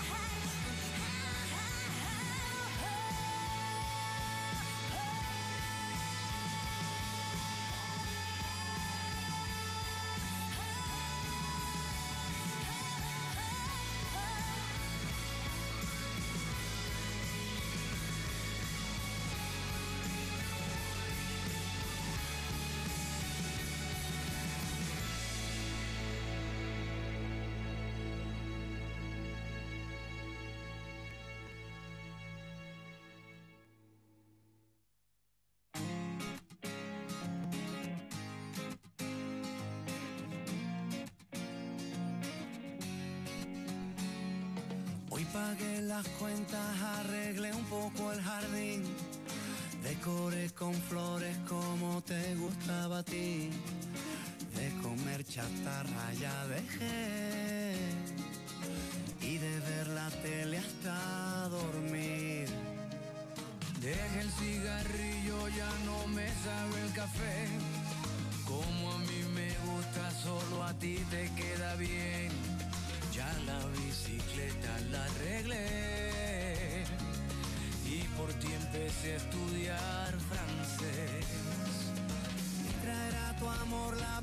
Hoy pagué las cuentas, arreglé un poco el jardín, decoré con flores como te gustaba a ti. De comer chatarra ya dejé y de ver la tele hasta dormir. Deja el cigarrillo, ya no me sabe el café. Como a mí me gusta, solo a ti te queda bien. Ya la bicicleta la arreglé y por ti empecé a estudiar francés. Traerá tu amor la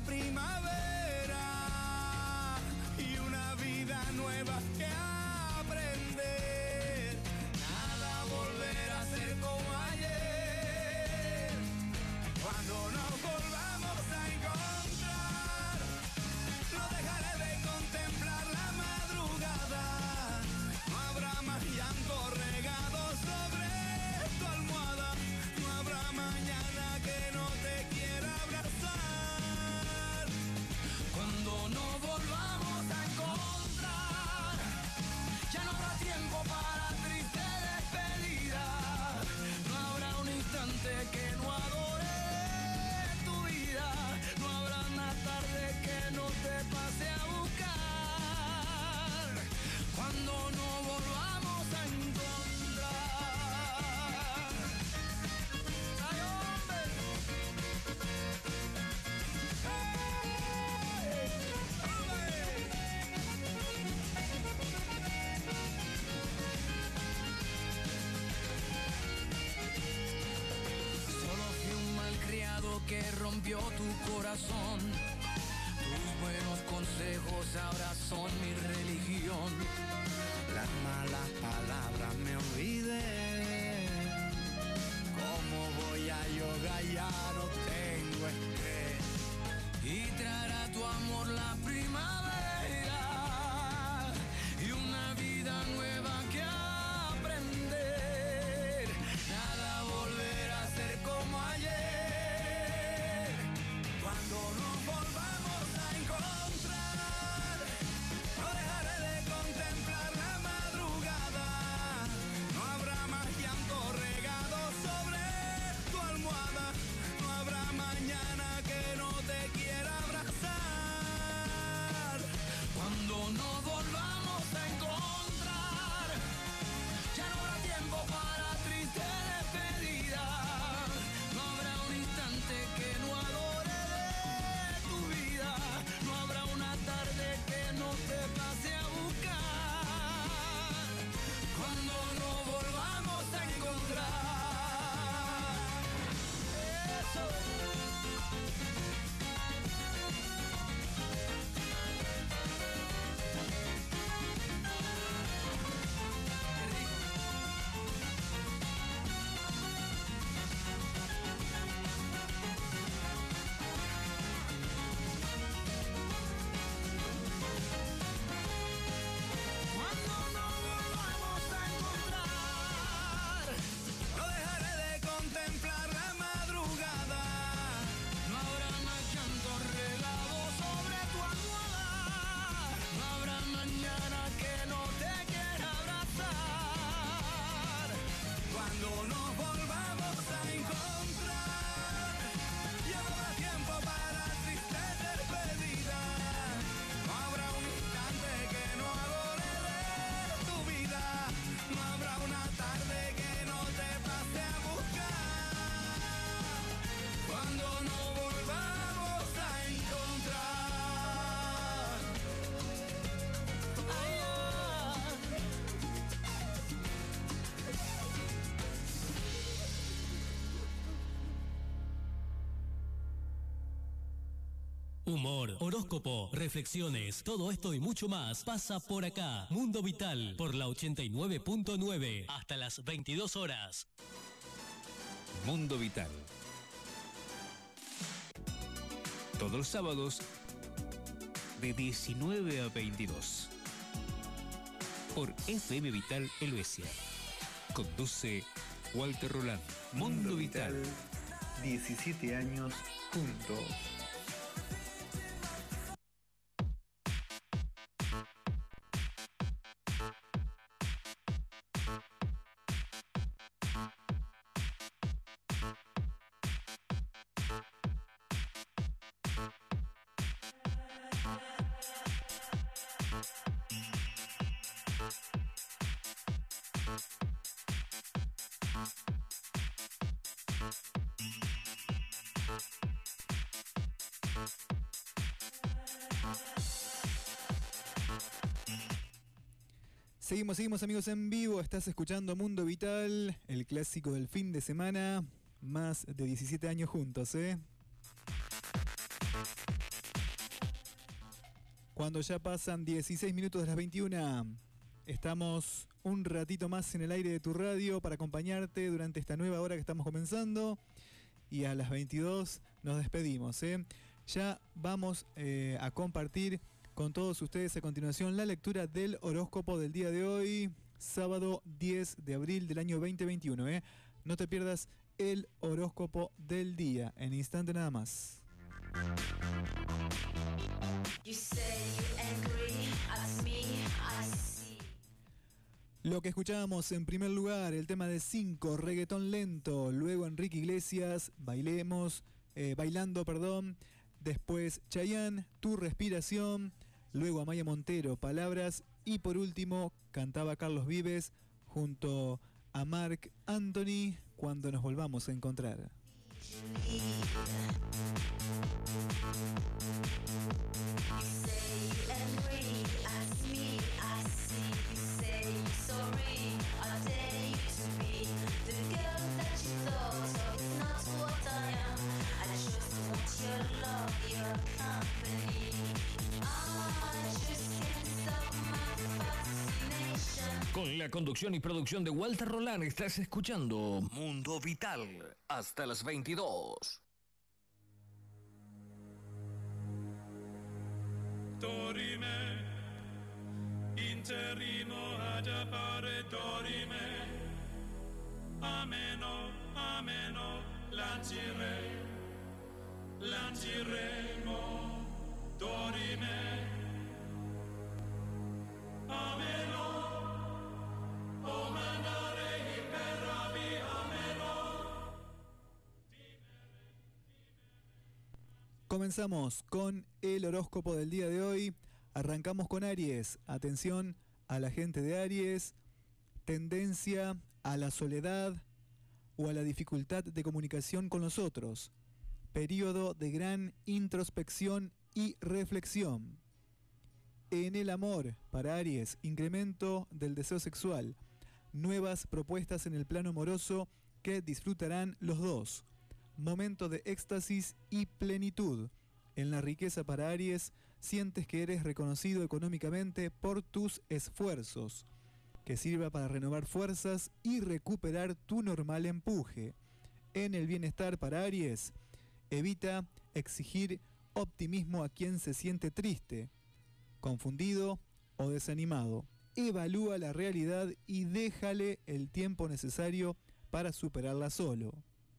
primavera y una vida nueva que aprender. Nada volverá a ser como ayer. Cuando nos volvamos a encontrar, no dejaré de contemplar la madrugada. No habrá más llanto regado sobre tu almohada. No habrá mañana que no te quiera abrazar. Cuando no rompió tu corazón. Tus buenos consejos ahora son mi religión. Las malas palabras me olvidé. ¿Cómo voy a yoga? Ya no tengo estrés. Y traerá tu amor la primavera y una vida nueva que aprender. Nada volverá a ser como ayer. Cuando nos volvamos a encontrar, no dejaré de contemplar la madrugada. No habrá más llanto regado sobre tu almohada. No habrá mañana que no te quiera abrazar. Cuando nos volvamos a encontrar, ya no habrá tiempo para triste despedida. No habrá un instante que no adore de tu vida. No habrá una tarde que no te pase a buscar. Cuando nos volvamos a encontrar. Eso. Cuando nos volvamos a encontrar, no dejaré de contemplar la madrugada. No habrá más llanto regado sobre tu almohada. No habrá mañana que no te quiera abrazar. Cuando nos volvamos a encontrar, ya no habrá tiempo para triste despedida. No habrá un instante que no adore de tu vida. No habrá una tarde que no te pase a buscar. Cuando nos volvamos a encontrar. Ay, Humor, horóscopo, reflexiones, todo esto y mucho más pasa por acá. Mundo Vital, por la ochenta y nueve punto nueve, hasta las veintidós horas. Mundo Vital. Todos los sábados de diecinueve a veintidós. Por F M Vital Helvecia. Conduce Walter Roland. Mundo Vital. diecisiete años juntos. Seguimos, seguimos amigos en vivo, estás escuchando Mundo Vital, el clásico del fin de semana, más de diecisiete años juntos, ¿eh? Cuando ya pasan dieciséis minutos de las veintiuna, estamos un ratito más en el aire de tu radio para acompañarte durante esta nueva hora que estamos comenzando, y a las veintidós nos despedimos, ¿eh? Ya vamos eh, a compartir con todos ustedes a continuación la lectura del horóscopo del día de hoy, sábado diez de abril del año veinte veintiuno. ¿eh? No te pierdas el horóscopo del día, en instante nada más. Lo que escuchábamos en primer lugar, el tema de cinco, reggaetón lento, luego Enrique Iglesias, bailemos, eh, bailando, perdón. Después Chayanne, Tu Respiración, luego Amaya Montero, Palabras, y por último cantaba Carlos Vives junto a Marc Anthony, Cuando nos volvamos a encontrar. The girl that you thought of is not what I am. I just Con la conducción y producción de Walter Rolán estás escuchando Mundo Vital hasta las veintidós. Dorime, interrimo ad appare dorime, ameno, ameno, lancire, lanciremo, dorime, ameno, o mandare imperavi, ameno. Comenzamos con el horóscopo del día de hoy. Arrancamos con Aries. Atención a la gente de Aries. Tendencia a la soledad o a la dificultad de comunicación con los otros. Período de gran introspección y reflexión. En el amor, para Aries, incremento del deseo sexual. Nuevas propuestas en el plano amoroso que disfrutarán los dos. Momento de éxtasis y plenitud. En la riqueza para Aries, sientes que eres reconocido económicamente por tus esfuerzos, que sirva para renovar fuerzas y recuperar tu normal empuje. En el bienestar para Aries, evita exigir optimismo a quien se siente triste, confundido o desanimado. Evalúa la realidad y déjale el tiempo necesario para superarla solo.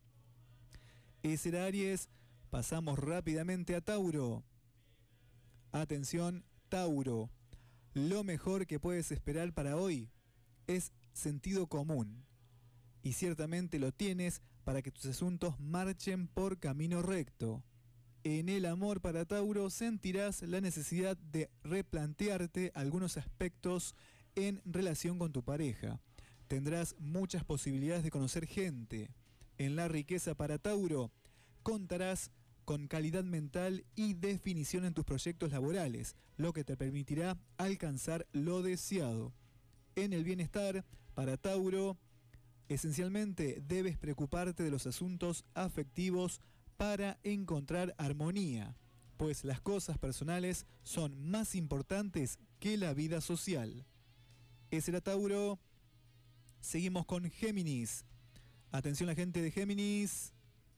Ese era Aries. Pasamos rápidamente a Tauro. Atención, Tauro. Lo mejor que puedes esperar para hoy es sentido común. Y ciertamente lo tienes para que tus asuntos marchen por camino recto. En el amor para Tauro sentirás la necesidad de replantearte algunos aspectos en relación con tu pareja. Tendrás muchas posibilidades de conocer gente. En la riqueza para Tauro contarás con calidad mental y definición en tus proyectos laborales, lo que te permitirá alcanzar lo deseado. En el bienestar para Tauro, esencialmente debes preocuparte de los asuntos afectivos para encontrar armonía, pues las cosas personales son más importantes que la vida social. Ese era Tauro. Seguimos con Géminis. Atención a la gente de Géminis.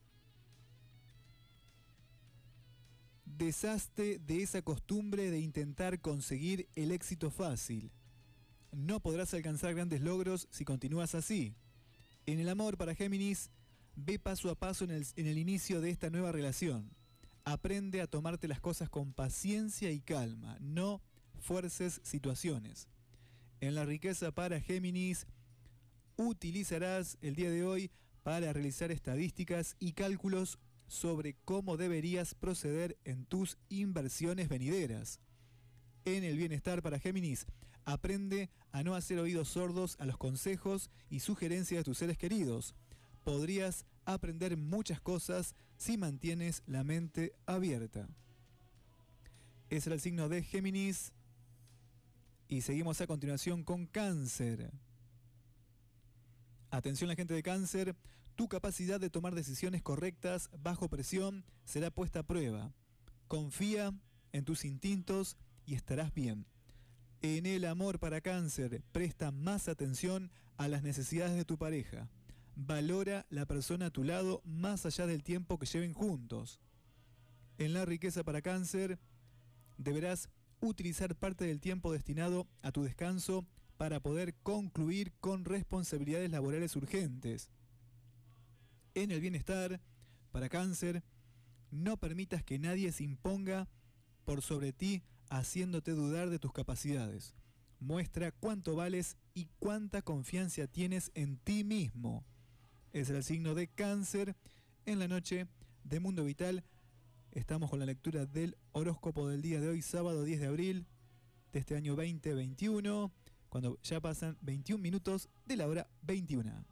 Deshazte de esa costumbre de intentar conseguir el éxito fácil. No podrás alcanzar grandes logros si continúas así. En el amor para Géminis, ve paso a paso en el, en el inicio de esta nueva relación. Aprende a tomarte las cosas con paciencia y calma, no fuerces situaciones. En la riqueza para Géminis, utilizarás el día de hoy para realizar estadísticas y cálculos sobre cómo deberías proceder en tus inversiones venideras. En el bienestar para Géminis, aprende a no hacer oídos sordos a los consejos y sugerencias de tus seres queridos. Podrías aprender muchas cosas si mantienes la mente abierta. Ese era el signo de Géminis. Y seguimos a continuación con Cáncer. Atención la gente de Cáncer, tu capacidad de tomar decisiones correctas bajo presión será puesta a prueba. Confía en tus instintos y estarás bien. En el amor para Cáncer, presta más atención a las necesidades de tu pareja. Valora la persona a tu lado más allá del tiempo que lleven juntos. En la riqueza para Cáncer, deberás utilizar parte del tiempo destinado a tu descanso para poder concluir con responsabilidades laborales urgentes. En el bienestar, para Cáncer, no permitas que nadie se imponga por sobre ti haciéndote dudar de tus capacidades. Muestra cuánto vales y cuánta confianza tienes en ti mismo. Es el signo de Cáncer. En la noche de Mundo Vital estamos con la lectura del horóscopo del día de hoy, sábado diez de abril de este año veinte veintiuno, cuando ya pasan veintiún minutos de la hora veintiuna.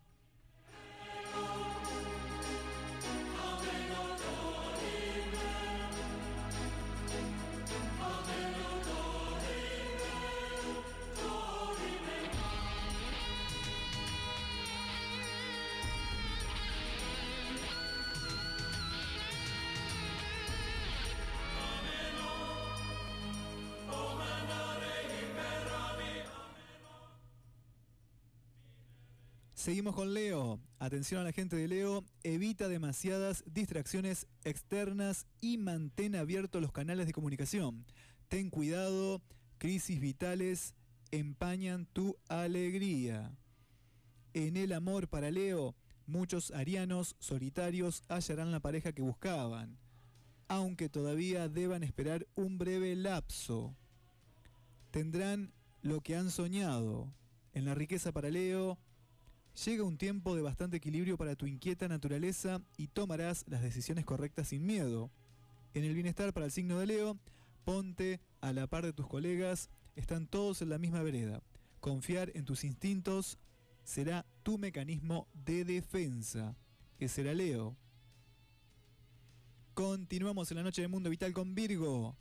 Seguimos con Leo. Atención a la gente de Leo. Evita demasiadas distracciones externas y mantén abiertos los canales de comunicación. Ten cuidado, crisis vitales empañan tu alegría. En el amor para Leo, muchos arianos solitarios hallarán la pareja que buscaban, aunque todavía deban esperar un breve lapso. Tendrán lo que han soñado. En la riqueza para Leo, llega un tiempo de bastante equilibrio para tu inquieta naturaleza y tomarás las decisiones correctas sin miedo. En el bienestar para el signo de Leo, ponte a la par de tus colegas, están todos en la misma vereda. Confiar en tus instintos será tu mecanismo de defensa. Ese era Leo. Continuamos en la noche de Mundo Vital con Virgo.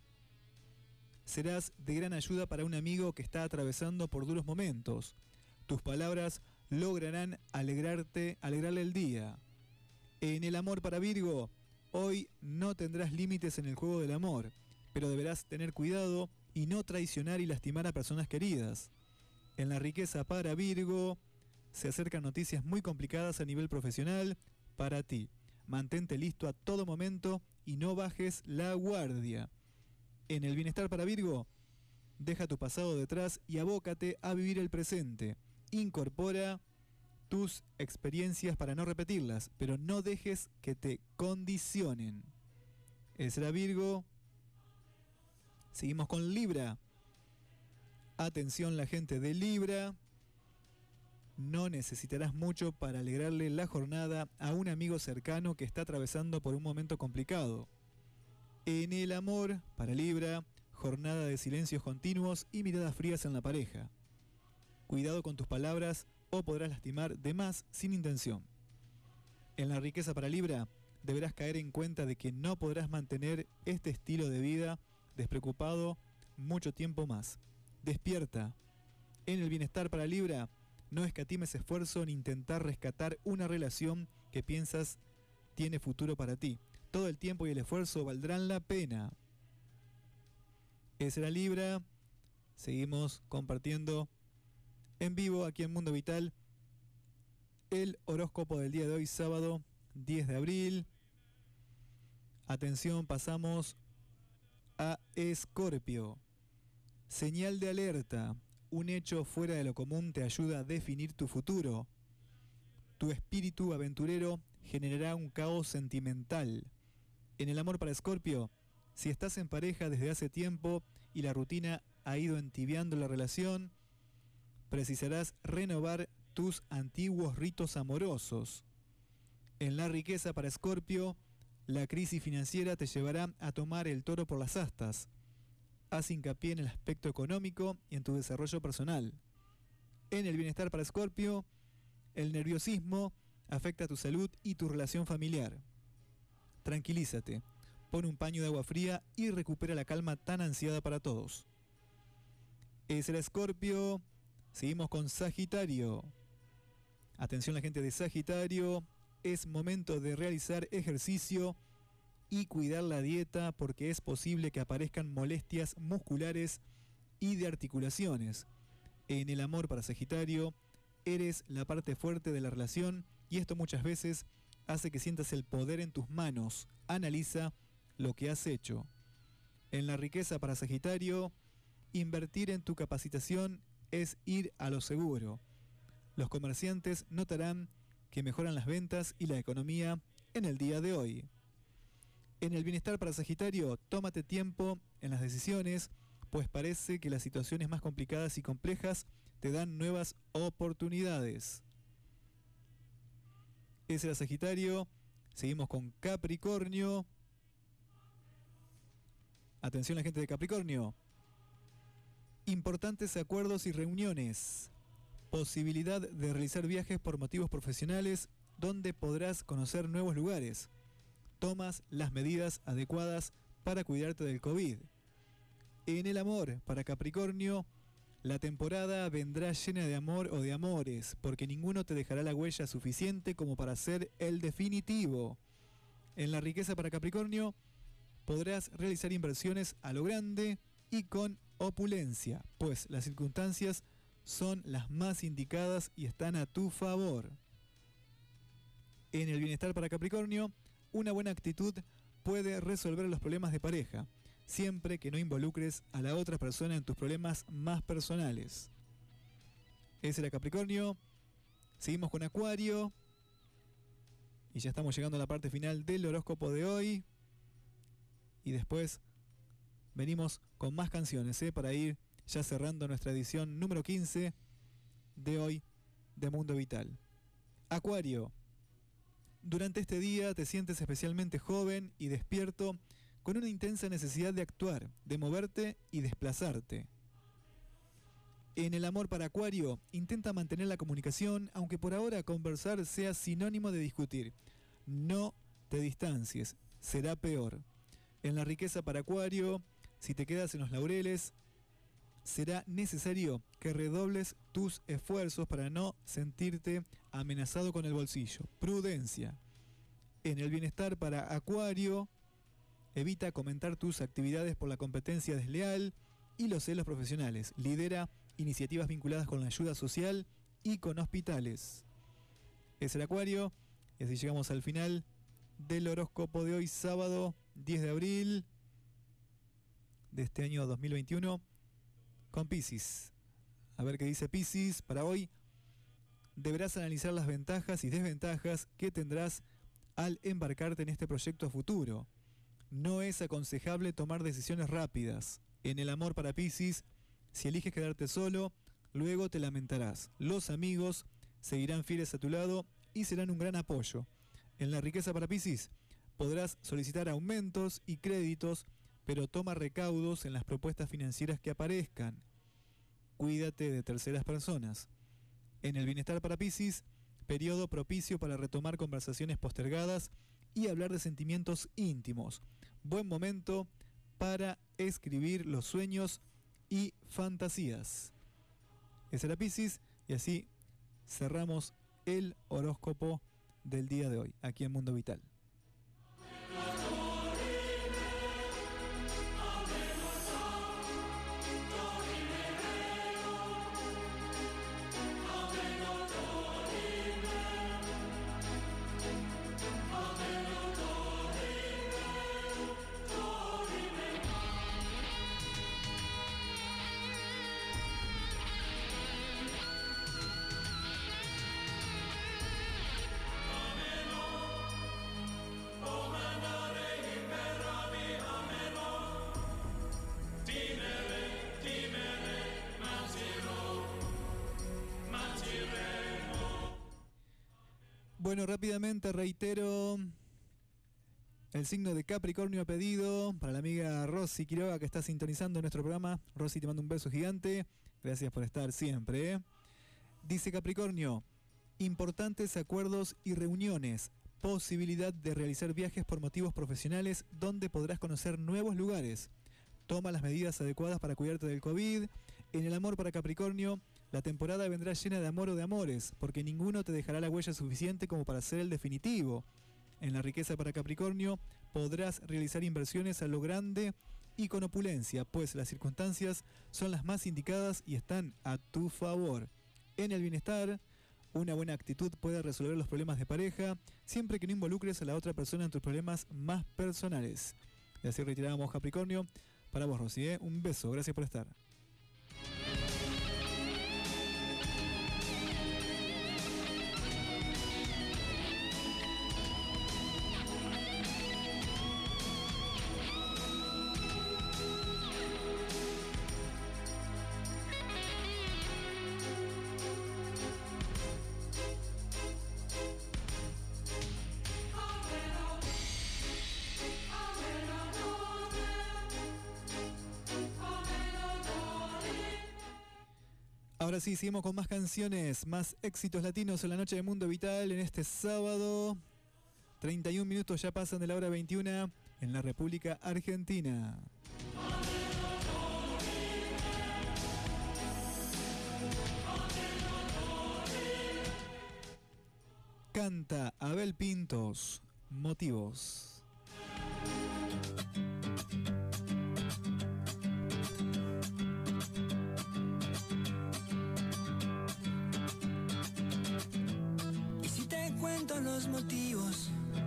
Serás de gran ayuda para un amigo que está atravesando por duros momentos. Tus palabras lograrán alegrarte, alegrarle el día. En el amor para Virgo, hoy no tendrás límites en el juego del amor, pero deberás tener cuidado y no traicionar y lastimar a personas queridas. En la riqueza para Virgo, se acercan noticias muy complicadas a nivel profesional para ti. Mantente listo a todo momento y no bajes la guardia. En el bienestar para Virgo, deja tu pasado detrás y abócate a vivir el presente. Incorpora tus experiencias para no repetirlas, pero no dejes que te condicionen. Ese era Virgo. Seguimos con Libra. Atención la gente de Libra. No necesitarás mucho para alegrarle la jornada a un amigo cercano que está atravesando por un momento complicado. En el amor, para Libra, jornada de silencios continuos y miradas frías en la pareja. Cuidado con tus palabras o podrás lastimar de más sin intención. En la riqueza para Libra, deberás caer en cuenta de que no podrás mantener este estilo de vida despreocupado mucho tiempo más. Despierta. En el bienestar para Libra, no escatimes esfuerzo en intentar rescatar una relación que piensas tiene futuro para ti. Todo el tiempo y el esfuerzo valdrán la pena. Esa era Libra. Seguimos compartiendo en vivo aquí en Mundo Vital el horóscopo del día de hoy, sábado diez de abril. Atención, pasamos a Escorpio. Señal de alerta. Un hecho fuera de lo común te ayuda a definir tu futuro. Tu espíritu aventurero generará un caos sentimental. En el amor para Escorpio, si estás en pareja desde hace tiempo y la rutina ha ido entibiando la relación, precisarás renovar tus antiguos ritos amorosos. En la riqueza para Escorpio, la crisis financiera te llevará a tomar el toro por las astas. Haz hincapié en el aspecto económico y en tu desarrollo personal. En el bienestar para Escorpio, el nerviosismo afecta tu salud y tu relación familiar. Tranquilízate, pon un paño de agua fría y recupera la calma tan ansiada para todos. Ese era Escorpio. Seguimos con Sagitario. Atención la gente de Sagitario, es momento de realizar ejercicio y cuidar la dieta porque es posible que aparezcan molestias musculares y de articulaciones. En el amor para Sagitario, eres la parte fuerte de la relación y esto muchas veces hace que sientas el poder en tus manos. Analiza lo que has hecho. En la riqueza para Sagitario, invertir en tu capacitación es ir a lo seguro. Los comerciantes notarán que mejoran las ventas y la economía en el día de hoy. En el bienestar para Sagitario, tómate tiempo en las decisiones, pues parece que las situaciones más complicadas y complejas te dan nuevas oportunidades. Ese era Sagitario. Seguimos con Capricornio. Atención la gente de Capricornio. Importantes acuerdos y reuniones. Posibilidad de realizar viajes por motivos profesionales donde podrás conocer nuevos lugares. Tomas las medidas adecuadas para cuidarte del COVID. En el amor, para Capricornio, la temporada vendrá llena de amor o de amores, porque ninguno te dejará la huella suficiente como para ser el definitivo. En la riqueza para Capricornio, podrás realizar inversiones a lo grande y con opulencia, pues las circunstancias son las más indicadas y están a tu favor. En el bienestar para Capricornio, una buena actitud puede resolver los problemas de pareja, siempre que no involucres a la otra persona en tus problemas más personales. Ese era Capricornio. Seguimos con Acuario. Y ya estamos llegando a la parte final del horóscopo de hoy. Y después venimos con más canciones, ¿eh? Para ir ya cerrando nuestra edición número quince de hoy de Mundo Vital. Acuario. Durante este día te sientes especialmente joven y despierto, con una intensa necesidad de actuar, de moverte y desplazarte. En el amor para Acuario, intenta mantener la comunicación, aunque por ahora conversar sea sinónimo de discutir. No te distancies, será peor. En la riqueza para Acuario, si te quedas en los laureles, será necesario que redobles tus esfuerzos para no sentirte amenazado con el bolsillo. Prudencia. En el bienestar para Acuario, evita comentar tus actividades por la competencia desleal y los celos profesionales. Lidera iniciativas vinculadas con la ayuda social y con hospitales. Es el Acuario, y así llegamos al final del horóscopo de hoy, sábado diez de abril de este año dos mil veintiuno, con Piscis. A ver qué dice Piscis para hoy. Deberás analizar las ventajas y desventajas que tendrás al embarcarte en este proyecto a futuro. No es aconsejable tomar decisiones rápidas. En el amor para Piscis, si eliges quedarte solo, luego te lamentarás. Los amigos seguirán fieles a tu lado y serán un gran apoyo. En la riqueza para Piscis, podrás solicitar aumentos y créditos, pero toma recaudos en las propuestas financieras que aparezcan. Cuídate de terceras personas. En el bienestar para Piscis, periodo propicio para retomar conversaciones postergadas y hablar de sentimientos íntimos. Buen momento para escribir los sueños y fantasías. Ese era Piscis, y así cerramos el horóscopo del día de hoy, aquí en Mundo Vital. Bueno, rápidamente reitero el signo de Capricornio a pedido para la amiga Rosy Quiroga, que está sintonizando nuestro programa. Rosy, te mando un beso gigante. Gracias por estar siempre. ¿eh? Dice Capricornio, importantes acuerdos y reuniones, posibilidad de realizar viajes por motivos profesionales donde podrás conocer nuevos lugares. Toma las medidas adecuadas para cuidarte del COVID. En el amor para Capricornio, la temporada vendrá llena de amor o de amores, porque ninguno te dejará la huella suficiente como para ser el definitivo. En la riqueza para Capricornio, podrás realizar inversiones a lo grande y con opulencia, pues las circunstancias son las más indicadas y están a tu favor. En el bienestar, una buena actitud puede resolver los problemas de pareja, siempre que no involucres a la otra persona en tus problemas más personales. Y así retiramos Capricornio. Para vos, Rosy, ¿eh? Un beso, gracias por estar. Ahora sí, seguimos con más canciones, más éxitos latinos en la noche de Mundo Vital en este sábado. treinta y un minutos ya pasan de la hora veintiuna en la República Argentina. Canta Abel Pintos, Motivos. cuento los motivos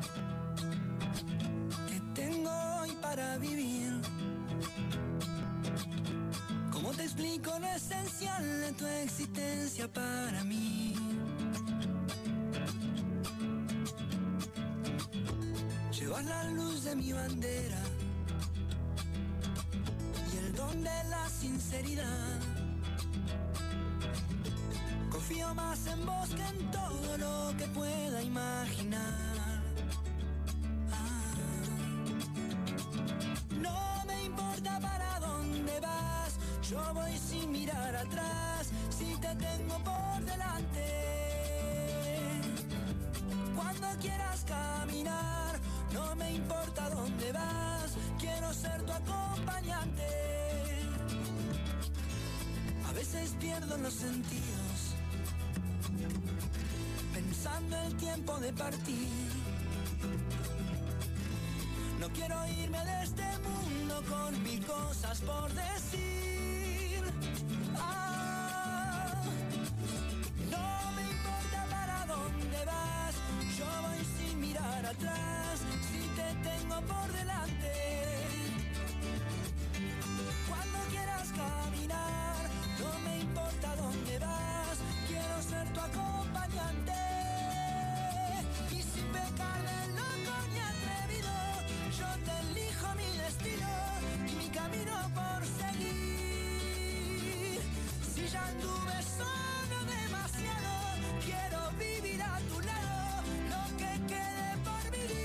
que tengo hoy para vivir. ¿Cómo te explico lo esencial de tu existencia para mí? Llevas la luz de mi bandera y el don de la sinceridad. Confío más en vos que en todo lo que pueda imaginar. Ah. No me importa para dónde vas, yo voy sin mirar atrás, si te tengo por delante. Cuando quieras caminar, no me importa dónde vas, quiero ser tu acompañante. A veces pierdo los sentidos, pensando el tiempo de partir. No quiero irme de este mundo con mil cosas por decir. Ah, no me importa para dónde vas, yo voy sin mirar atrás, si te tengo por delante. Cuando quieras caminar, no me importa dónde vas, quiero ser tu acompañante. Y sin pecar de loco ni atrevido, yo te elijo mi destino y mi camino por seguir. Si ya anduve solo demasiado, quiero vivir a tu lado lo que quede por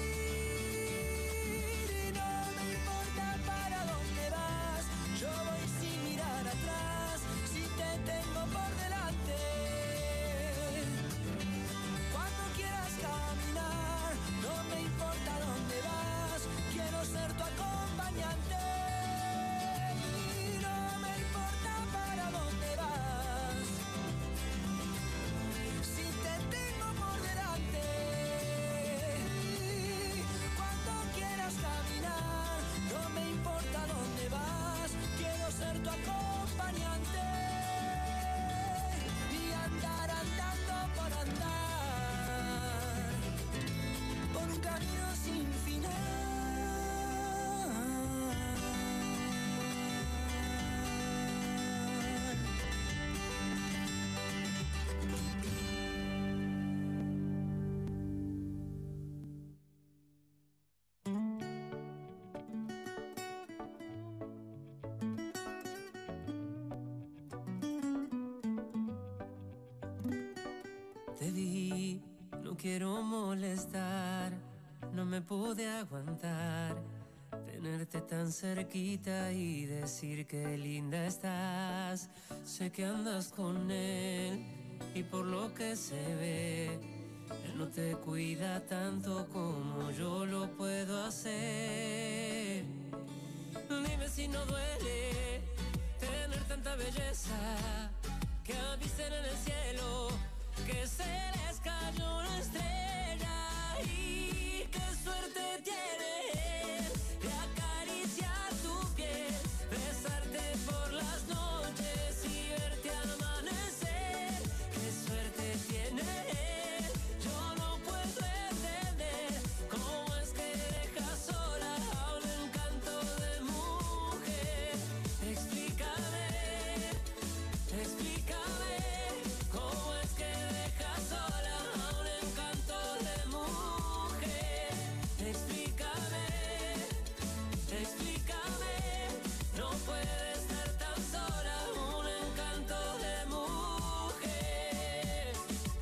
vivir. Y no me importa para dónde vas, yo voy sin mirar atrás, si te tengo por delante. Cuando quieras caminar, no me importa dónde vas, quiero ser tu acompañante. Y no me importa para dónde vas, si te tengo por delante. Cuando quieras caminar, no me importa dónde vas, quiero ser tu acompañante. Y andar andando por andar, por un camino sin final. Te vi, no quiero molestar, no me pude aguantar. Tenerte tan cerquita y decir que linda estás. Sé que andas con él y por lo que se ve, él no te cuida tanto como yo lo puedo hacer. Dime si no duele tener tanta belleza, que avisten en el cielo que se les cayó una estrella. Y qué suerte tiene él de acariciar tu piel, besarte por las noches y verte amanecer. Qué suerte tiene él, yo no puedo entender cómo es que deja sola a un encanto de mujer. Explícame, explícame cómo es que deja sola a un encanto de mujer. Explícame, explícame, no puede estar tan sola un encanto de mujer.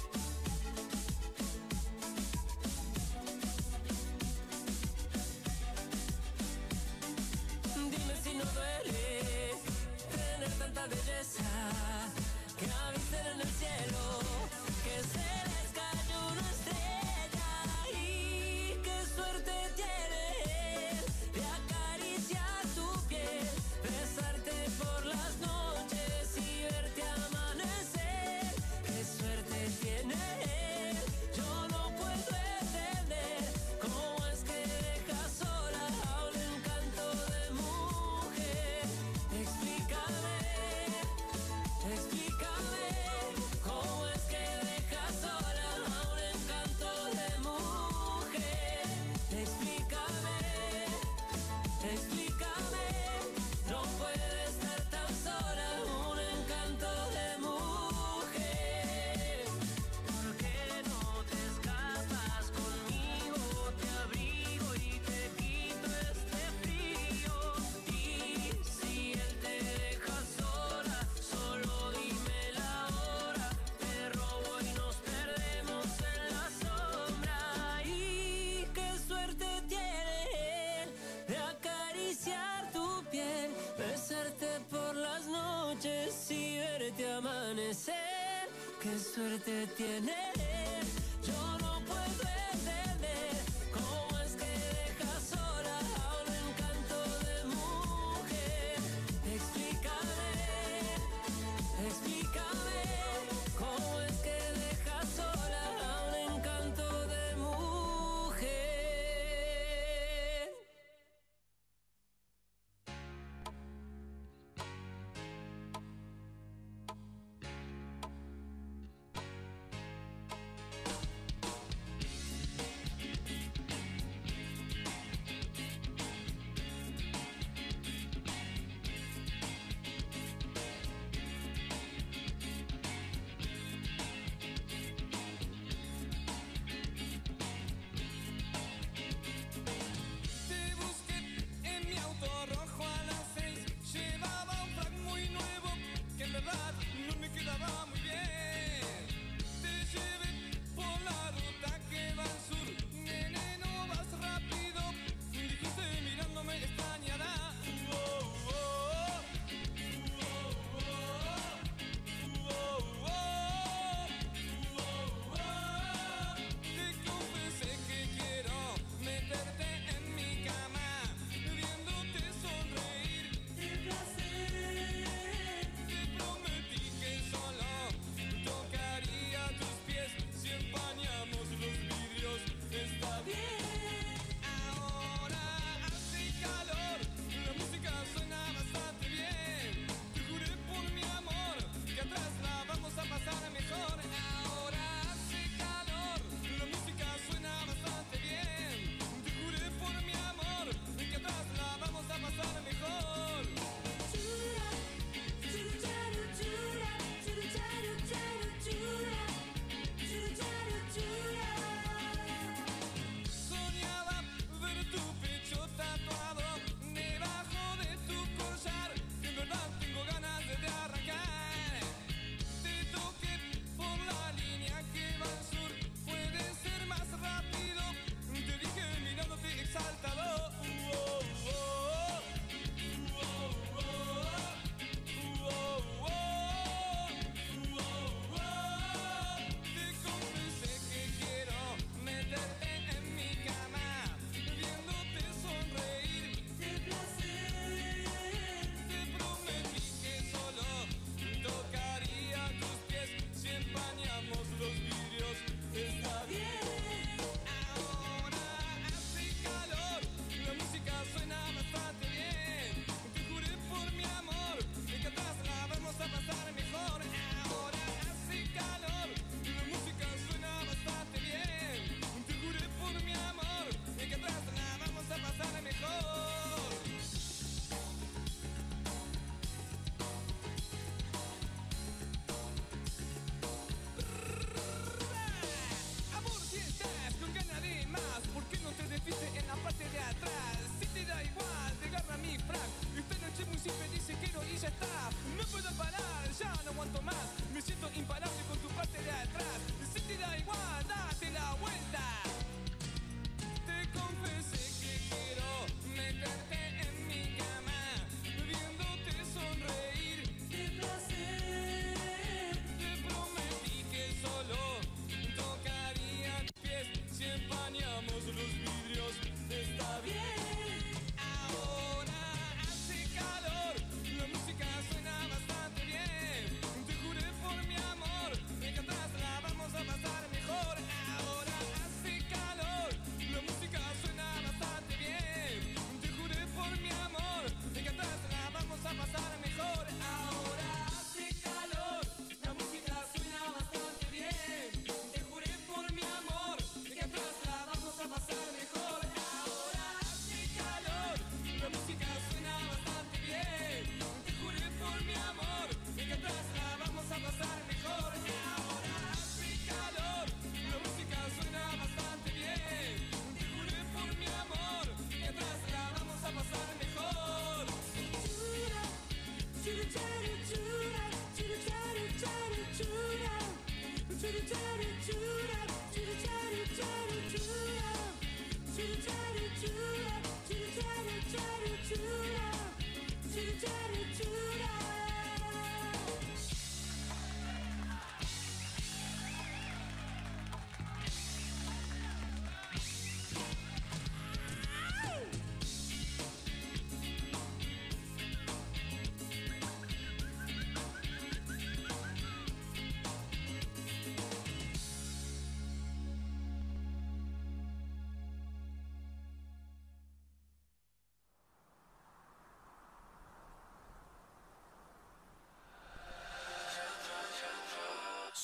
Dime si no duele tener tanta belleza, que avisten en el cielo que se les cayó una estrella. Y qué suerte tiene él de acariciar tu piel, besarte por las noches y verte amanecer. Qué suerte tiene él, yo no puedo entender cómo es que deja sola a un encanto de mujer. Explícame, explícame y verte amanecer. Qué suerte tienes, yo no puedo entender cómo es que dejas sola a un encanto de mujer. Explícame, explícame cómo es que dejas sola a un encanto de mujer.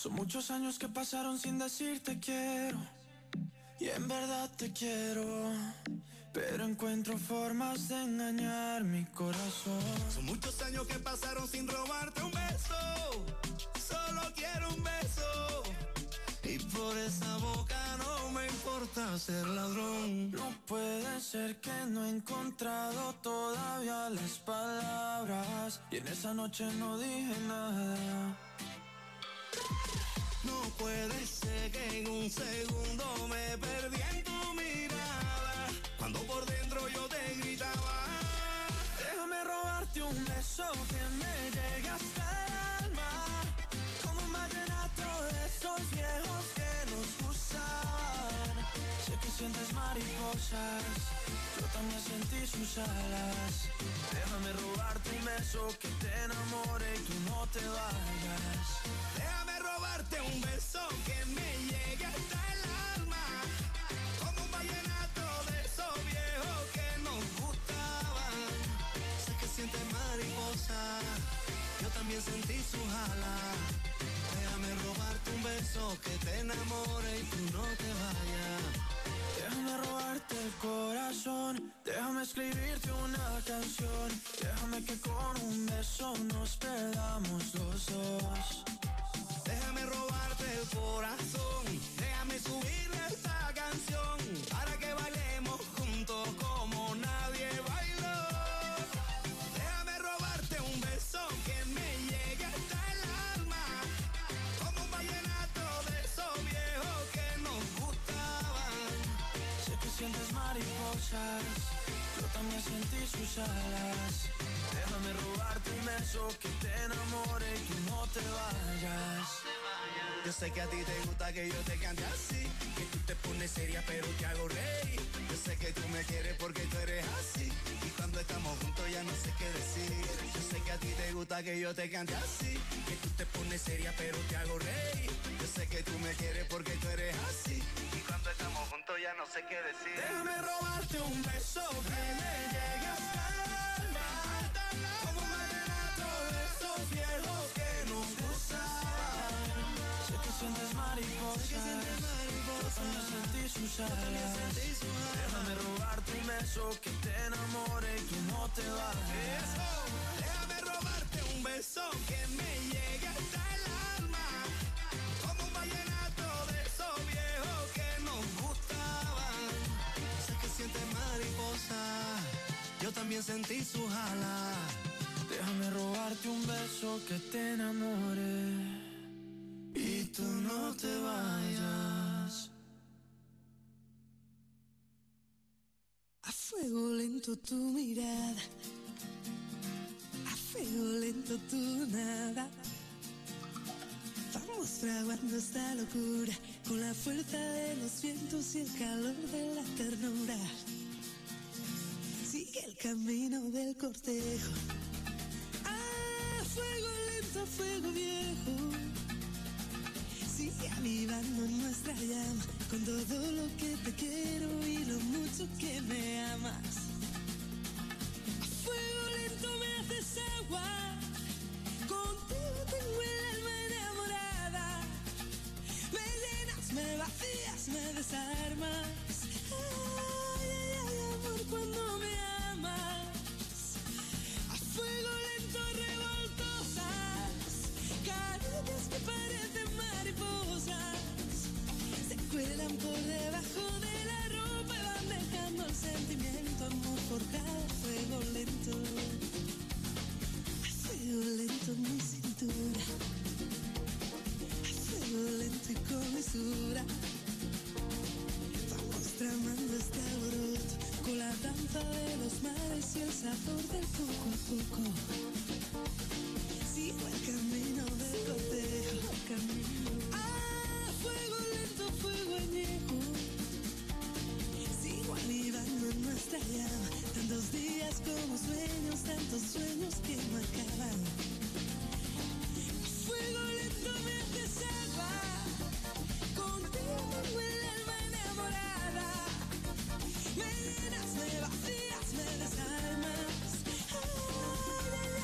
Son muchos años que pasaron sin decirte quiero, y en verdad te quiero, pero encuentro formas de engañar mi corazón. Son muchos años que pasaron sin robarte un beso, solo quiero un beso, y por esa boca no me importa ser ladrón. No puede ser que no he encontrado todavía las palabras, y en esa noche no dije nada. No puede ser que en un segundo me perdí en tu mirada, cuando por dentro yo te gritaba. Déjame robarte un beso que me llegue hasta el alma, como un vallenato de esos viejos que nos gustaban. Sé que sientes mariposas, yo también sentí sus alas. Déjame robarte un beso que te enamore y tú no te vayas. Déjame robarte un beso que me llegue hasta el alma, como un vallenato de esos viejos que nos gustaban. Sé que sientes mariposas, yo también sentí sus alas. Déjame robarte un beso que te enamore y tú no te vayas. Déjame robarte el corazón, déjame escribirte una canción, déjame que con un beso nos perdamos los dos. Déjame robarte el corazón, déjame subirle esta canción, para que bailemos juntos como nadie bailó. Déjame robarte un beso que me llegue hasta el alma, como un vallenato de esos viejos que nos gustaban. Sé que sientes mariposas, yo también sentí sus alas. Déjame robarte un beso que te enamore y tú no te vayas. Yo sé que a ti te gusta que yo te cante así, que tú te pones seria pero te hago reír. Yo sé que tú me quieres porque tú eres así, y cuando estamos juntos ya no sé qué decir. Yo sé que a ti te gusta que yo te cante así, que tú te pones seria pero te hago reír. Yo sé que tú me quieres porque tú eres así, y cuando estamos juntos ya no sé qué decir. Déjame robarte un beso que me llegue hasta el alma, como un vallenato de esos viejos que nos gustaban. Sé que sientes mariposas, yo también sentí sus alas. Déjame robarte un beso que te enamore y tú no te vayas. Déjame robarte un beso que me llegue hasta el alma, como un vallenato de esos viejos que nos gustaban. Sé que sientes mariposa, yo también sentí sus alas. Déjame robarte un beso que te enamore y tú no te vayas. A fuego lento tu mirada, a fuego lento tu nada. Vamos fraguando esta locura con la fuerza de los vientos y el calor de la ternura. Sigue el camino del cortejo, a fuego lento, fuego viejo. Sigue avivando nuestra llama con todo lo que te quiero y lo mucho que me amas. A fuego lento me haces agua, contigo tengo el alma enamorada. Me llenas, me vacías, me desarmas. Ay, ay, ay, amor, cuando me amas. A fuego lento revoltosas, caricias que parecen mariposas, se cuelan por debajo de la ropa y van dejando el sentimiento, amor forjado a fuego lento, a fuego lento mi cintura, a fuego lento y con mesura. Vamos tramando este alboroto con la danza de los mares y el sabor del poco a poco. Sigo el camino del cortejo, el camino. Ah, fuego lento, fuego añejo. Sigo avivando nuestra llama, tantos días como sueños, tantos sueños que no acaban. Fuego lento me haces agua, contigo tengo el alma enamorada. Me llenas, me vacías, me desarmas. Ay, ay,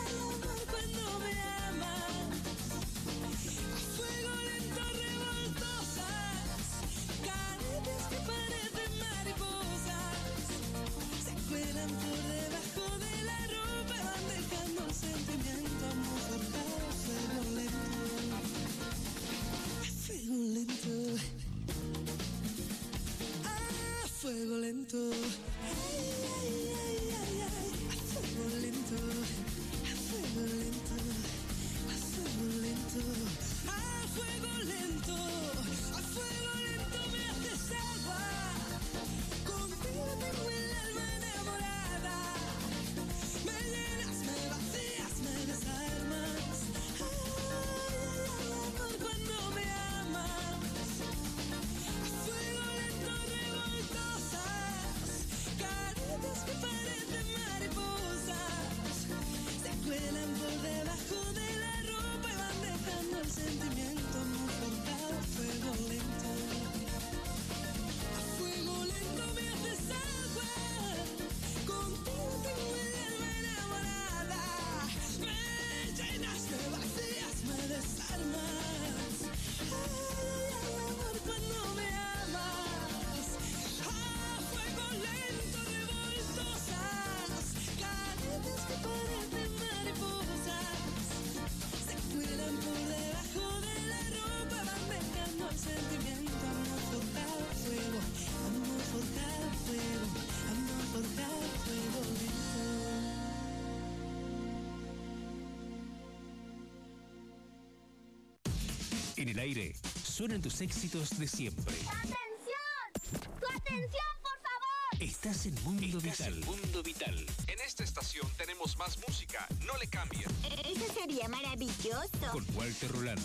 En el aire suenan tus éxitos de siempre. ¡Atención! ¡Tu atención, por favor! Estás en Mundo Vital. En Mundo Vital. En esta estación tenemos más música. No le cambies. Eso sería maravilloso. Con Walter Roland.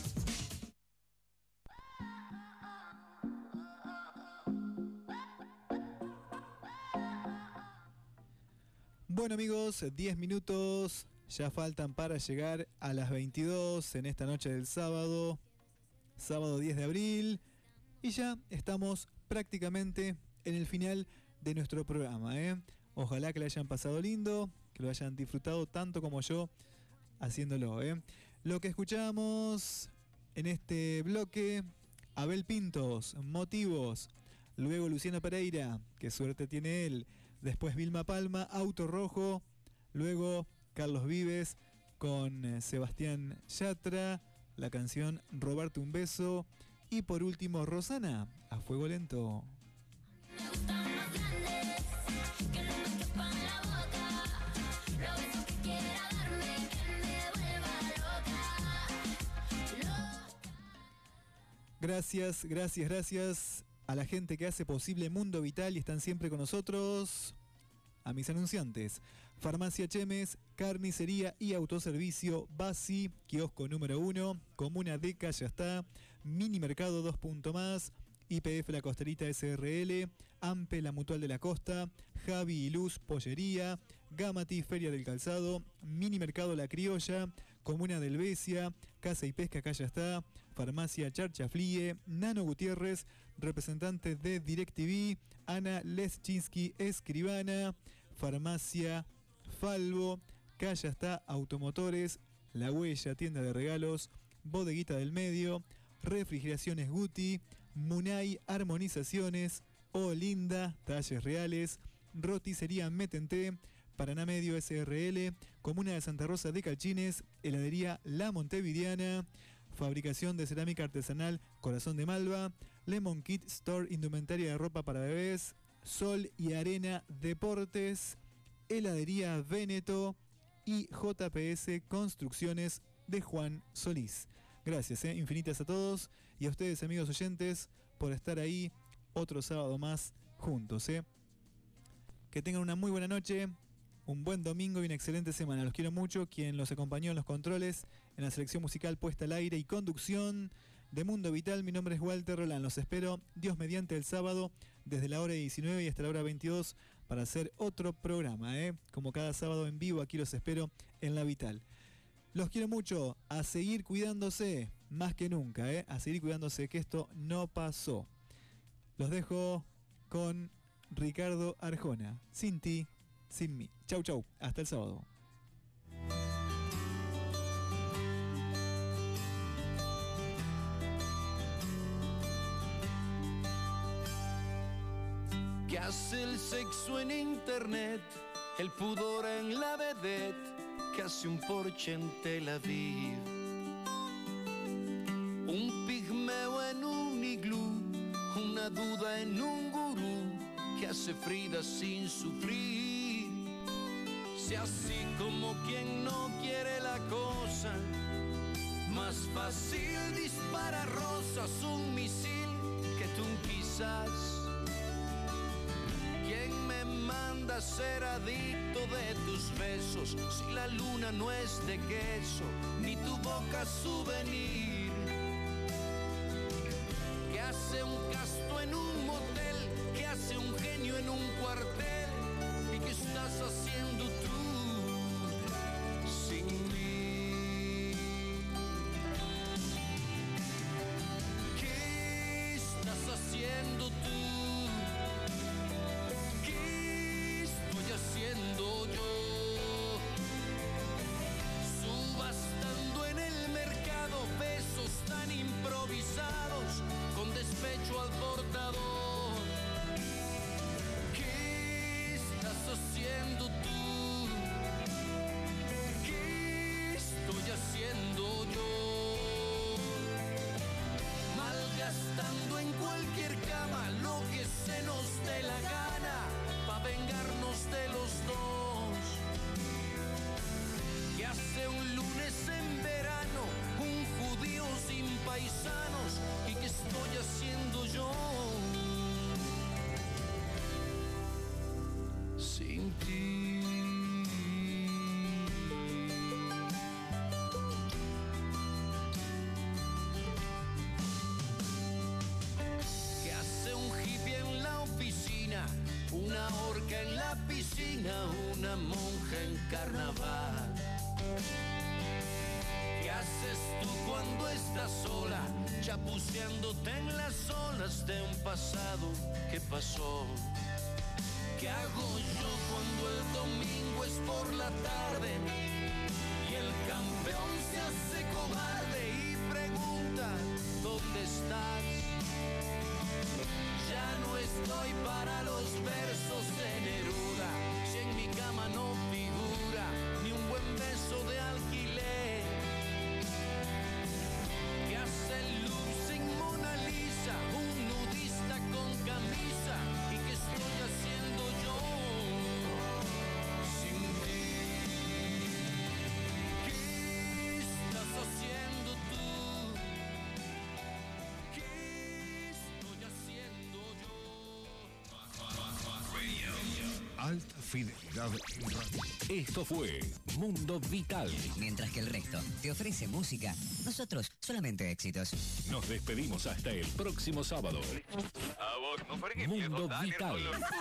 Bueno amigos, diez minutos ya faltan para llegar a las veintidós en esta noche del sábado, sábado diez de abril, y ya estamos prácticamente en el final de nuestro programa, ¿eh? Ojalá que lo hayan pasado lindo, que lo hayan disfrutado tanto como yo haciéndolo, ¿eh? Lo que escuchamos en este bloque, Abel Pintos, Motivos, luego Luciano Pereira, qué suerte tiene él, después Vilma Palma, Auto Rojo, luego Carlos Vives con eh, Sebastián Yatra, la canción Robarte un beso, y por último Rosana, A Fuego Lento. Gracias, gracias, gracias a la gente que hace posible Mundo Vital y están siempre con nosotros. A mis anunciantes, Farmacia Chemes, Carnicería y Autoservicio Basi, kiosco número uno, Comuna Deca, ya está, Mini Mercado dos punto más, I P F La Costerita S R L, Ampe La Mutual de la Costa, Javi y Luz Pollería, Gamati Feria del Calzado, Mini Mercado La Criolla, Comuna del Besia, Casa y Pesca, acá ya está, Farmacia Charchaflie, Nano Gutiérrez, representante de DirecTV, Ana Leschinski, escribana, Farmacia Falvo, Calla está Automotores, La Huella, tienda de regalos, Bodeguita del Medio, Refrigeraciones Guti, Munay Armonizaciones, Olinda, Talles Reales, Roticería Metente, Paraná Medio S R L, Comuna de Santa Rosa de Calchines, Heladería La Montevideana, Fabricación de cerámica artesanal Corazón de Malva, Lemon Kit Store, indumentaria de ropa para bebés, Sol y Arena Deportes, Heladería Véneto y J P S Construcciones de Juan Solís. Gracias, eh, infinitas a todos y a ustedes, amigos oyentes, por estar ahí otro sábado más juntos. Eh. Que tengan una muy buena noche, un buen domingo y una excelente semana. Los quiero mucho. Quien los acompañó en los controles, en la selección musical puesta al aire y conducción de Mundo Vital, mi nombre es Walter Roland. Los espero, Dios mediante, el sábado desde la hora diecinueve y hasta la hora veintidós para hacer otro programa, ¿eh? Como cada sábado en vivo, aquí los espero en La Vital. Los quiero mucho, a seguir cuidándose, más que nunca, ¿eh? A seguir cuidándose, que esto no pasó. Los dejo con Ricardo Arjona, Sin ti, sin mí. Chau, chau, hasta el sábado. ¿Qué hace el sexo en internet? El pudor en la vedette. ¿Qué hace un Porsche en Tel Aviv? Un pigmeo en un iglú, una duda en un gurú. ¿Qué hace Frida sin sufrir? Si así como quien no quiere la cosa, más fácil dispara rosas un misil que tú quizás. ¿Quién me manda a ser adicto de tus besos si la luna no es de queso ni tu boca souvenir? ¿Qué hace un casto en un motel? ¿Qué hace un genio en un cuartel? ¿Y qué estás haciendo tú sin mí? ¿Qué estás haciendo tú? Haciendo yo, subastando en el mercado besos tan improvisados con despecho al portador. ¿Qué estás haciendo tú? ¿Qué estoy haciendo yo? Malgastando en cualquier cama lo que se nos dé la gana, pa' vengarnos de los dos. ¿Qué hace un lunes en verano un judío sin paisano porque en la piscina una monja en carnaval. ¿Qué haces tú cuando estás sola, chapuceándote en las olas de un pasado que pasó? ¿Qué hago yo cuando el domingo es por la tarde y el campeón se hace cobarde y pregunta ¿dónde estás? Ya no estoy para los versos de Neruda, si en mi cama no figura ni un buen beso de alquiler. ¿Qué hace el Louvre sin Mona Lisa, un nudista con camisa? ¿Y qué estoy haciendo yo sin ti? ¿Qué estás haciendo tú? ¿Qué estoy haciendo yo? Alta fidelidad en radio. Esto fue Mundo Vital. Mientras que el resto te ofrece música, nosotros solamente éxitos. Nos despedimos hasta el próximo sábado. Mundo Vital.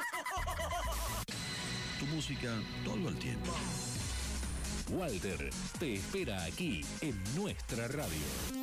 Tu música todo el tiempo. Walter te espera aquí en nuestra radio.